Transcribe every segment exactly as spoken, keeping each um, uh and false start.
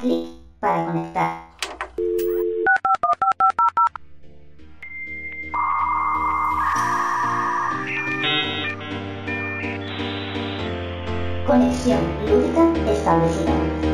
clic para conectar. Conexión lúdica establecida.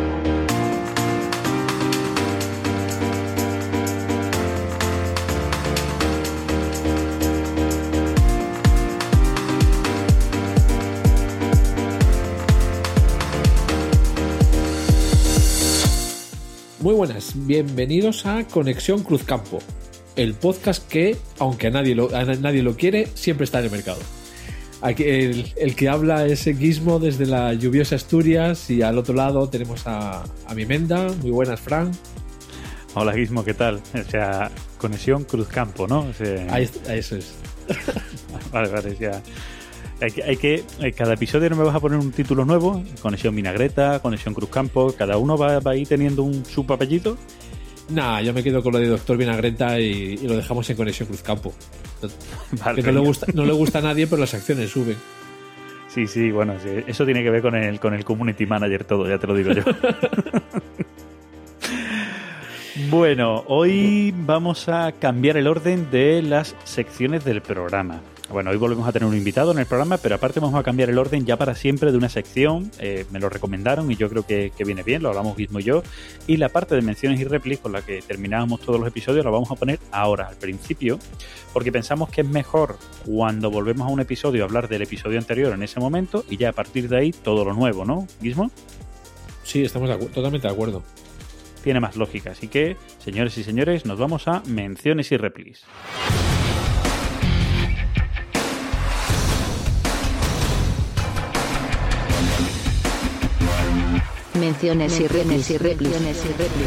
Muy buenas, bienvenidos a Conexión Cruzcampo, el podcast que, aunque a nadie lo, a nadie lo quiere, siempre está en el mercado. Aquí el, el que habla es Gizmo desde la lluviosa Asturias y al otro lado tenemos a, a mi Menda. Muy buenas, Fran. Hola Gizmo, ¿qué tal? O sea, Conexión Cruzcampo, ¿no? O sea... Ahí, eso es. Vale, vale, ya. Hay que, hay que, cada episodio no me vas a poner un título nuevo, Conexión Vinagreta, Conexión Cruzcampo, cada uno va, va a ir teniendo un su papelito. Nah, yo me quedo con lo de Doctor Vinagreta y, y lo dejamos en Conexión Cruzcampo. Vale, que no le, gusta, no le gusta a nadie, pero las acciones suben. Sí, sí, bueno, sí, eso tiene que ver con el, con el community manager todo, ya te lo digo yo. Bueno, hoy vamos a cambiar el orden de las secciones del programa. Bueno, hoy volvemos a tener un invitado en el programa, pero aparte vamos a cambiar el orden ya para siempre de una sección. Eh, me lo recomendaron y yo creo que, que viene bien, lo hablamos Gizmo y yo. Y la parte de menciones y réplicas con la que terminábamos todos los episodios la vamos a poner ahora, al principio, porque pensamos que es mejor cuando volvemos a un episodio hablar del episodio anterior en ese momento y ya a partir de ahí todo lo nuevo, ¿no, Gizmo? Sí, estamos de acu- totalmente de acuerdo. Tiene más lógica, así que, señores y señores, nos vamos a menciones y réplicas. Menciones y réplicas y réplicas.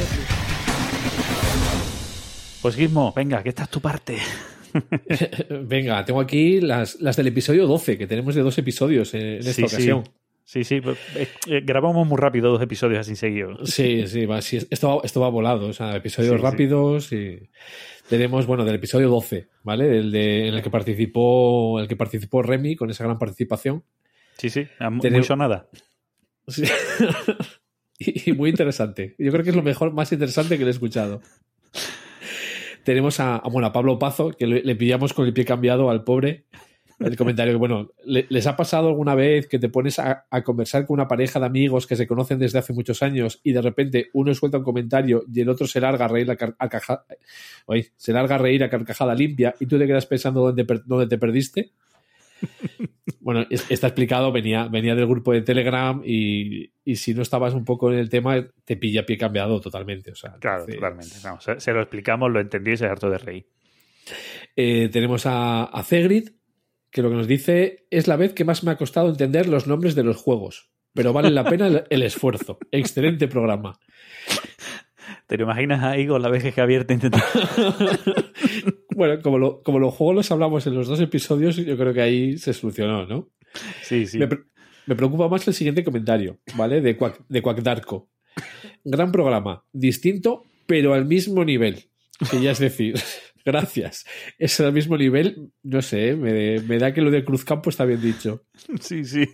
Pues Gizmo, venga, que esta es tu parte. Venga, tengo aquí las, las del episodio doce, que tenemos de dos episodios en, en esta sí, ocasión. Sí, sí, sí. Eh, eh, grabamos muy rápido dos episodios así seguidos. Sí, sí, va, sí, esto, va, esto va volado, o sea, episodios sí, rápidos sí. Y tenemos, bueno, del episodio doce, ¿vale? El de, en el que participó, el que participó Remy con esa gran participación. Sí, sí, muy tenemos... sonada. Sí. y, y muy interesante. Yo creo que es lo mejor, más interesante que le he escuchado. Tenemos a, a, bueno, a Pablo Pazo, que le, le pillamos con el pie cambiado al pobre. El comentario que, bueno, le, ¿les ha pasado alguna vez que te pones a, a conversar con una pareja de amigos que se conocen desde hace muchos años y de repente uno suelta un comentario y el otro se larga a reír a, car- a, caja- Oye, se larga a reír a carcajada limpia y tú te quedas pensando dónde, per- dónde te perdiste? Bueno, está explicado, venía, venía del grupo de Telegram y, y si no estabas un poco en el tema te pilla pie cambiado totalmente. O sea, claro, entonces... totalmente. No, se, se lo explicamos, lo entendí y se harto de reír. Eh, tenemos a, a Zegrid, que lo que nos dice es la vez que más me ha costado entender los nombres de los juegos, pero vale la pena el, el esfuerzo. Excelente programa. ¿Te lo imaginas ahí con la vez que abierta intentando? Bueno, como, lo, como los juegos los hablamos en los dos episodios, yo creo que ahí se solucionó, ¿no? Sí, sí. Me, me preocupa más el siguiente comentario, ¿vale? De Quack, de Quackdarko. Gran programa, distinto, pero al mismo nivel. Que ya es decir, gracias. Es al mismo nivel, no sé, me, me da que lo de Cruzcampo está bien dicho. Sí, sí.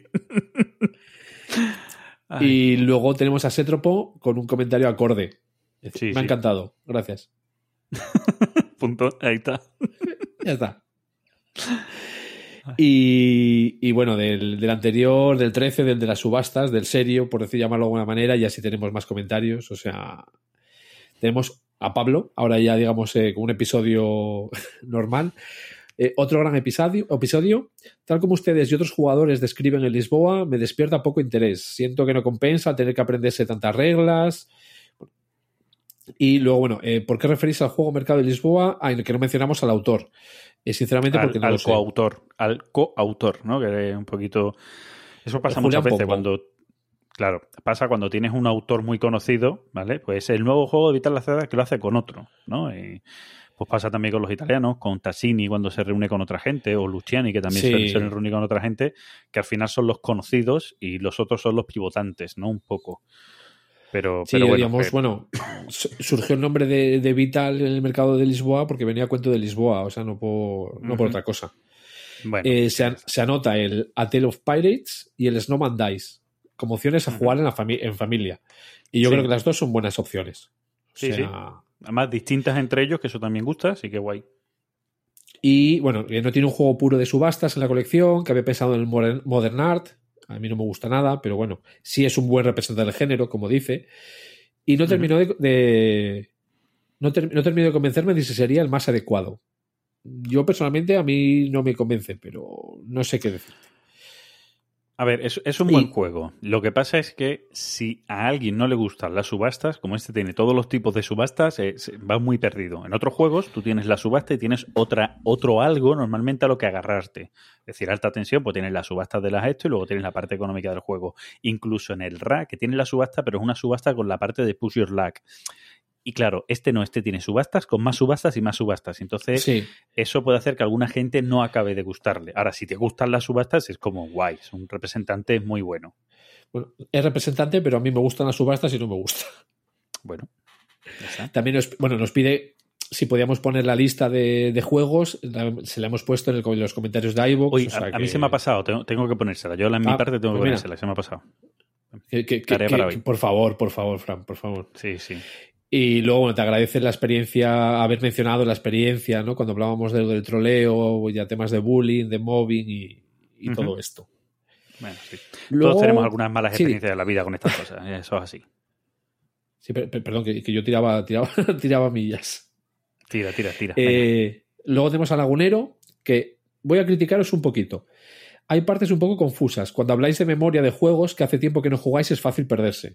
Y luego tenemos a Sétropo con un comentario acorde. Sí, me sí. ha encantado, gracias. Punto, ahí está. Ya está. Y, y bueno, del, del anterior, del trece, del de las subastas, del serio, por decir llamarlo de alguna manera, y así tenemos más comentarios. O sea, tenemos a Pablo, ahora ya digamos eh, con un episodio normal. Eh, otro gran episodio, episodio, tal como ustedes y otros jugadores describen en Lisboa, me despierta poco interés. Siento que no compensa tener que aprenderse tantas reglas. Y luego, bueno, eh, ¿por qué referís al juego Mercado de Lisboa? Ah, que no mencionamos al autor. Eh, sinceramente, porque al, no al lo sé. coautor, al coautor, ¿no? Que es un poquito... Eso pasa muchas veces cuando... Claro, pasa cuando tienes un autor muy conocido, ¿vale? Pues el nuevo juego de Vital Lacerda que lo hace con otro, ¿no? Y pues pasa también con los italianos, con Tassini cuando se reúne con otra gente, o Luciani que también sí. se, se reúne con otra gente, que al final son los conocidos y los otros son los pivotantes, ¿no? Un poco. Pero, sí, pero bueno, digamos, pero... bueno, surgió el nombre de, de Vital en el mercado de Lisboa porque venía a cuento de Lisboa, o sea, no por, no uh-huh. por otra cosa. Bueno, eh, se, an, se anota el A Tale of Pirates y el Snowman Dice como opciones a jugar uh-huh. en, la fami- en familia. Y yo Sí. creo que las dos son buenas opciones. O Sí, sea, sí. Además, distintas entre ellos, que eso también gusta, así que guay. Y bueno, que no tiene un juego puro de subastas en la colección, que había pensado en el Modern, Modern Art. A mí no me gusta nada, pero bueno, sí es un buen representante del género, como dice. Y no terminó de, de no, ter, no terminó de convencerme de si sería el más adecuado. Yo personalmente a mí no me convence, pero no sé qué decir. A ver, es, es un Y- buen juego. Lo que pasa es que si a alguien no le gustan las subastas, como este tiene todos los tipos de subastas, eh, se- va muy perdido. En otros juegos tú tienes la subasta y tienes otra, otro algo normalmente a lo que agarrarte. Es decir, alta tensión, pues tienes las subastas de las esto y luego tienes la parte económica del juego. Incluso en el R A, que tiene la subasta, pero es una subasta con la parte de push your luck. Y claro, este no, este tiene subastas con más subastas y más subastas. Entonces, Sí, eso puede hacer que a alguna gente no acabe de gustarle. Ahora, si te gustan las subastas, es como guay, es un representante muy bueno. bueno, es representante, pero a mí me gustan las subastas y no me gusta. Bueno, ya está. También nos, bueno, nos pide si podíamos poner la lista de, de juegos. La- se la hemos puesto en, el- en los comentarios de iVoox. Oye, o sea a, a que- mí se me ha pasado, tengo, tengo que ponérsela. Yo en mi Ah, parte tengo que pues mira. ponérsela, se me ha pasado. que- que- que- Tarea que- para hoy. que- por favor, por favor, Fran, por favor. Sí, sí. Y luego, bueno, te agradece la experiencia, haber mencionado la experiencia, ¿no? Cuando hablábamos de, del troleo, ya temas de bullying, de mobbing y, y Ujú. todo esto. Bueno, sí. Luego- Todos tenemos algunas malas sí. experiencias de la vida con estas cosas. Eso es así. Sí, per- per- perdón, que, que yo tiraba, tiraba, tiraba millas. Tira, tira, tira. Venga. Eh, luego tenemos a Lagunero, que voy a criticaros un poquito. Hay partes un poco confusas. Cuando habláis de memoria de juegos que hace tiempo que no jugáis, es fácil perderse.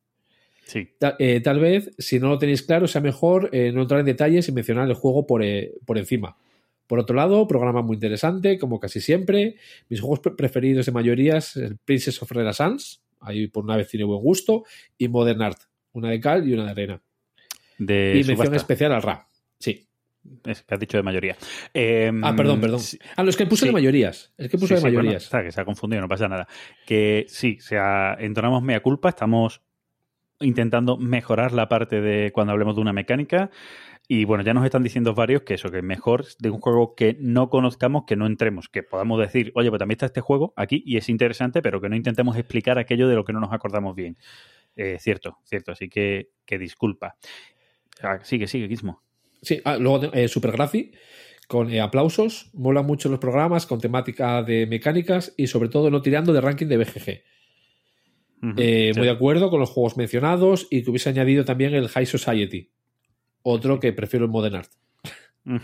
Sí. Ta- eh, tal vez, si no lo tenéis claro, sea mejor eh, no entrar en detalles y mencionar el juego por, eh, por encima. Por otro lado, programa muy interesante, como casi siempre. Mis juegos pre- preferidos de mayorías, el Princess of Renaissance, ahí por una vez tiene buen gusto, y Modern Art, una de cal y una de arena. De y mención subasta. especial al R A. Sí. Es que has dicho de mayoría. Eh, Ah, perdón, perdón. sí. Ah, los que puse Sí. de mayorías. El que puse Sí, de sí, bueno, mayorías. está, que se ha confundido, no pasa nada. Que sí, o sea, entonamos mea culpa, estamos intentando mejorar la parte de cuando hablemos de una mecánica y bueno, ya nos están diciendo varios que eso, que es mejor de un juego que no conozcamos, que no entremos, que podamos decir, oye, pues también está este juego aquí y es interesante, pero que no intentemos explicar aquello de lo que no nos acordamos bien. Eh, cierto, cierto, así que, que disculpa. Ah, sigue, sigue, Gizmo. Sí, ah, luego eh, Supergrafi, con eh, aplausos. Mola mucho los programas con temática de mecánicas y sobre todo no tirando de ranking de B G G. Ujú, Eh, sí. Muy de acuerdo con los juegos mencionados y que hubiese añadido también el High Society. Otro que prefiero el Modern Art. Mm.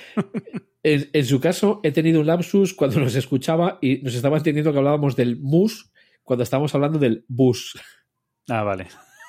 En, en su caso, he tenido un lapsus cuando nos escuchaba y nos estaba entendiendo que hablábamos del mus cuando estábamos hablando del bus. Ah, vale.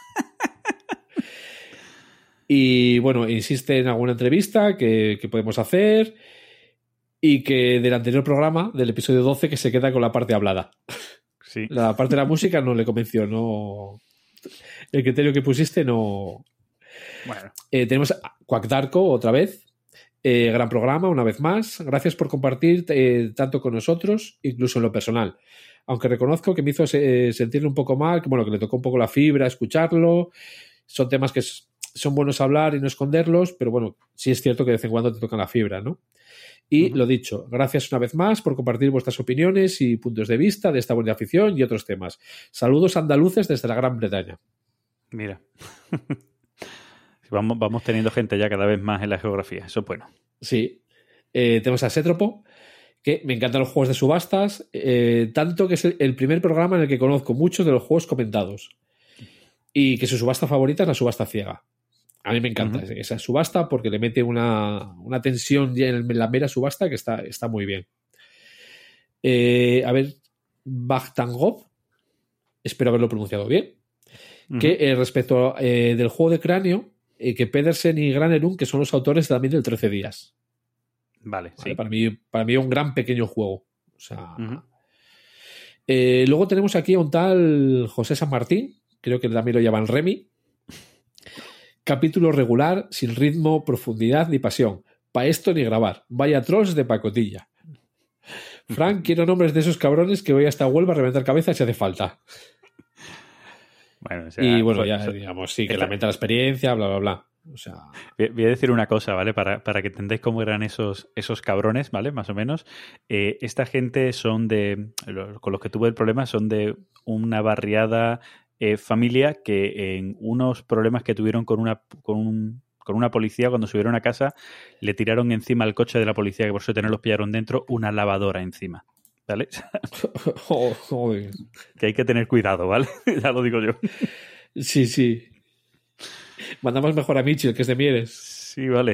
Y bueno, insiste en alguna entrevista que, que podemos hacer y que del anterior programa, del episodio doce, que se queda con la parte hablada. Sí. La parte de la música no le convenció, no. El criterio que pusiste no. Bueno. Eh, tenemos a Quack Darko otra vez. Eh, gran programa, una vez más. Gracias por compartir eh, tanto con nosotros, incluso en lo personal. Aunque reconozco que me hizo eh, sentirle un poco mal, que bueno, que le tocó un poco la fibra escucharlo. Son temas que es, son buenos hablar y no esconderlos, pero bueno, sí es cierto que de vez en cuando te tocan la fibra, ¿no? Y Uh-huh. lo dicho, gracias una vez más por compartir vuestras opiniones y puntos de vista de esta buena afición y otros temas. Saludos andaluces desde la Gran Bretaña. Mira. vamos, vamos teniendo gente ya cada vez más en la geografía. Eso es bueno. Sí. Eh, tenemos a Sétropo, que me encantan los juegos de subastas, eh, tanto que es el, el primer programa en el que conozco muchos de los juegos comentados. Y que su subasta favorita es la subasta ciega. A mí me encanta Uh-huh. esa subasta porque le mete una, una tensión ya en la mera subasta que está, está muy bien. Eh, a ver, Bagtangov, espero haberlo pronunciado bien, Uh-huh. que eh, respecto eh, del juego de cráneo, eh, que Pedersen y Granerung, que son los autores también del trece días. Vale, ¿Vale? sí. Para mí, para mí un gran pequeño juego. O sea, Uh-huh. eh, luego tenemos aquí a un tal José San Martín, creo que también lo llaman Remy. Capítulo regular, sin ritmo, profundidad ni pasión. Pa' esto ni grabar. Vaya trolls de pacotilla. Frank, quiero nombres de esos cabrones que voy hasta Huelva a reventar cabezas si hace falta. Bueno, o sea, Y bueno, fue- ya so- digamos, sí, que esta- lamenta la experiencia, bla, bla, bla. O sea, Voy voy a decir una cosa, ¿vale? Para, para que entendáis cómo eran esos, esos cabrones, ¿vale? Más o menos. Eh, esta gente son de... Los, con los que tuve el problema son de una barriada eh, familia que en unos problemas que tuvieron con una con un, con una policía, cuando subieron a casa, le tiraron encima al coche de la policía, que por suerte no los pillaron dentro, una lavadora encima. ¿Vale? Oh, joder. Que hay que tener cuidado, ¿vale? Ya lo digo yo. Sí, sí. Mandamos mejor a Mitchell, que es de Mieres. Sí, vale.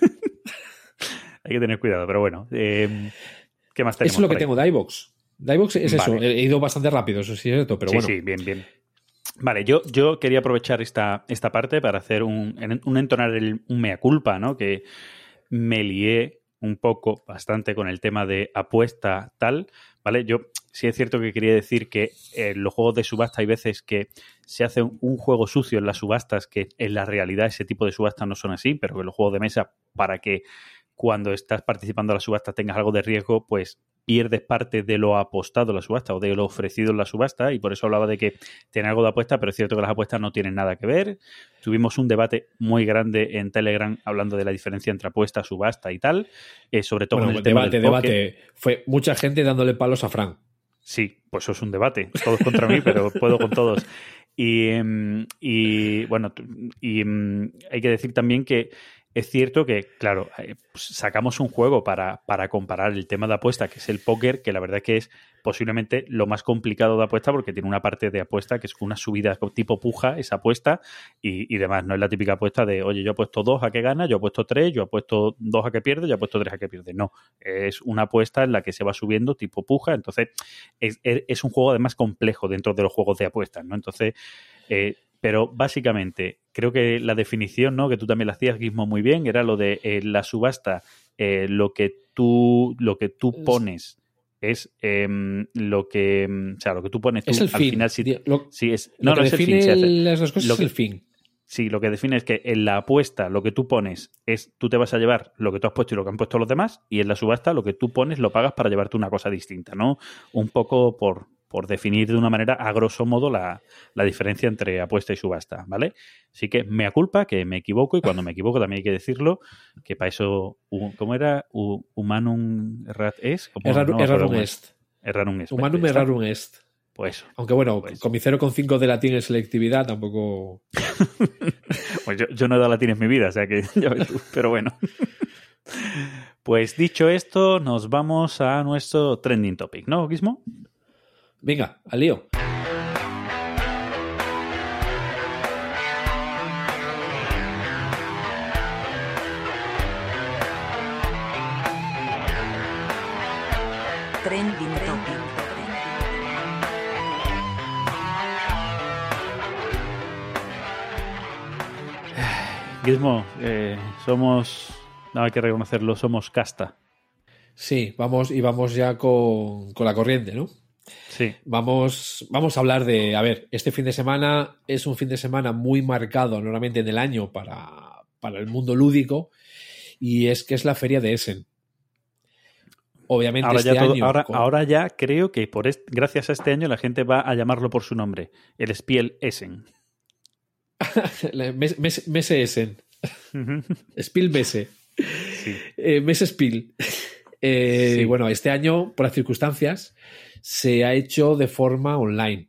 Hay que tener cuidado, pero bueno. Eh, ¿Qué más tenemos? Eso es lo que por ahí? tengo de iVoox. De iVoox es Vale. eso. He ido bastante rápido, eso sí es cierto, pero sí, bueno. sí, bien, bien. Vale, yo, yo quería aprovechar esta, esta parte para hacer un, un entonar el, un mea culpa, ¿no? Que me lié un poco, bastante con el tema de apuesta tal, ¿vale? Yo sí es cierto que quería decir que en los juegos de subasta hay veces que se hace un, un juego sucio en las subastas, que en la realidad ese tipo de subastas no son así, pero que los juegos de mesa, para que cuando estás participando en la subasta tengas algo de riesgo, pues pierdes parte de lo apostado en la subasta o de lo ofrecido en la subasta, y por eso hablaba de que tiene algo de apuesta, pero es cierto que las apuestas no tienen nada que ver. Tuvimos un debate muy grande en Telegram hablando de la diferencia entre apuesta, subasta y tal, eh, sobre todo Bueno, en el tema debate, del póker. debate. Fue mucha gente dándole palos a Frank. Sí, pues eso es un debate. Todos contra mí, pero puedo con todos. Y, y bueno, y hay que decir también que es cierto que, claro, pues sacamos un juego para, para comparar el tema de apuesta, que es el póker, que la verdad que es posiblemente lo más complicado de apuesta, porque tiene una parte de apuesta que es una subida tipo puja, esa apuesta, y, y demás. No es la típica apuesta de, oye, yo he puesto dos a que gana, yo he puesto tres, yo he puesto dos a que pierde, yo he puesto tres a que pierde. No, es una apuesta en la que se va subiendo tipo puja. Entonces, es, es un juego además complejo dentro de los juegos de apuestas, ¿no? Entonces, eh, pero básicamente, creo que la definición, ¿no?, que tú también la hacías, Gizmo, muy bien, era lo de eh, la subasta, eh, lo que tú, lo que tú pones es eh, lo que, o sea, lo que tú pones tú Es el al fin. final si, Lo, si es, lo no, que no es el define fin, se hace. las dos cosas Lo es que- el fin. Sí, lo que define es que en la apuesta lo que tú pones es, tú te vas a llevar lo que tú has puesto y lo que han puesto los demás, y en la subasta lo que tú pones lo pagas para llevarte una cosa distinta, ¿no? Un poco por, por definir de una manera, a grosso modo, la, la diferencia entre apuesta y subasta, ¿vale? Así que mea culpa, que me equivoco, y cuando me equivoco también hay que decirlo, que para eso, u- ¿cómo era? U- humanum errat est. ¿Cómo? Errar- No me acuerdo errarum cómo est. Errarum est. Humanum ¿Está? errarum est. Pues eso. Aunque bueno, Pues. con mi cero coma cinco de latín en selectividad tampoco... Pues yo, yo no he dado latín en mi vida, o sea que ya ves tú, pero bueno. Pues dicho esto, nos vamos a nuestro trending topic, ¿no, Gizmo? Venga, al lío. Trending Topic. Gizmo, eh, somos, no hay que reconocerlo, somos casta. Sí, vamos y vamos ya con, con la corriente, ¿no? Sí. Vamos, vamos a hablar de, a ver, este fin de semana es un fin de semana muy marcado normalmente en el año para, para el mundo lúdico, y es que es la feria de Essen. Obviamente Ahora, este ya todo- año... ahora, con- ahora ya creo que por est- gracias a este año la gente va a llamarlo por su nombre, el Spiel Essen. Mes- Mes- Messe Essen. Spiel Messe. Sí. Eh, Messe Spiel. Eh, Sí. Bueno, este año, por las circunstancias, se ha hecho de forma online.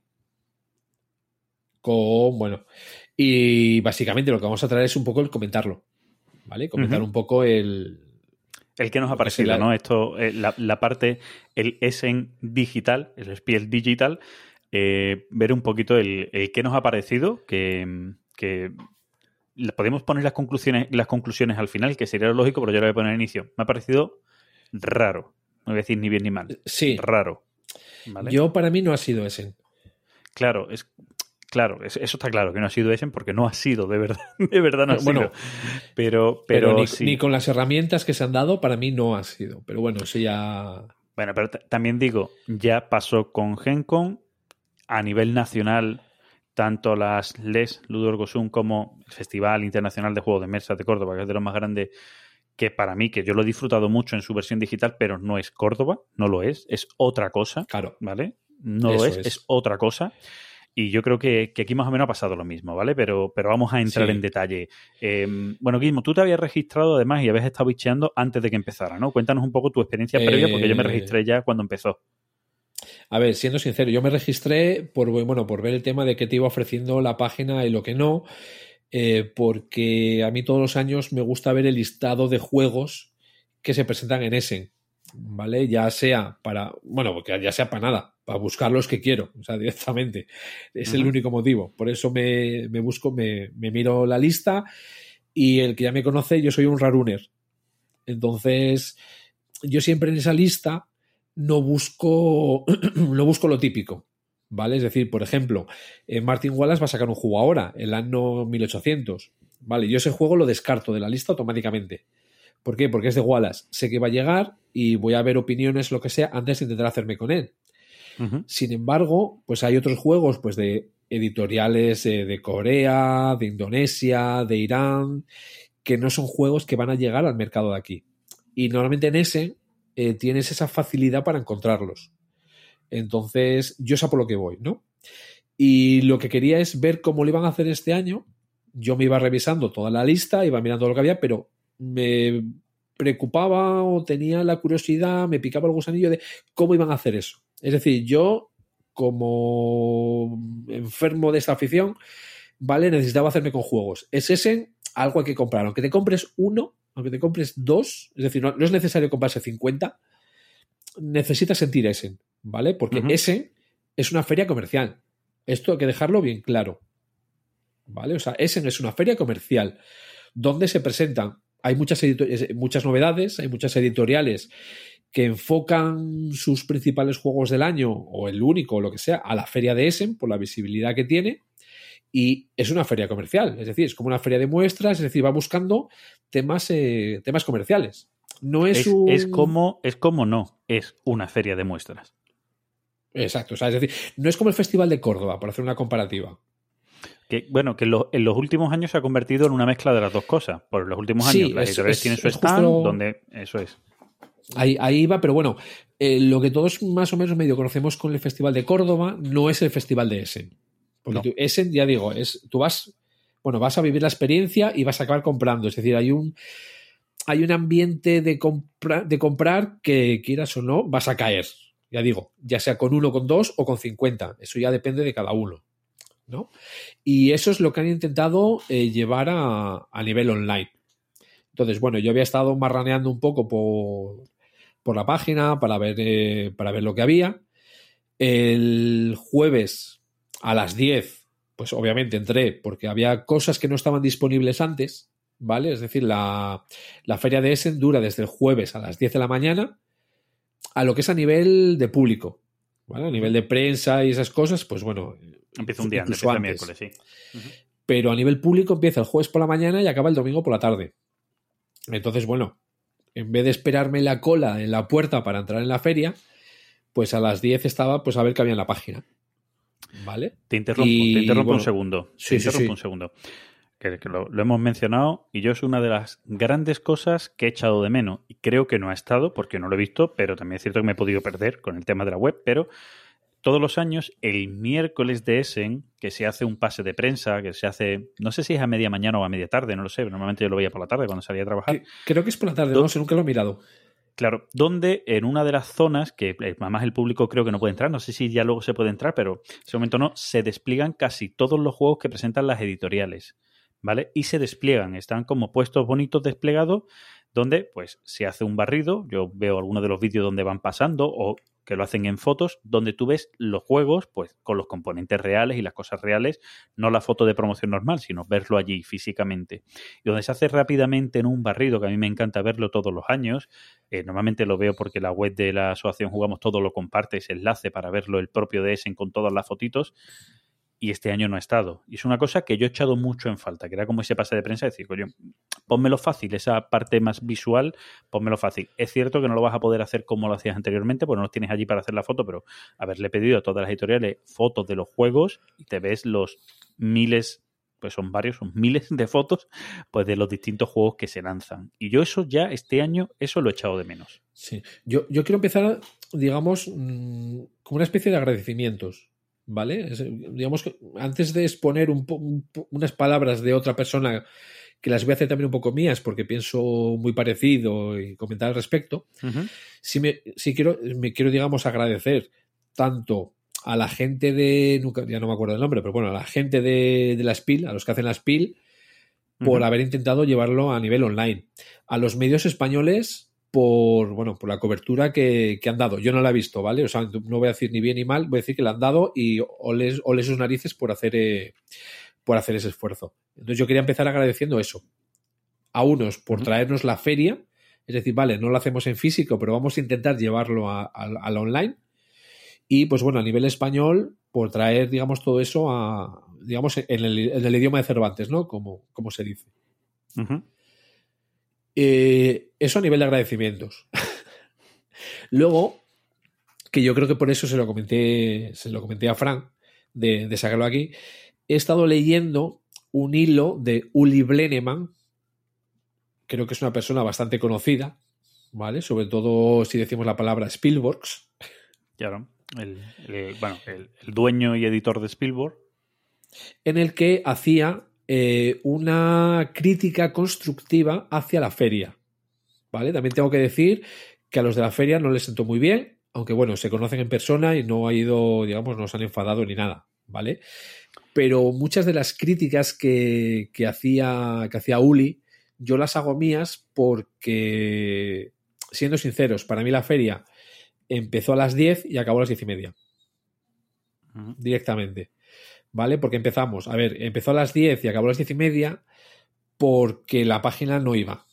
Con, bueno, y básicamente lo que vamos a traer es un poco el comentarlo, ¿vale? Comentar Ujú. un poco el... El que nos ha Lo que parecido, será- ¿no? Esto, eh, la, la parte, el Essen digital, el Spiel digital, eh, ver un poquito el, el que nos ha parecido, que, que le podemos poner las conclusiones, las conclusiones al final, que sería lo lógico, pero yo lo voy a poner al inicio. Me ha parecido raro. No voy a decir ni bien ni mal. Sí, Raro. ¿Vale? yo para mí no ha sido Essen. Claro, es claro, es- eso está claro, que no ha sido Essen porque no ha sido, de verdad, de verdad no ha Bueno, sido. Pero, Pero, pero, ni, sí. ni con las herramientas que se han dado, para mí no ha sido. Pero bueno, eso ya... Bueno, pero t- también digo, ya pasó con GenCon a nivel nacional, tanto las L E S, Ludo Orgosum, como el Festival Internacional de Juegos de Mesa de Córdoba, que es de los más grandes, que para mí, que yo lo he disfrutado mucho en su versión digital, pero no es Córdoba, no lo es, es otra cosa, Claro. ¿vale? No Eso lo es, es. es otra cosa. Y yo creo que, que aquí más o menos ha pasado lo mismo, ¿vale? Pero, pero vamos a entrar Sí. en detalle. Eh, bueno, Guillermo, tú te habías registrado además y habías estado bicheando antes de que empezara, ¿no? Cuéntanos un poco tu experiencia Eh, previa, porque yo me registré ya cuando empezó. A ver, siendo sincero, yo me registré por, bueno, por ver el tema de qué te iba ofreciendo la página y lo que no, eh, porque a mí todos los años me gusta ver el listado de juegos que se presentan en Essen, ¿vale? Ya sea para, bueno, porque ya sea para nada, para buscar los que quiero, o sea, directamente. Es uh-huh. el único motivo. Por eso me, me busco, me, me miro la lista y el que ya me conoce, yo soy un raruner. Entonces, yo siempre en esa lista no busco, no busco lo típico, ¿vale? Es decir, por ejemplo, eh, Martin Wallace va a sacar un juego ahora, el Anno mil ochocientos, ¿vale? Yo ese juego lo descarto de la lista automáticamente. ¿Por qué? Porque es de Wallace. Sé que va a llegar y voy a ver opiniones, lo que sea, antes de intentar hacerme con él. Uh-huh. Sin embargo, pues hay otros juegos pues de editoriales eh, de Corea, de Indonesia, de Irán, que no son juegos que van a llegar al mercado de aquí. Y normalmente en ese eh, tienes esa facilidad para encontrarlos. Entonces, yo sé por lo que voy, ¿no? Y lo que quería es ver cómo lo iban a hacer este año. Yo me iba revisando toda la lista, iba mirando lo que había, pero me preocupaba o tenía la curiosidad, me picaba el gusanillo de cómo iban a hacer eso. Es decir, yo, como enfermo de esta afición, ¿vale? Necesitaba hacerme con juegos. Es ese algo hay que comprar. Aunque te compres uno, aunque te compres dos, es decir, no, no es necesario comprarse cincuenta, necesitas sentir Essen, ¿vale? Porque uh-huh. Essen es una feria comercial. Esto hay que dejarlo bien claro, ¿vale? O sea, Essen es una feria comercial donde se presentan, hay muchas, editor- muchas novedades, hay muchas editoriales que enfocan sus principales juegos del año, o el único, o lo que sea, a la feria de Essen, por la visibilidad que tiene. Y es una feria comercial, es decir, es como una feria de muestras, es decir, va buscando temas, eh, temas comerciales. No es, es, un... es como es como no, es una feria de muestras. Exacto, o sea, es decir, no es como el Festival de Córdoba, por hacer una comparativa. Que, bueno, que en, lo, en los últimos años se ha convertido en una mezcla de las dos cosas. Por los últimos años sí, las es, editoriales es, tienen su es stand, justo... donde eso es. Ahí, ahí va, pero bueno, eh, lo que todos más o menos medio conocemos con el Festival de Córdoba no es el Festival de Essen. Porque no. tú, Essen, ya digo, es, tú vas, bueno, vas a vivir la experiencia y vas a acabar comprando. Es decir, hay un, hay un ambiente de, compra, de comprar que, quieras o no, vas a caer. Ya digo, ya sea con uno, con dos o con cincuenta. Eso ya depende de cada uno, ¿no? Y eso es lo que han intentado eh, llevar a, a nivel online. Entonces, bueno, yo había estado marraneando un poco por, por la página para ver, eh, para ver lo que había. El jueves a las diez, pues obviamente entré porque había cosas que no estaban disponibles antes, ¿vale? Es decir, la, la feria de Essen dura desde el jueves a las diez de la mañana a lo que es a nivel de público, ¿vale? A nivel de prensa y esas cosas, pues bueno, empieza un día antes, antes. miércoles, sí. Uh-huh. Pero a nivel público empieza el jueves por la mañana y acaba el domingo por la tarde. Entonces, bueno, en vez de esperarme la cola en la puerta para entrar en la feria, pues a las diez estaba pues a ver qué había en la página. ¿Vale? Te interrumpo, y, te interrumpo bueno, un segundo. Sí, te interrumpo sí, sí. un segundo. Que, que lo, lo hemos mencionado y yo es una de las grandes cosas que he echado de menos. Y creo que no ha estado porque no lo he visto, pero también es cierto que me he podido perder con el tema de la web. Pero todos los años, el miércoles de Essen, que se hace un pase de prensa, que se hace, no sé si es a media mañana o a media tarde, no lo sé. Normalmente yo lo veía por la tarde cuando salía a trabajar. Creo que es por la tarde, no sé, nunca lo he mirado. Claro, donde en una de las zonas, que además el público creo que no puede entrar, no sé si ya luego se puede entrar, pero en ese momento no, se despliegan casi todos los juegos que presentan las editoriales, ¿vale? Y se despliegan, están como puestos bonitos desplegados, donde pues se hace un barrido, yo veo algunos de los vídeos donde van pasando, o que lo hacen en fotos, donde tú ves los juegos pues con los componentes reales y las cosas reales, no la foto de promoción normal, sino verlo allí físicamente. Y donde se hace rápidamente en un barrido, que a mí me encanta verlo todos los años, eh, normalmente lo veo porque la web de la asociación Jugamos Todo lo comparte ese enlace para verlo el propio de Essen con todas las fotitos, y este año no ha estado. Y es una cosa que yo he echado mucho en falta, que era como ese pase de prensa, decir, coño, pónmelo fácil, esa parte más visual, pónmelo fácil. Es cierto que no lo vas a poder hacer como lo hacías anteriormente, porque no los tienes allí para hacer la foto, pero haberle pedido a todas las editoriales fotos de los juegos y te ves los miles, pues son varios, son miles de fotos, pues de los distintos juegos que se lanzan. Y yo eso ya, este año, eso lo he echado de menos. Sí, yo, yo quiero empezar, digamos, mmm, como una especie de agradecimientos. ¿Vale? Es, digamos que antes de exponer un po, un, unas palabras de otra persona que las voy a hacer también un poco mías porque pienso muy parecido y comentar al respecto, uh-huh. sí, me, sí quiero, me quiero, digamos, agradecer tanto a la gente de, nunca, ya no me acuerdo del nombre, pero bueno, a la gente de, de la Spiel, a los que hacen la Spiel, por uh-huh. haber intentado llevarlo a nivel online. A los medios españoles por, bueno, por la cobertura que, que han dado. Yo no la he visto, ¿vale? O sea, no voy a decir ni bien ni mal, voy a decir que la han dado y ole, ole sus narices por hacer, eh, por hacer ese esfuerzo. Entonces yo quería empezar agradeciendo eso. A unos por uh-huh. traernos la feria, es decir, vale, no lo hacemos en físico, pero vamos a intentar llevarlo a, a, a la online. Y, pues bueno, a nivel español, por traer, digamos, todo eso a, digamos, en el, en el idioma de Cervantes, ¿no? Como, como se dice. Uh-huh. Eh, eso a nivel de agradecimientos. Luego, que yo creo que por eso se lo comenté, se lo comenté a Fran, de, de sacarlo aquí, he estado leyendo un hilo de Uli Blenneman, creo que es una persona bastante conocida, ¿vale? Sobre todo si decimos la palabra Spielworks. Claro. El, el, bueno, el, el dueño y editor de Spielberg. En el que hacía eh, una crítica constructiva hacia la feria. ¿Vale? También tengo que decir que a los de la feria no les sentó muy bien, aunque bueno, se conocen en persona y no ha ido, digamos, no se han enfadado ni nada, ¿vale? Pero muchas de las críticas que, que, hacía, que hacía Uli, yo las hago mías porque, siendo sinceros, para mí la feria empezó a las diez y acabó a las diez y media. Uh-huh. Directamente. ¿Vale? Porque empezamos, a ver, empezó a las diez y acabó a las diez y media porque la página no iba.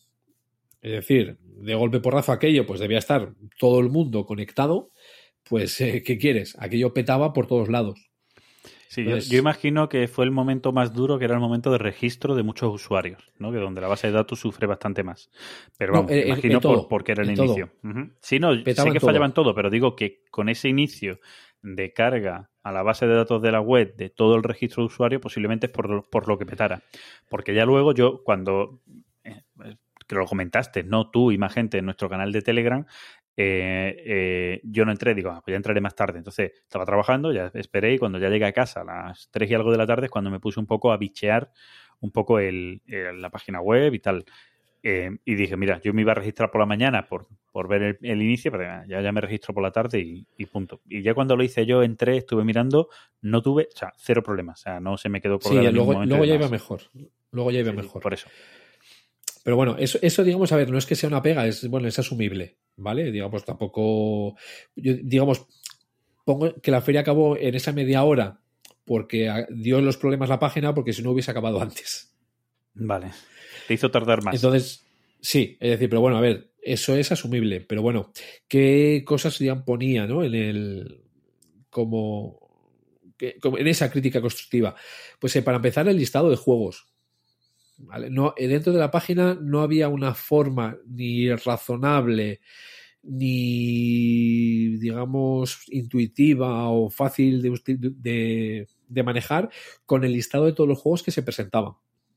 Es decir, de golpe porrazo aquello, pues debía estar todo el mundo conectado. Pues, eh, ¿qué quieres? Aquello petaba por todos lados. Sí, Entonces, yo, yo imagino que fue el momento más duro, que era el momento de registro de muchos usuarios, ¿no? Que donde la base de datos sufre bastante más. Pero vamos, no, eh, imagino por, todo, porque era el inicio. Uh-huh. Sí, no, Petaba sé que fallaba en todo, pero digo que con ese inicio de carga a la base de datos de la web de todo el registro de usuario, posiblemente es por lo, por lo que petara. Porque ya luego yo, cuando eh, que lo comentaste, no tú y más gente en nuestro canal de Telegram, Eh, eh, yo no entré, digo, ah, pues ya entraré más tarde. Entonces estaba trabajando, ya esperé y cuando ya llegué a casa a las tres y algo de la tarde es cuando me puse un poco a bichear un poco el, el, la página web y tal. Eh, y dije, mira, yo me iba a registrar por la mañana por, por ver el, el inicio, pero ya, ya me registro por la tarde y, y punto. Y ya cuando lo hice yo, entré, estuve mirando, no tuve, o sea, cero problemas. O sea, no se me quedó por sí, luego, luego ya iba mejor. Luego ya iba sí, mejor. Por eso. Pero bueno, eso, eso, digamos, a ver, no es que sea una pega, es bueno, es asumible, ¿vale? Digamos, tampoco, yo, digamos, pongo que la feria acabó en esa media hora porque dio los problemas la página, porque si no hubiese acabado antes. Vale. Te hizo tardar más. Entonces, sí, es decir, pero bueno, a ver, eso es asumible, pero bueno, ¿qué cosas digamos, ponía, ¿no? En el, como, que, como en esa crítica constructiva? Pues eh, para empezar, el listado de juegos. ¿Vale? No, dentro de la página no había una forma ni razonable ni, digamos, intuitiva o fácil de, de, de manejar con el listado de todos los juegos que se presentaban.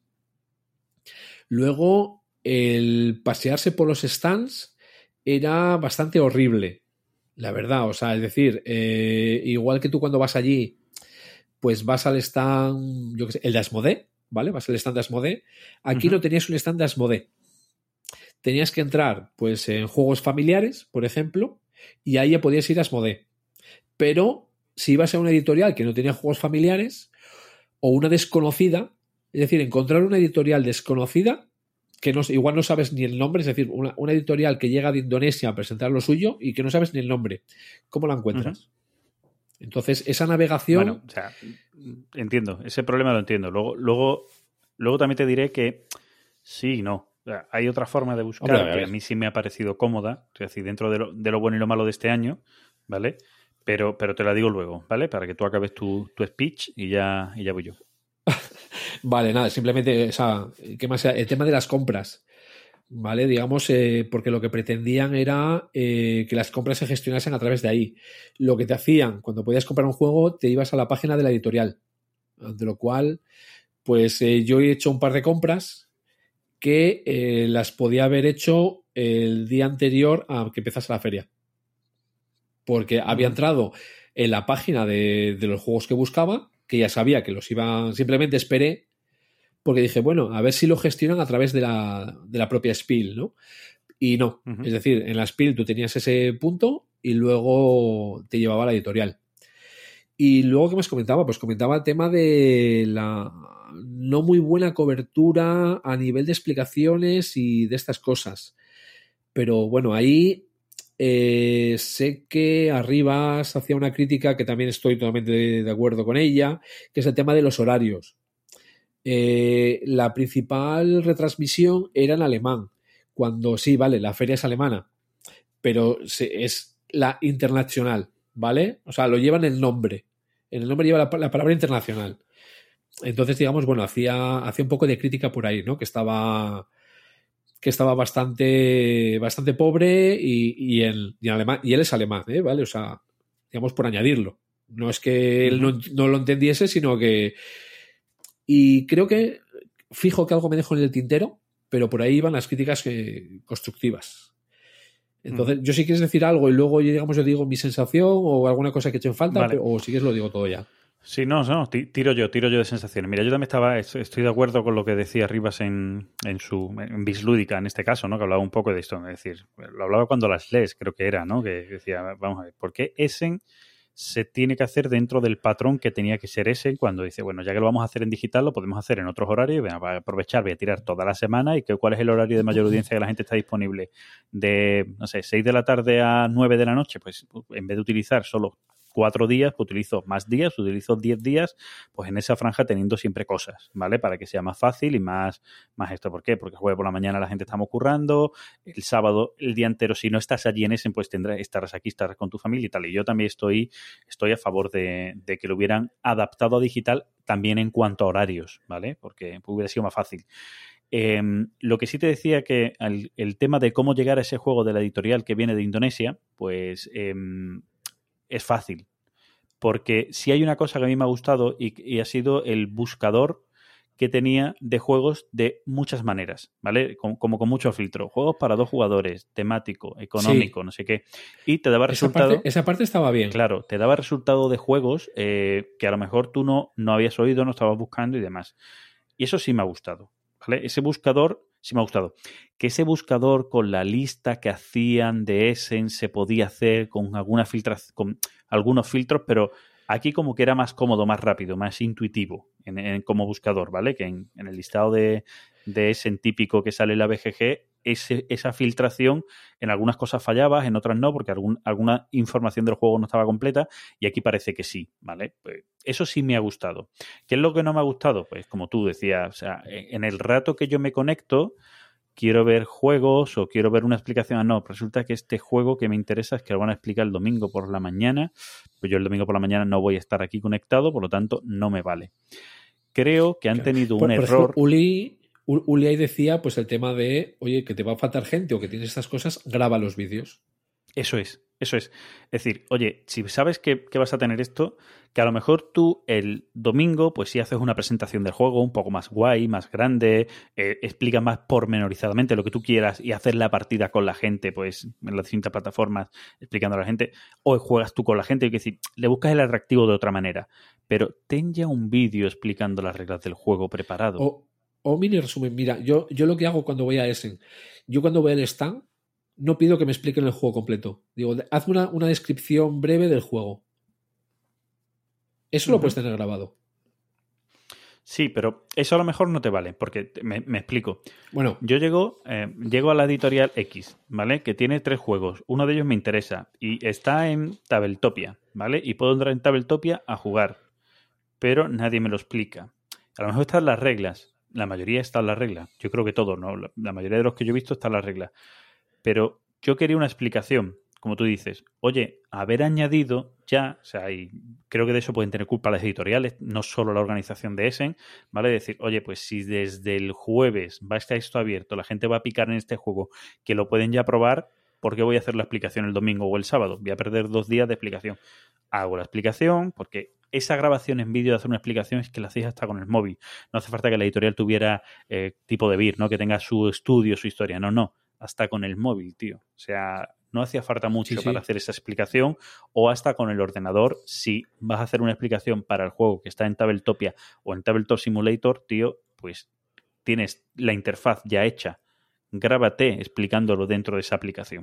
Luego, el pasearse por los stands era bastante horrible, la verdad. O sea, es decir, eh, igual que tú cuando vas allí, pues vas al stand, yo qué sé, el de Asmodee, ¿vale? Vas al stand de Asmodee. Aquí uh-huh. no tenías un stand de Asmodee. Tenías que entrar, pues, en juegos familiares, por ejemplo, y ahí ya podías ir a Asmodee. Pero si ibas a una editorial que no tenía juegos familiares o una desconocida, es decir, encontrar una editorial desconocida que no, igual no sabes ni el nombre, es decir, una, una editorial que llega de Indonesia a presentar lo suyo y que no sabes ni el nombre, ¿cómo la encuentras? Uh-huh. Entonces, esa navegación... Bueno, o sea, entiendo, ese problema lo entiendo. Luego, luego, luego también te diré que sí y no. O sea, hay otra forma de buscar. Hombre, a que a mí sí me ha parecido cómoda, es decir, dentro de lo, de lo bueno y lo malo de este año, ¿vale? Pero, pero te la digo luego, ¿vale? Para que tú acabes tu, tu speech y ya, y ya voy yo. Vale, nada, simplemente, o sea, ¿qué más? El tema de las compras, ¿vale? Digamos, eh, porque lo que pretendían era eh, que las compras se gestionasen a través de ahí. Lo que te hacían, cuando podías comprar un juego, te ibas a la página de la editorial. De lo cual, pues eh, yo he hecho un par de compras que eh, las podía haber hecho el día anterior a que empezase la feria. Porque mm. había entrado en la página de, de los juegos que buscaba, que ya sabía que los iba... Simplemente esperé porque dije, bueno, a ver si lo gestionan a través de la, de la propia Spiel, ¿no? Y no. Uh-huh. Es decir, en la Spiel tú tenías ese punto y luego te llevaba a la editorial. Y luego, ¿qué más comentaba? Pues comentaba el tema de la no muy buena cobertura a nivel de explicaciones y de estas cosas. Pero bueno, ahí eh, sé que Arribas hacía una crítica que también estoy totalmente de, de acuerdo con ella, que es el tema de los horarios. Eh, la principal retransmisión era en alemán, cuando sí, vale, la feria es alemana, pero se, es la internacional, ¿vale? O sea, lo llevan el nombre. En el nombre lleva la, la palabra internacional. Entonces, digamos, bueno, hacía, hacía un poco de crítica por ahí, ¿no? Que estaba que estaba bastante bastante pobre y, y, en, y en alemán, y él es alemán, ¿eh? ¿Vale? O sea, digamos, por añadirlo. No es que él no, no lo entendiese, sino que... Y creo que, fijo que algo me dejo en el tintero, pero por ahí van las críticas eh, constructivas. Entonces, mm. yo si quieres decir algo y luego, digamos, yo digo mi sensación o alguna cosa que he hecho en falta, vale. O si quieres lo digo todo ya. Sí, no, no, tiro yo, tiro yo de sensaciones. Mira, yo también estaba, estoy de acuerdo con lo que decía Rivas en, en su en Bislúdica, en este caso, ¿no? Que hablaba un poco de esto, es decir, lo hablaba cuando las lees, creo que era, ¿no? Que decía, vamos a ver, ¿por qué Essen se tiene que hacer dentro del patrón que tenía que ser Essen cuando dice, bueno, ya que lo vamos a hacer en digital, lo podemos hacer en otros horarios, voy a aprovechar, voy a tirar toda la semana y que, cuál es el horario de mayor audiencia que la gente está disponible de, no sé, seis de la tarde a nueve de la noche, pues en vez de utilizar solo cuatro días, pues utilizo más días, utilizo diez días, pues en esa franja teniendo siempre cosas, ¿vale? Para que sea más fácil y más, más esto. ¿Por qué? Porque el jueves por la mañana la gente estamos currando, el sábado, el día entero, si no estás allí en ese, pues tendrás, estarás aquí, estarás con tu familia y tal. Y yo también estoy, estoy a favor de, de que lo hubieran adaptado a digital también en cuanto a horarios, ¿vale? Porque hubiera sido más fácil. Eh, lo que sí te decía que el, el tema de cómo llegar a ese juego de la editorial que viene de Indonesia, pues... Eh, es fácil, porque si hay una cosa que a mí me ha gustado y, y ha sido el buscador que tenía de juegos de muchas maneras, ¿vale? Como, como con mucho filtro. Juegos para dos jugadores, temático, económico, sí. No sé qué. Y te daba esa resultado... Parte, esa parte estaba bien. Claro, te daba resultado de juegos eh, que a lo mejor tú no, no habías oído, no estabas buscando y demás. Y eso sí me ha gustado, ¿vale? Ese buscador... Sí me ha gustado. Que ese buscador con la lista que hacían de Essen se podía hacer con alguna filtración, con algunos filtros, pero aquí como que era más cómodo, más rápido, más intuitivo en, en, como buscador, ¿vale? Que en, en el listado de, de Essen típico que sale en la B G G, ese, esa filtración en algunas cosas fallaba, en otras no, porque algún, alguna información del juego no estaba completa y aquí parece que sí, ¿vale? Pues eso sí me ha gustado. ¿Qué es lo que no me ha gustado? Pues como tú decías, o sea, en el rato que yo me conecto quiero ver juegos o quiero ver una explicación. Ah, no, resulta que este juego que me interesa es que lo van a explicar el domingo por la mañana, pues yo el domingo por la mañana no voy a estar aquí conectado, por lo tanto no me vale. Creo que han claro. tenido por, un por error... Ejemplo, Uli, Uli ahí decía pues el tema de, oye, que te va a faltar gente o que tienes estas cosas, graba los vídeos. Eso es, eso es. Es decir, oye, si sabes que, que vas a tener esto, que a lo mejor tú el domingo, pues sí haces una presentación del juego un poco más guay, más grande, eh, explica más pormenorizadamente lo que tú quieras y hacer la partida con la gente, pues en las distintas plataformas, explicando a la gente, o juegas tú con la gente, y que decir, le buscas el atractivo de otra manera, pero ten ya un vídeo explicando las reglas del juego preparado. O, o mini resumen, mira, yo, yo lo que hago cuando voy a Essen, yo cuando voy al stand, no pido que me expliquen el juego completo. Digo, hazme una, una descripción breve del juego. Eso uh-huh. lo puedes tener grabado. Sí, pero eso a lo mejor no te vale, porque me, me explico. Bueno, yo llego, eh, llego a la editorial X, ¿vale? Que tiene tres juegos. Uno de ellos me interesa y está en Tabletopia, ¿vale? Y puedo entrar en Tabletopia a jugar, pero nadie me lo explica. A lo mejor están las reglas. La mayoría están las reglas. Yo creo que todos, ¿no? La, la mayoría de los que yo he visto están las reglas. Pero yo quería una explicación, como tú dices. Oye, haber añadido ya, o sea, y creo que de eso pueden tener culpa las editoriales, no solo la organización de Essen, ¿vale? Decir, oye, pues si desde el jueves va a estar esto abierto, la gente va a picar en este juego, que lo pueden ya probar, ¿por qué voy a hacer la explicación el domingo o el sábado? Voy a perder dos días de explicación. Hago la explicación, porque esa grabación en vídeo de hacer una explicación es que la hacéis hasta con el móvil. No hace falta que la editorial tuviera eh, tipo de vir, ¿no? Que tenga su estudio, su historia. No, no. Hasta con el móvil, tío. O sea, no hacía falta mucho sí, sí. para hacer esa explicación, o hasta con el ordenador. Si vas a hacer una explicación para el juego que está en Tabletopia o en Tabletop Simulator, tío, pues tienes la interfaz ya hecha. Grábate explicándolo dentro de esa aplicación.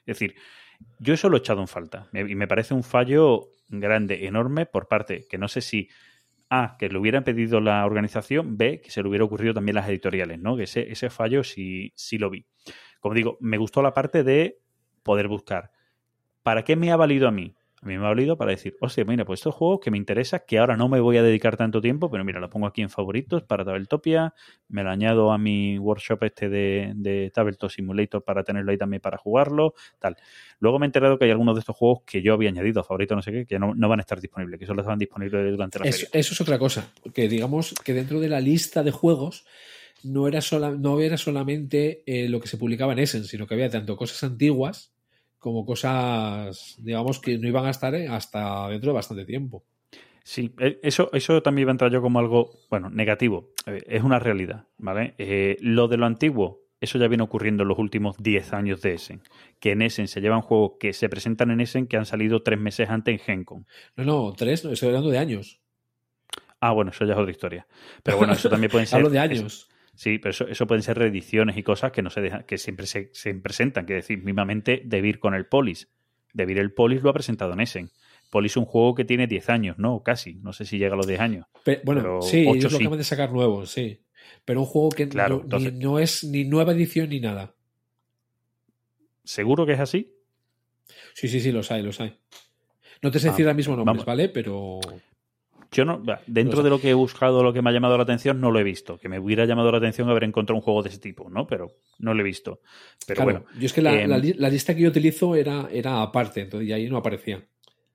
Es decir, yo eso lo he echado en falta. Y me parece un fallo grande, enorme, por parte que no sé si A, que lo hubieran pedido la organización, B, que se le hubiera ocurrido también las editoriales, ¿no? Que ese, ese fallo sí, sí lo vi. Como digo, me gustó la parte de poder buscar. ¿Para qué me ha valido a mí? A mí me ha valido para decir, hostia, mira, pues estos juegos que me interesan, que ahora no me voy a dedicar tanto tiempo, pero mira, lo pongo aquí en favoritos para Tabletopia, me lo añado a mi workshop este de, de Tabletop Simulator para tenerlo ahí también para jugarlo, tal. Luego me he enterado que hay algunos de estos juegos que yo había añadido a favoritos, no sé qué, que no, no van a estar disponibles, que solo estaban disponibles durante la Eso, feria. eso es otra cosa, que digamos que dentro de la lista de juegos no era, sola, no era solamente eh, lo que se publicaba en Essen, sino que había tanto cosas antiguas como cosas, digamos, que no iban a estar hasta dentro de bastante tiempo. Sí, eso, eso también iba a entrar yo como algo, bueno, negativo. Eh, es una realidad, ¿vale? Eh, lo de lo antiguo, eso ya viene ocurriendo en los últimos diez años de Essen. Que en Essen se llevan juegos que se presentan en Essen que han salido tres meses antes en Gen-Con. No, no, tres, no, estoy hablando de años. Ah, bueno, eso ya es otra historia. Pero bueno, eso también pueden ser... Hablo de años. Es, sí, pero eso, eso pueden ser reediciones y cosas que no se dejan, que siempre se, se presentan. Que decir, mismamente, Devir con el Polis. Devir el Polis lo ha presentado en Essen. Polis es un juego que tiene diez años, ¿no? Casi. No sé si llega a los diez años. Pero, bueno, pero sí, ocho ellos lo sí. acaban de sacar nuevo, sí. Pero un juego que Claro, no, entonces, ni, no es ni nueva edición ni nada. ¿Seguro que es así? Sí, sí, sí, los hay, los hay. No te sé Ah, decir ahora mismo nombres, vamos. ¿vale? Pero... Yo no, dentro de lo que he buscado, lo que me ha llamado la atención, no lo he visto. Que me hubiera llamado la atención haber encontrado un juego de ese tipo, ¿no? Pero no lo he visto. Pero claro, bueno. yo es que la, eh, la, la lista que yo utilizo era, era aparte, entonces y ahí no aparecía.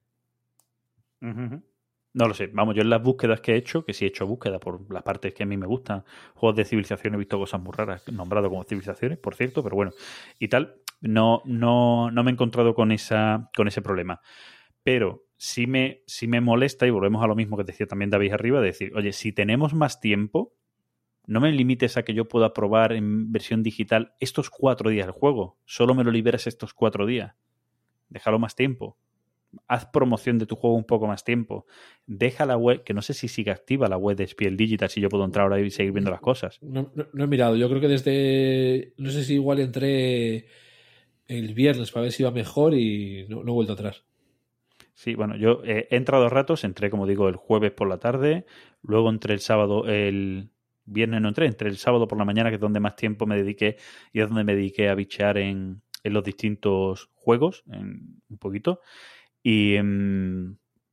Uh-huh. No lo sé. Vamos, yo en las búsquedas que he hecho, que sí he hecho búsquedas por las partes que a mí me gustan, juegos de civilización, he visto cosas muy raras nombradas como civilizaciones, por cierto, pero bueno. Y tal, no, no, no me he encontrado con, esa, con ese problema. Pero sí me, sí me molesta, y volvemos a lo mismo que decía también David arriba, de decir, oye, si tenemos más tiempo, no me limites a que yo pueda probar en versión digital estos cuatro días el juego. Solo me lo liberas estos cuatro días. Déjalo más tiempo. Haz promoción de tu juego un poco más tiempo. Deja la web, que no sé si sigue activa la web de Spiel Digital, si yo puedo entrar ahora y seguir viendo las cosas. No, no, no he mirado, yo creo que desde, no sé si igual entré el viernes para ver si iba mejor y no, no he vuelto atrás. Sí, bueno, yo eh, he entrado a ratos, entré, como digo, el jueves por la tarde, luego entré el sábado, el viernes no entré, entré el sábado por la mañana, que es donde más tiempo me dediqué y es donde me dediqué a bichear en, en los distintos juegos, en, un poquito. Y, um,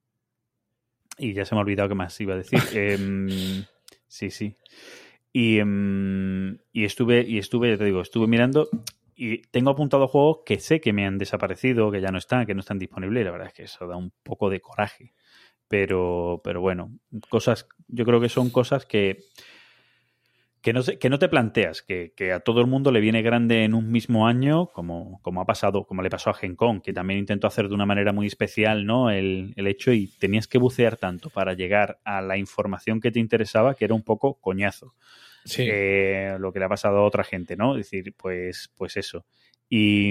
y ya se me ha olvidado qué más iba a decir. um, sí, sí. Y, um, y estuve, y estuve, ya te digo, estuve mirando y tengo apuntado juegos que sé que me han desaparecido, que ya no están, que no están disponibles. Y la verdad es que eso da un poco de coraje. Pero, pero bueno, cosas, yo creo que son cosas que Que no, que no te planteas, que, que a todo el mundo le viene grande en un mismo año, como, como ha pasado, como le pasó a Gen-Con, que también intentó hacer de una manera muy especial, ¿no? El, el hecho, y tenías que bucear tanto para llegar a la información que te interesaba, que era un poco coñazo. Sí. Eh, lo que le ha pasado a otra gente, ¿no? Es decir, pues, pues eso. Y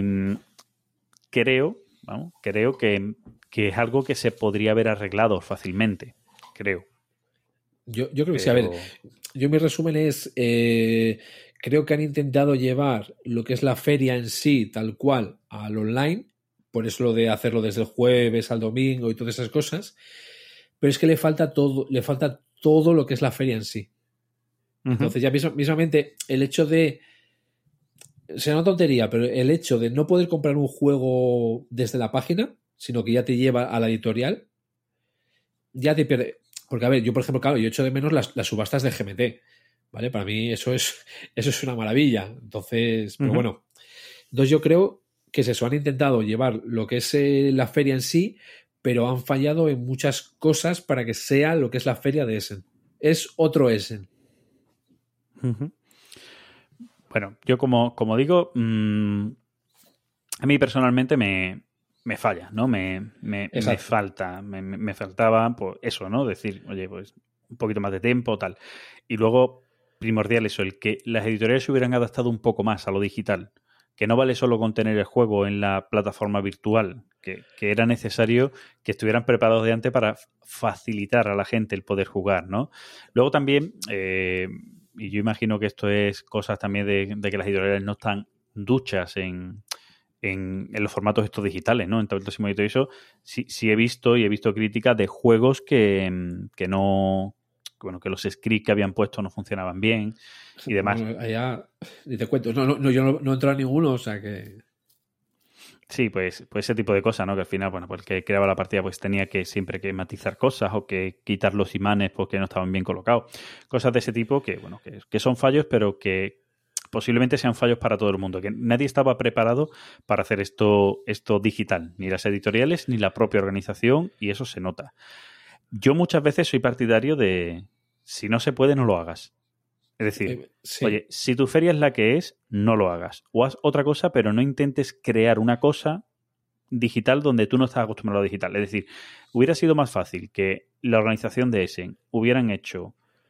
creo, vamos, creo que, que es algo que se podría haber arreglado fácilmente, creo. Yo, yo creo que Pero... sí. A ver, yo mi resumen es, eh, creo que han intentado llevar lo que es la feria en sí, tal cual, al online, por eso lo de hacerlo desde el jueves al domingo y todas esas cosas, pero es que le falta todo, le falta todo lo que es la feria en sí. Uh-huh. Entonces ya mismo, mismamente el hecho de, será una tontería, pero el hecho de no poder comprar un juego desde la página, sino que ya te lleva a la editorial, ya te pierde. Porque, a ver, yo, por ejemplo, claro, yo echo de menos las, las subastas de G M T, ¿vale? Para mí eso es, eso es una maravilla. Entonces, pero uh-huh. bueno. Entonces yo creo que es eso, han intentado llevar lo que es eh, la feria en sí, pero han fallado en muchas cosas para que sea lo que es la feria de Essen. Es otro Essen. Uh-huh. Bueno, yo como, como digo, mmm, a mí personalmente me... me falla, ¿no? Me, me, me falta, me, me faltaba pues eso, ¿no? Decir, oye, pues un poquito más de tiempo, tal. Y luego, primordial eso, el que las editoriales se hubieran adaptado un poco más a lo digital. Que no vale solo con tener el juego en la plataforma virtual, que, que era necesario que estuvieran preparados de antes para facilitar a la gente el poder jugar, ¿no? Luego también, eh, y yo imagino que esto es cosas también de, de que las editoriales no están duchas en... en, en los formatos estos digitales, ¿no? En Tabletop Simulator y eso, sí, sí he visto y he visto críticas de juegos que, que no... bueno, que los scripts que habían puesto no funcionaban bien y demás. Bueno, allá, ni te cuento. No, no, no, yo no, no he entrado a ninguno, o sea que... Sí, pues, pues ese tipo de cosas, ¿no? Que al final, bueno, pues el que creaba la partida pues tenía que siempre que matizar cosas o que quitar los imanes porque no estaban bien colocados. Cosas de ese tipo que, bueno, que, que son fallos, pero que posiblemente sean fallos para todo el mundo. Que nadie estaba preparado para hacer esto, esto digital. Ni las editoriales, ni la propia organización, y eso se nota. Yo muchas veces soy partidario de si no se puede, no lo hagas. Es decir, Eh, sí. oye, si tu feria es la que es, no lo hagas. O haz otra cosa, pero no intentes crear una cosa digital donde tú no estás acostumbrado a digital. Es decir, hubiera sido más fácil que la organización de Essen hubieran hecho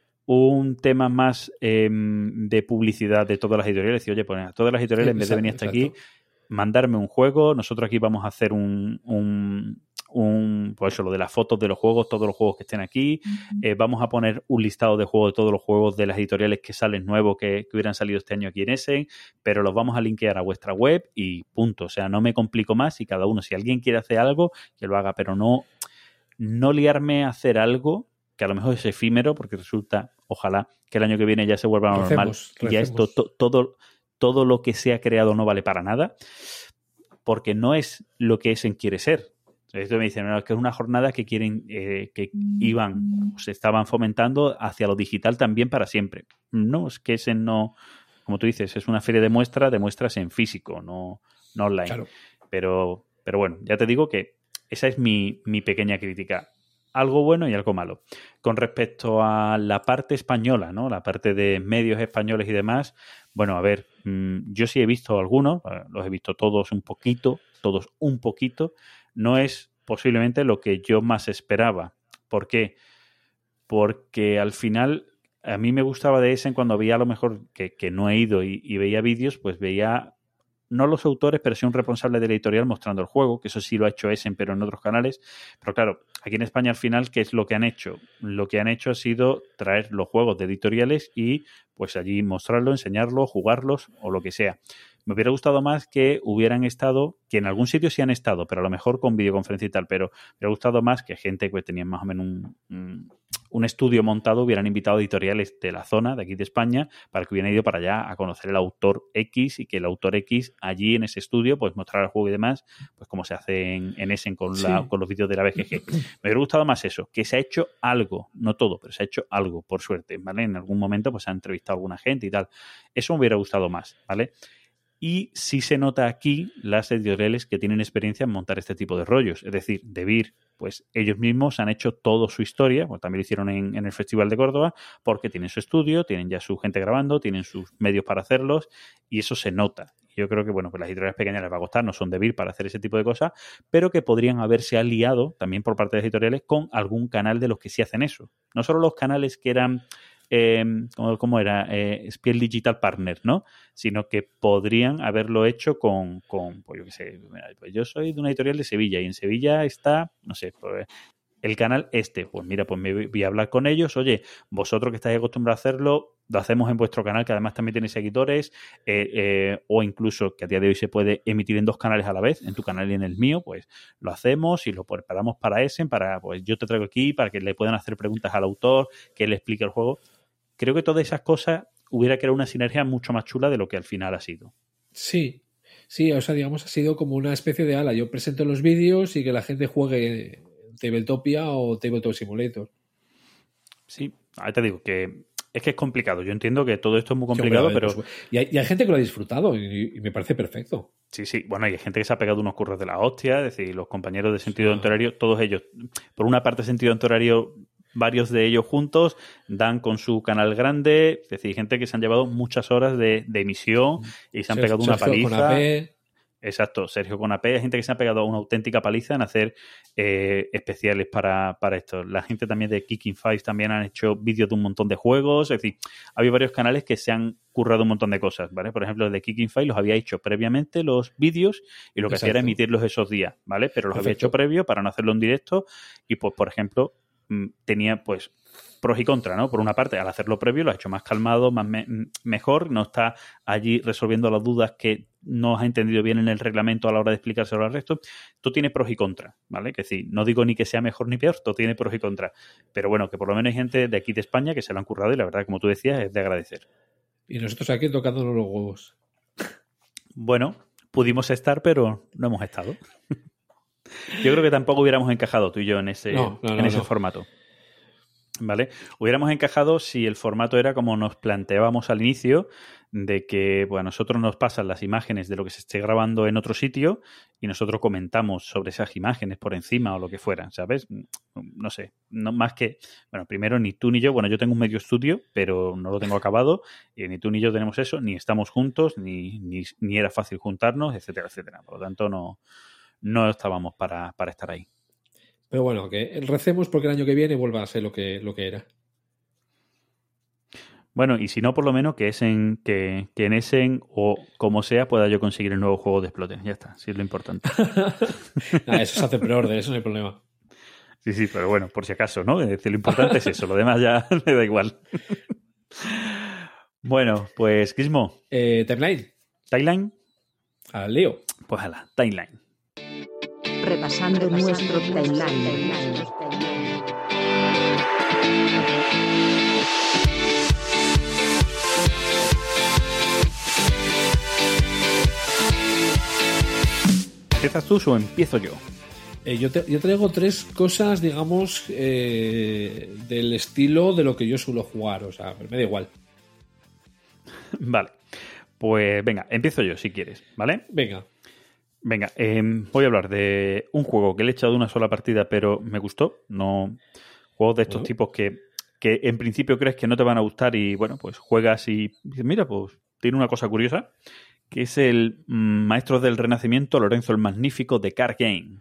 un tema más eh, de publicidad de todas las editoriales y, oye, pues a todas las editoriales, en vez de venir hasta aquí, mandarme un juego, nosotros aquí vamos a hacer un... un Un, pues eso, lo de las fotos de los juegos, todos los juegos que estén aquí. Eh, vamos a poner un listado de juegos de todos los juegos de las editoriales que salen nuevos que, que hubieran salido este año aquí en Essen, pero los vamos a linkear a vuestra web y punto. O sea, no me complico más y cada uno, si alguien quiere hacer algo, que lo haga, pero no, no liarme a hacer algo que a lo mejor es efímero, porque resulta, ojalá, que el año que viene ya se vuelva normal. Recemos, y ya esto, to, todo, todo lo que se ha creado no vale para nada, porque no es lo que Essen quiere ser. Esto me dicen, no, es que es una jornada que quieren, eh, que iban, se estaban fomentando hacia lo digital también para siempre. No, es que ese no, como tú dices, es una feria de muestras, de muestras en físico, no, no online. Claro. Pero, pero bueno, ya te digo que esa es mi, mi pequeña crítica. Algo bueno y algo malo. Con respecto a la parte española, ¿no? La parte de medios españoles y demás, bueno, a ver, mmm, yo sí he visto algunos, los he visto todos un poquito, todos un poquito. No es posiblemente lo que yo más esperaba. ¿Por qué? Porque al final a mí me gustaba de Essen cuando veía a lo mejor que, que no he ido y, y veía vídeos, pues veía no los autores, pero sí un responsable de la editorial mostrando el juego, que eso sí lo ha hecho Essen, pero en otros canales. Pero claro, aquí en España al final, ¿qué es lo que han hecho? Lo que han hecho ha sido traer los juegos de editoriales y pues allí mostrarlo, enseñarlo, jugarlos o lo que sea. Me hubiera gustado más que hubieran estado, que en algún sitio sí han estado, pero a lo mejor con videoconferencia y tal, pero me hubiera gustado más que gente que tenía más o menos un, un, un estudio montado, hubieran invitado editoriales de la zona, de aquí de España, para que hubieran ido para allá a conocer el autor X y que el autor X allí en ese estudio pues mostrara el juego y demás, pues como se hace en, en Essen con, la, sí. con los vídeos de la B G G. Me hubiera gustado más eso, que se ha hecho algo, no todo, pero se ha hecho algo, por suerte, ¿vale? En algún momento pues se ha entrevistado a alguna gente y tal. Eso me hubiera gustado más, ¿vale? Y sí se nota aquí las editoriales que tienen experiencia en montar este tipo de rollos. Es decir, De Beer, pues ellos mismos han hecho toda su historia, pues también lo hicieron en, en el Festival de Córdoba, porque tienen su estudio, tienen ya su gente grabando, tienen sus medios para hacerlos, y eso se nota. Yo creo que, bueno, pues las editoriales pequeñas les va a costar, no son De Beer para hacer ese tipo de cosas, pero que podrían haberse aliado también por parte de las editoriales con algún canal de los que sí hacen eso. No solo los canales que eran... Eh, ¿cómo, ¿Cómo era? Eh, Spiel Digital Partner, ¿no? Sino que podrían haberlo hecho con, con pues yo qué sé, pues yo soy de una editorial de Sevilla y en Sevilla está, no sé, pues, el canal este. Pues mira, pues me voy a hablar con ellos. Oye, vosotros que estáis acostumbrados a hacerlo, lo hacemos en vuestro canal, que además también tiene seguidores, eh, eh, o incluso que a día de hoy se puede emitir en dos canales a la vez, en tu canal y en el mío, pues lo hacemos y lo preparamos para Essen, para, pues yo te traigo aquí para que le puedan hacer preguntas al autor, que le explique el juego. Creo que todas esas cosas hubiera creado una sinergia mucho más chula de lo que al final ha sido. Sí, sí, o sea, digamos, ha sido como una especie de ala. Yo presento los vídeos y que la gente juegue Tabletopia o Tabletop Simulator. Sí, ahora te digo que es que es complicado. Yo entiendo que todo esto es muy complicado, sí, hombre, pero... Pues, y, hay, y hay gente que lo ha disfrutado y, y me parece perfecto. Sí, sí. Bueno, y hay gente que se ha pegado unos curros de la hostia, es decir, los compañeros de Sentido sí. Horario, todos ellos, por una parte Sentido Horario... Varios de ellos juntos dan con su canal grande, es decir, gente que se han llevado muchas horas de, de emisión y se han Sergio, pegado una Sergio paliza. Conapé. Exacto, Sergio Conapé, hay gente que se ha pegado una auténtica paliza en hacer eh, especiales para, para esto. La gente también de Kicking Fives también han hecho vídeos de un montón de juegos, es decir, había varios canales que se han currado un montón de cosas, ¿vale? Por ejemplo, el de Kicking Fives los había hecho previamente los vídeos y lo que Exacto. hacía era emitirlos esos días, ¿vale? Pero los Perfecto. había hecho previo para no hacerlo en directo y, pues, por ejemplo, tenía pues pros y contras, ¿no? Por una parte, al hacerlo previo lo has hecho más calmado, más me- mejor, no está allí resolviendo las dudas que no has entendido bien en el reglamento a la hora de explicárselo al resto. Esto tiene pros y contras, ¿vale? Que sí, no digo ni que sea mejor ni peor, esto tiene pros y contras. Pero bueno, que por lo menos hay gente de aquí de España que se lo han currado y la verdad, como tú decías, es de agradecer. Y nosotros aquí tocándonos los huevos. Bueno, pudimos estar, pero no hemos estado. Yo creo que tampoco hubiéramos encajado tú y yo en ese, No, no, no, en ese no. formato. ¿Vale? Hubiéramos encajado si el formato era como nos planteábamos al inicio, de que pues, a nosotros nos pasan las imágenes de lo que se esté grabando en otro sitio y nosotros comentamos sobre esas imágenes por encima o lo que fuera, ¿sabes? No sé, no más que, bueno, primero ni tú ni yo, bueno, yo tengo un medio estudio, pero no lo tengo acabado, y ni tú ni yo tenemos eso, ni estamos juntos, ni, ni, ni era fácil juntarnos, etcétera, etcétera. Por lo tanto, no, no estábamos para, para estar ahí. Pero bueno, que recemos porque el año que viene vuelva a ser lo que, lo que era. Bueno, y si no, por lo menos que, Essen, que, que en Essen o como sea pueda yo conseguir el nuevo juego de Exploten. Ya está, sí es lo importante. Nah, eso se hace preorden, eso no hay problema. Sí, sí, pero bueno, por si acaso, ¿no? Es decir, lo importante es eso, lo demás ya le da igual. Bueno, pues, Gizmo, Eh, timeline, ¿timeline? al lío. Pues a la timeline. Repasando nuestro timeline. ¿Empiezas tú o empiezo yo? Eh, yo, te- yo traigo tres cosas, digamos, eh, del estilo de lo que yo suelo jugar. O sea, me da igual. Vale, pues venga, empiezo yo si quieres, ¿vale? Venga. Venga, eh, voy a hablar de un juego que le he echado una sola partida, pero me gustó. No, juegos de estos Bueno. tipos que, que en principio crees que no te van a gustar y bueno, pues juegas y dices, mira, pues tiene una cosa curiosa, que es el mm, Maestros del Renacimiento, Lorenzo el Magnífico de Card Game.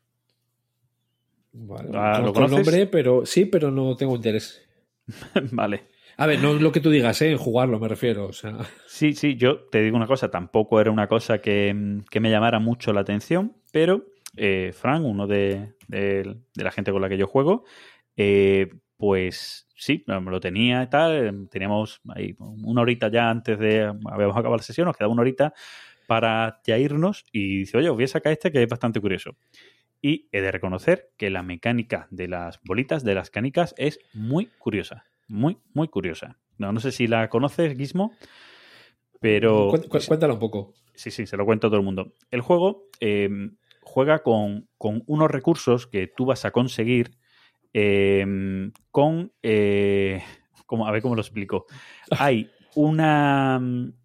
Vale, Ah, ¿lo conozco el conoces? nombre, pero sí, pero no tengo interés. Vale. A ver, no es lo que tú digas, ¿eh? En jugarlo me refiero. O sea, Sí, sí, yo te digo una cosa, tampoco era una cosa que, que me llamara mucho la atención, pero eh, Fran, uno de, de- de la gente con la que yo juego, eh, pues sí, me lo tenía y tal, teníamos ahí una horita ya antes de, habíamos acabado la sesión, nos quedaba una horita para ya irnos y dice, oye, os voy a sacar este que es bastante curioso. Y he de reconocer que la mecánica de las bolitas, de las canicas, es muy curiosa, muy, muy curiosa. No, no sé si la conoces, Gizmo, pero... Cuént- cu- cuéntalo un poco. Sí, sí, se lo cuento a todo el mundo. El juego eh, juega con, con unos recursos que tú vas a conseguir eh, con... Eh, como, a ver cómo lo explico. Hay una,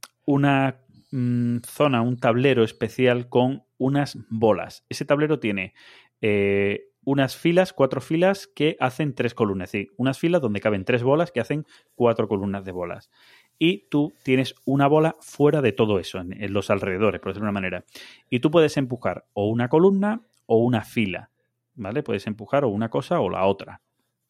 una mm, zona, un tablero especial con unas bolas. Ese tablero tiene eh, unas filas, cuatro filas que hacen tres columnas. Es decir, unas filas donde caben tres bolas que hacen cuatro columnas de bolas. Y tú tienes una bola fuera de todo eso, en, en los alrededores, por decirlo de una manera. Y tú puedes empujar o una columna o una fila, ¿vale? Puedes empujar o una cosa o la otra.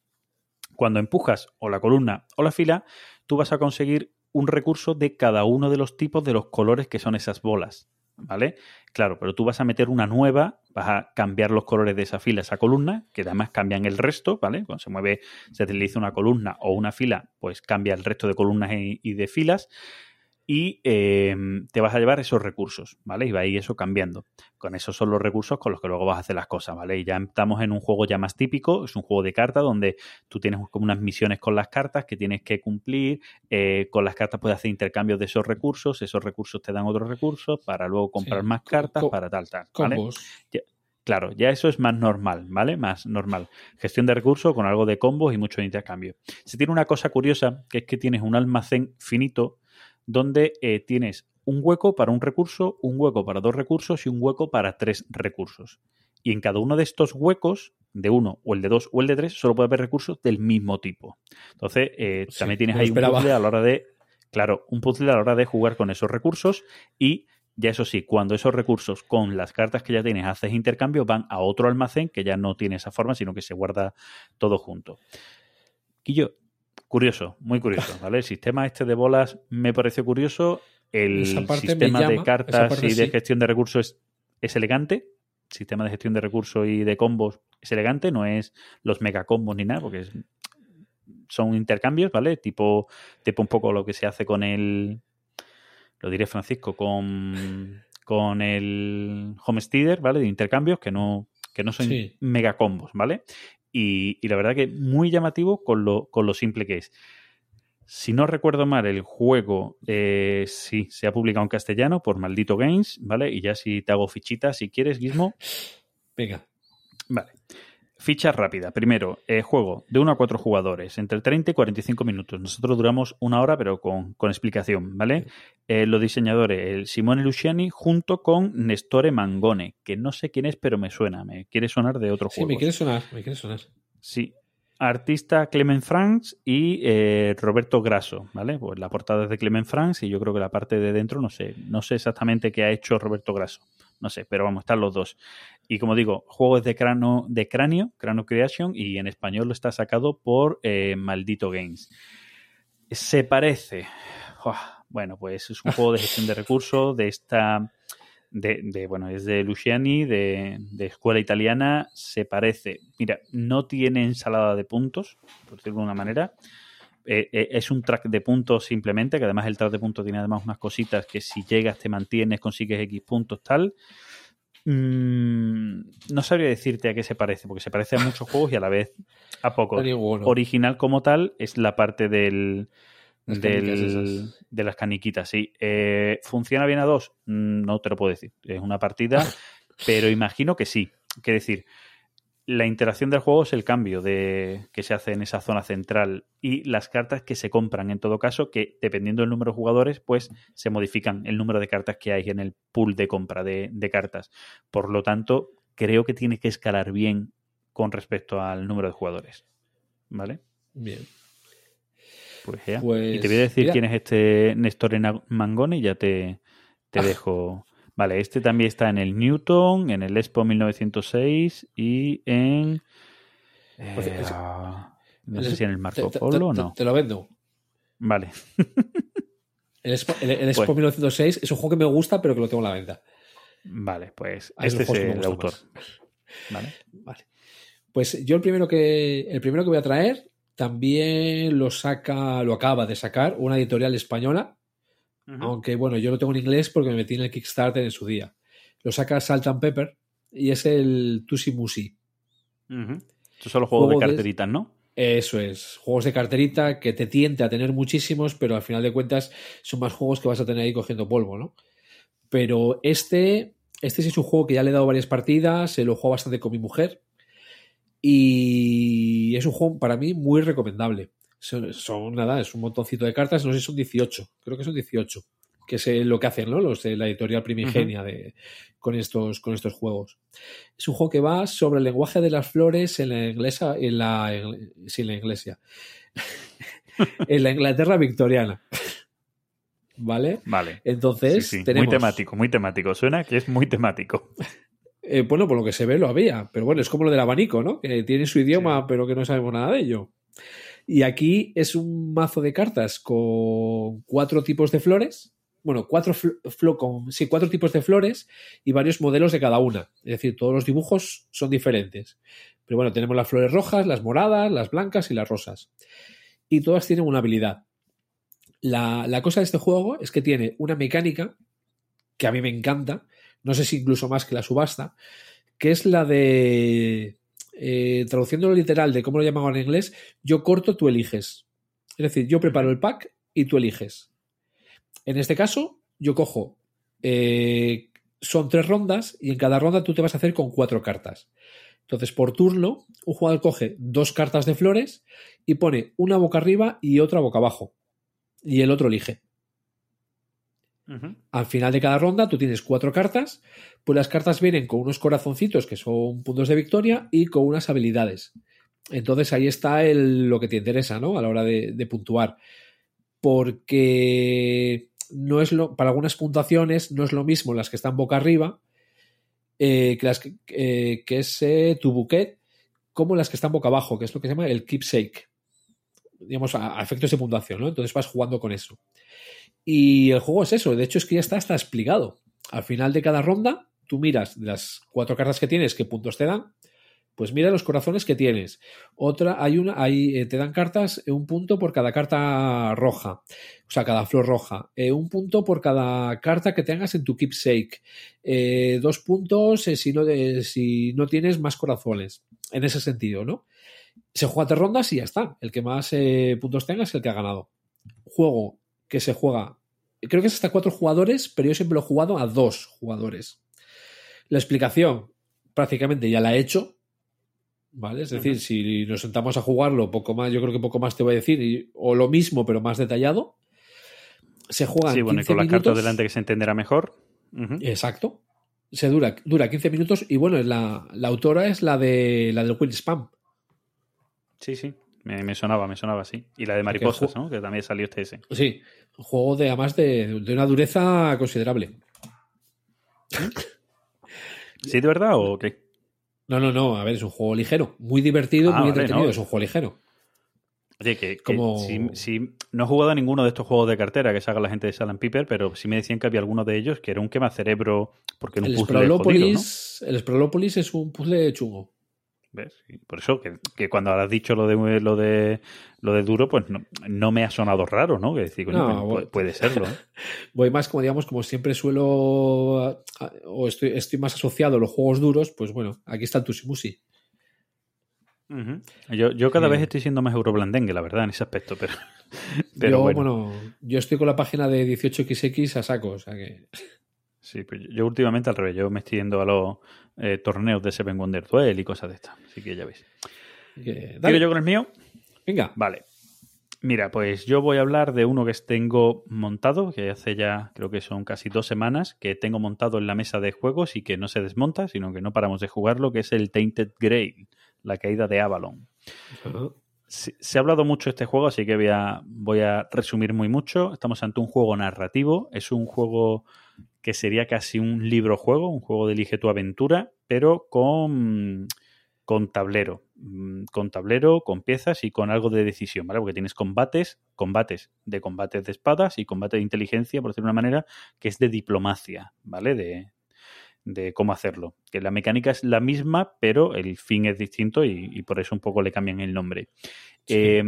Cuando empujas o la columna o la fila, tú vas a conseguir un recurso de cada uno de los tipos de los colores que son esas bolas, ¿vale? Claro, pero tú vas a meter una nueva, vas a cambiar los colores de esa fila, esa columna, que además cambian el resto, ¿vale? Cuando se mueve, se utiliza una columna o una fila, pues cambia el resto de columnas y, y de filas y eh, te vas a llevar esos recursos, ¿vale? Y va a ir eso cambiando. Con esos son los recursos con los que luego vas a hacer las cosas, ¿vale? Y ya estamos en un juego ya más típico, es un juego de cartas donde tú tienes como unas misiones con las cartas que tienes que cumplir, eh, con las cartas puedes hacer intercambios de esos recursos, esos recursos te dan otros recursos para luego comprar Sí. más cartas, Co- para tal, tal, ¿vale? Combos. Ya- claro, ya eso es más normal, ¿vale? Más normal. Gestión de recursos con algo de combos y mucho intercambio. Se tiene una cosa curiosa, que es que tienes un almacén finito donde eh, tienes un hueco para un recurso, un hueco para dos recursos y un hueco para tres recursos. Y en cada uno de estos huecos, de uno o el de dos o el de tres, solo puede haber recursos del mismo tipo. Entonces, eh, Sí, también tienes me lo ahí un esperaba. puzzle a la hora de... Claro, un puzzle a la hora de jugar con esos recursos y ya eso sí, cuando esos recursos con las cartas que ya tienes haces intercambio, van a otro almacén que ya no tiene esa forma, sino que se guarda todo junto. Quillo, curioso, muy curioso, ¿vale? El sistema este de bolas me pareció curioso. El Esa parte me sistema llama, de esa cartas parte y de sí. gestión de recursos es, es elegante. El sistema de gestión de recursos y de combos es elegante, no es los megacombos ni nada, porque es son intercambios, ¿vale? Tipo, tipo un poco lo que se hace con el... Lo diré, Francisco, con, con el Homesteader, ¿vale? De intercambios que no, que no son Sí. mega combos, ¿vale? Y, y la verdad que muy llamativo con lo, con lo simple que es. Si no recuerdo mal, el juego eh, sí se ha publicado en castellano por Maldito Games, ¿vale? Y ya si te hago fichitas, si quieres, Gizmo. Venga. Vale. Ficha rápida. Primero, eh, juego de uno a cuatro jugadores, entre treinta y cuarenta y cinco minutos. Nosotros duramos una hora, pero con, con explicación, ¿vale? Eh, los diseñadores, el Simone Luciani, junto con Nestore Mangone, que no sé quién es, pero me suena. Me quiere sonar de otro Sí, juego. me quiere sonar, me quiere sonar. Sí. Artista Clement Franks y eh, Roberto Grasso, ¿vale? Pues la portada es de Clement Franks y yo creo que la parte de dentro, no sé, no sé exactamente qué ha hecho Roberto Grasso, no sé, pero vamos, están los dos. Y como digo, juego es de cráneo, de cráneo, Cráneo Creation, y en español lo está sacado por eh, Maldito Games. Se parece, ¡oh! Bueno, pues es un juego de gestión de recursos de esta... De, de, bueno, es de Luciani, de, de escuela italiana, se parece. Mira, no tiene ensalada de puntos, por decirlo de alguna manera. Eh, eh, es un track de puntos simplemente, que además el track de puntos tiene además unas cositas que si llegas, te mantienes, consigues X puntos, tal. Mm, no sabría decirte a qué se parece, porque se parece a muchos juegos y a la vez a pocos. Original como tal es la parte del... Las Del, de las caniquitas, sí. Eh, ¿Funciona bien a dos? No te lo puedo decir. Es una partida, pero imagino que sí. Quiero decir, la interacción del juego es el cambio de que se hace en esa zona central y las cartas que se compran, en todo caso, que dependiendo del número de jugadores, pues se modifican el número de cartas que hay en el pool de compra de, de cartas. Por lo tanto, creo que tiene que escalar bien con respecto al número de jugadores. ¿Vale? Bien. Pues ya. Pues, y te voy a decir mira. quién es este Nestore Mangone y ya te, te dejo. Vale, este también está en el Newton, en el Expo mil novecientos seis y en... Eh, Pues, es- no sé si en el Marco te, te- Polo o te- no. Te lo vendo. Vale. El Expo, el, el Expo Pues- mil novecientos seis es un juego que me gusta, pero que lo tengo en la venta. Vale, pues Hay este otros es juegos que me el gustan autor. Vale. Vale. Pues yo el primero que el primero que voy a traer también lo saca, lo acaba de sacar una editorial española, Uh-huh. aunque bueno, yo lo tengo en inglés porque me metí en el Kickstarter en su día. Lo saca Salt and Pepper y es el Tusi Musi. Uh-huh. Estos son los juegos Juego de de- carteritas, ¿no? Eso es, juegos de carterita que te tiente a tener muchísimos, pero al final de cuentas son más juegos que vas a tener ahí cogiendo polvo, ¿no? Pero este, este sí es un juego que ya le he dado varias partidas, se lo juego bastante con mi mujer y es un juego para mí muy recomendable. Son, son nada, es un montoncito de cartas, no sé si son dieciocho, creo que son dieciocho, que es eh, lo que hacen, ¿no? Los de la editorial Primigenia de, con, estos, con estos juegos. Es un juego que va sobre el lenguaje de las flores en la inglesa, en la, en, sí, en la iglesia, en la Inglaterra victoriana. ¿Vale? Vale. Entonces, Sí, sí. tenemos... Muy temático, muy temático. Suena que es muy temático. Eh, bueno, por lo que se ve lo había, pero bueno, es como lo del abanico, ¿no? Que tiene su idioma, Sí. pero que no sabemos nada de ello. Y aquí es un mazo de cartas con cuatro tipos de flores, bueno, cuatro, fl- flo- con, sí, cuatro tipos de flores y varios modelos de cada una. Es decir, todos los dibujos son diferentes. Pero bueno, tenemos las flores rojas, las moradas, las blancas y las rosas. Y todas tienen una habilidad. La, la cosa de este juego es que tiene una mecánica que a mí me encanta, no sé si incluso más que la subasta, que es la de, eh, traduciéndolo literal de cómo lo llamaban en inglés, yo corto, tú eliges. Es decir, yo preparo el pack y tú eliges. En este caso, yo cojo, eh, son tres rondas y en cada ronda tú te vas a hacer con cuatro cartas. Entonces, por turno, un jugador coge dos cartas de flores y pone una boca arriba y otra boca abajo. Y el otro elige. Uh-huh. Al final de cada ronda tú tienes cuatro cartas, pues las cartas vienen con unos corazoncitos que son puntos de victoria y con unas habilidades. Entonces ahí está el, lo que te interesa, ¿no? A la hora de, de puntuar. Porque no es lo, para algunas puntuaciones no es lo mismo las que están boca arriba, eh, que, las que, eh, que es eh, tu bouquet, como las que están boca abajo, que es lo que se llama el keepsake. Digamos, a, a efectos de puntuación, ¿no? Entonces vas jugando con eso. Y el juego es eso, de hecho es que ya está, está explicado. Al final de cada ronda, tú miras de las cuatro cartas que tienes qué puntos te dan, Pues mira los corazones que tienes. Otra, hay una, hay, eh, te dan cartas, eh, un punto por cada carta roja, o sea, cada flor roja. Eh, un punto por cada carta que tengas en tu keepsake. Eh, dos puntos eh, si, no, eh, si no tienes más corazones. En ese sentido, ¿no? Se juega tres rondas y ya está. El que más eh, puntos tenga es el que ha ganado. Juego que se juega, creo que es hasta cuatro jugadores, pero yo siempre lo he jugado a dos jugadores. La explicación prácticamente ya la he hecho. ¿Vale? Es decir, uh-huh. si nos sentamos a jugarlo, poco más, yo creo que poco más te voy a decir, y, o lo mismo, pero más detallado. Se juega sí, bueno, y con las cartas delante que se entenderá mejor. Uh-huh. Exacto. Se dura, dura quince minutos y bueno, la, la autora es la de la del Will Spam. Sí, sí. Me, me sonaba, me sonaba, sí. Y la de mariposas, ¿no? Que también salió este ese. Sí. Un juego de, además de, de una dureza considerable. ¿Sí, de verdad o qué? No, no, no. A ver, es un juego ligero. Muy divertido, ah, muy vale, entretenido. No. Es un juego ligero. Oye, que, que Como... si, si no he jugado a ninguno de estos juegos de cartera que saca la gente de Silent Piper, pero sí me decían que había alguno de ellos que era un quemacerebro porque era un el puzzle jodido, ¿no? El Sprolopolis es un puzzle chungo. ¿Ves? Por eso que, que cuando has dicho lo de lo de lo de duro, pues no, no me ha sonado raro, ¿no? Que decir, coño, no, puede, puede serlo. ¿eh? Voy más, como digamos, como siempre suelo o estoy, estoy más asociado a los juegos duros, pues bueno, aquí está el Tusimusi. Uh-huh. Yo, yo cada sí. vez estoy siendo más euroblandengue, la verdad, en ese aspecto, pero, pero yo, bueno. bueno, yo estoy con la página de dieciocho equis equis a saco, o sea que... Sí, pues yo últimamente al revés, yo me estoy yendo a los eh, torneos de Seven Wonder Duel y cosas de estas, así que ya veis. ¿Digo yo con el mío? Venga. Vale. Mira, pues yo voy a hablar de uno que tengo montado, que hace ya, creo que son casi dos semanas, que tengo montado en la mesa de juegos y que no se desmonta, sino que no paramos de jugarlo, que es el Tainted Grail, la caída de Avalon. Uh-huh. Se, se ha hablado mucho de este juego, así que voy a, voy a resumir muy mucho. Estamos ante un juego narrativo, es un juego que sería casi un libro-juego, un juego de elige tu aventura, pero con, con tablero. Con tablero, con piezas y con algo de decisión, ¿vale? Porque tienes combates, combates de combates de espadas y combate de inteligencia, por decirlo de una manera, que es de diplomacia, ¿vale? De, de cómo hacerlo. Que la mecánica es la misma, pero el fin es distinto y, y por eso un poco le cambian el nombre. Sí. Eh,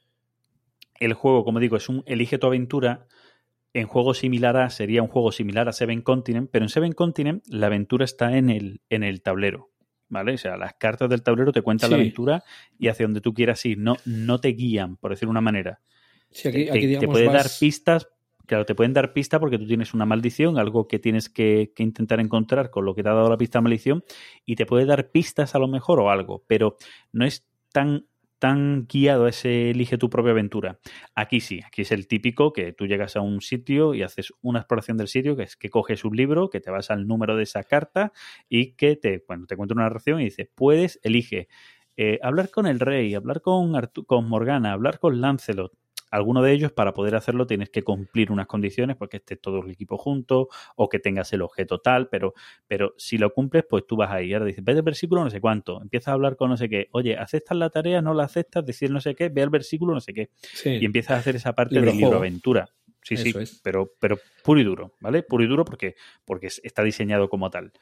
el juego, como digo, es un elige tu aventura. En juego similar a, sería un juego similar a Seven Continent, pero en Seven Continent la aventura está en el, en el tablero, ¿vale? O sea, las cartas del tablero te cuentan sí. la aventura y hacia donde tú quieras ir, no, no te guían, por decirlo de una manera. Sí, aquí, te, aquí, digamos, te puede vas... dar pistas, claro, te pueden dar pistas porque tú tienes una maldición, algo que tienes que, que intentar encontrar con lo que te ha dado la pista de maldición, y te puede dar pistas a lo mejor o algo, pero no es tan... tan guiado a ese elige tu propia aventura. Aquí sí, aquí es el típico que tú llegas a un sitio y haces una exploración del sitio, que es que coges un libro, que te vas al número de esa carta y que te, bueno, te cuenta una narración y dice, puedes, elige eh, hablar con el rey, hablar con, Artu- con Morgana, hablar con Lancelot. Alguno de ellos, para poder hacerlo, tienes que cumplir unas condiciones, porque esté todo el equipo junto o que tengas el objeto tal, pero, pero si lo cumples, pues tú vas ahí. Ahora dices, ve el versículo no sé cuánto, empiezas a hablar con no sé qué. Oye, ¿aceptas la tarea? ¿No la aceptas? Decir no sé qué, ve al versículo no sé qué. Sí. Y empiezas a hacer esa parte del libro aventura. Sí, Eso sí, es. pero, pero puro y duro, ¿vale? Puro y duro porque, porque está diseñado como tal.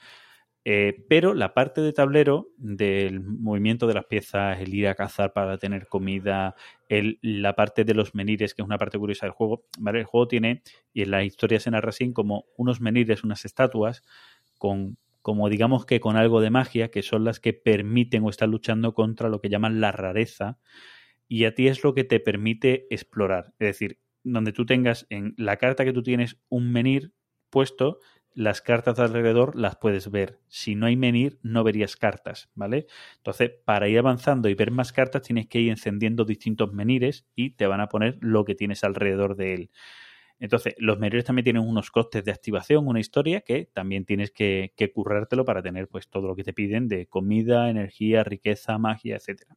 Eh, pero la parte de tablero del movimiento de las piezas, el ir a cazar para tener comida, el, la parte de los menires, que es una parte curiosa del juego, ¿vale? El juego tiene, y en la historia se narra así, como unos menires, unas estatuas, con, como digamos que con algo de magia, que son las que permiten o están luchando contra lo que llaman la rareza, y a ti es lo que te permite explorar. Es decir, donde tú tengas en la carta que tú tienes un menhir puesto, las cartas de alrededor las puedes ver. Si no hay menhir, no verías cartas, ¿vale? Entonces, para ir avanzando y ver más cartas, tienes que ir encendiendo distintos menhires y te van a poner lo que tienes alrededor de él. Entonces, los menhires también tienen unos costes de activación, una historia que también tienes que, que currártelo para tener pues todo lo que te piden de comida, energía, riqueza, magia, etcétera.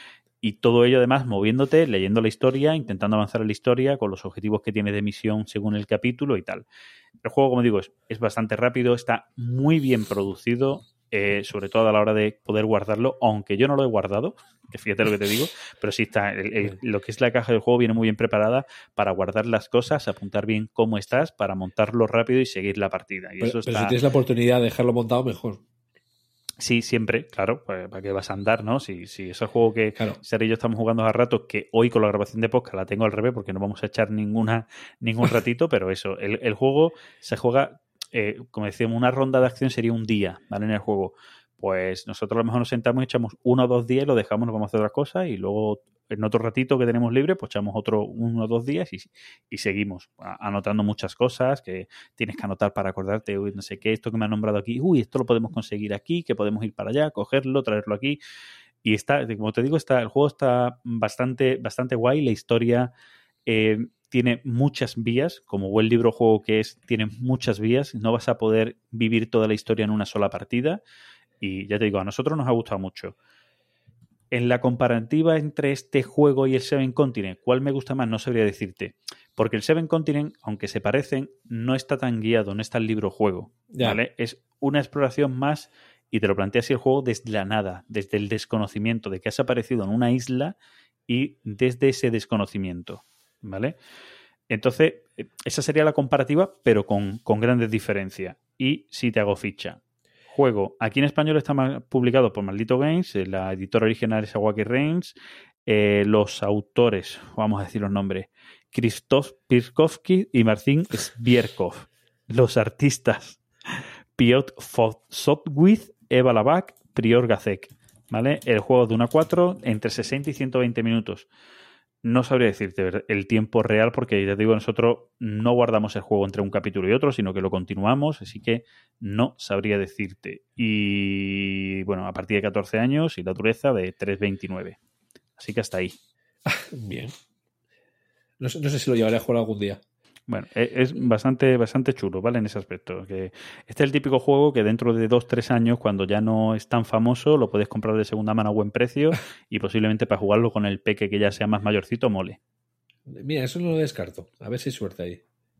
Y todo ello, además, moviéndote, leyendo la historia, intentando avanzar en la historia con los objetivos que tienes de misión según el capítulo y tal. El juego, como digo, es, es bastante rápido, está muy bien producido, eh, sobre todo a la hora de poder guardarlo, aunque yo no lo he guardado, que fíjate lo que te digo, pero sí está, el, el, lo que es la caja del juego viene muy bien preparada para guardar las cosas, apuntar bien cómo estás, para montarlo rápido y seguir la partida. Y pero, eso pero está... si tienes la oportunidad de dejarlo montado, mejor. Sí, siempre, claro, pues, ¿para qué vas a andar, no? Si, si es el juego que Claro. Sara y yo estamos jugando a ratos, que hoy con la grabación de podcast la tengo al revés porque no vamos a echar ninguna ningún ratito, pero eso, el, el juego se juega, eh, como decíamos, una ronda de acción sería un día, ¿vale? En el juego. Pues nosotros a lo mejor nos sentamos y echamos uno o dos días y lo dejamos, nos vamos a hacer otras cosas y luego en otro ratito que tenemos libre, pues echamos otro uno o dos días y, y seguimos anotando muchas cosas que tienes que anotar para acordarte, uy, no sé qué, esto que me han nombrado aquí, uy, esto lo podemos conseguir aquí, que podemos ir para allá, cogerlo, traerlo aquí. Y está, como te digo, está, el juego está bastante, bastante guay, la historia eh, tiene muchas vías, como buen libro juego que es, tiene muchas vías, no vas a poder vivir toda la historia en una sola partida. Y ya te digo, a nosotros nos ha gustado mucho. En la comparativa entre este juego y el Seven Continent, ¿cuál me gusta más? No sabría decirte. Porque el Seven Continent, aunque se parecen, no está tan guiado, no está el libro-juego. ¿Vale? Es una exploración más y te lo planteas el juego desde la nada, desde el desconocimiento de que has aparecido en una isla y desde ese desconocimiento. ¿Vale? Entonces, esa sería la comparativa, pero con, con grandes diferencias. Y si te hago ficha. Juego. Aquí en español está publicado por Maldito Games, la editora original es Wacky Rains, eh, los autores, vamos a decir los nombres, Krzysztof Pirkowski y Marcin Svierkov. Los artistas, Piotr Sotwith, Eva Labak, Prior Gacek. ¿Vale? El juego de uno a cuatro, entre sesenta y ciento veinte minutos. No sabría decirte el tiempo real porque, ya te digo, nosotros no guardamos el juego entre un capítulo y otro, sino que lo continuamos, así que no sabría decirte. Y, bueno, a partir de catorce años y la dureza de tres veintinueve. Así que hasta ahí. Bien. No sé, no sé si lo llevaré a jugar algún día. Bueno, es bastante, bastante chulo, ¿vale? En ese aspecto. Que este es el típico juego que dentro de dos, tres años, cuando ya no es tan famoso, lo puedes comprar de segunda mano a buen precio y posiblemente para jugarlo con el peque que ya sea más mayorcito, mole. Mira, eso no lo descarto. A ver si hay suerte ahí.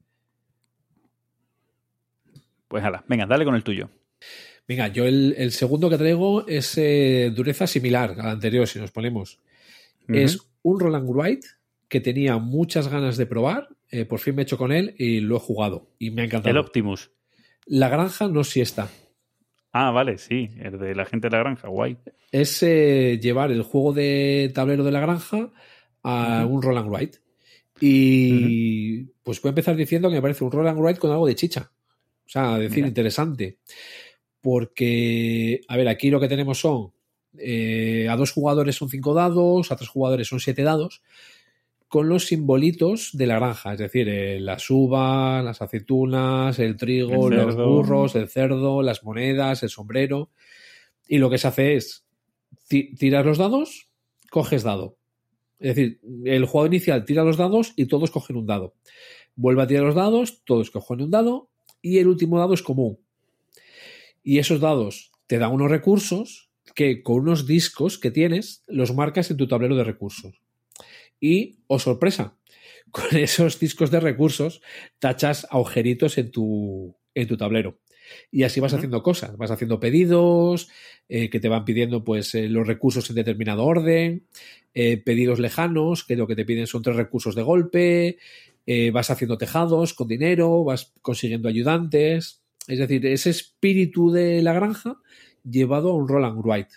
Pues hala, venga, dale con el tuyo. Venga, yo el, el segundo que traigo es eh, dureza similar al anterior, si nos ponemos. Uh-huh. Es un roll and write que tenía muchas ganas de probar. Eh, por fin me he hecho con él y lo he jugado. Y me ha encantado. El Optimus. La granja no siesta. Ah, vale, sí. El de la gente de la granja, guay. Es eh, llevar el juego de tablero de la granja a uh-huh. un roll and write. Y uh-huh. pues voy a empezar diciendo que me parece un roll and write con algo de chicha. O sea, decir, Mira. interesante. Porque, a ver, aquí lo que tenemos son eh, a dos jugadores son cinco dados, a tres jugadores son siete dados, con los simbolitos de la granja, es decir, eh, las uvas, las aceitunas, el trigo, el los burros, el cerdo, las monedas, el sombrero. Y lo que se hace es t- tirar los dados, coges dado. Es decir, el jugador inicial tira los dados y todos cogen un dado. Vuelve a tirar los dados, todos cogen un dado y el último dado es común. Y esos dados te dan unos recursos que con unos discos que tienes los marcas en tu tablero de recursos. Y, oh sorpresa, con esos discos de recursos tachas agujeritos en tu, en tu tablero. Y así vas uh-huh. haciendo cosas, vas haciendo pedidos eh, que te van pidiendo pues eh, los recursos en determinado orden, eh, pedidos lejanos, que lo que te piden son tres recursos de golpe, eh, vas haciendo tejados con dinero, vas consiguiendo ayudantes. Es decir, ese espíritu de la granja llevado a un roll and write.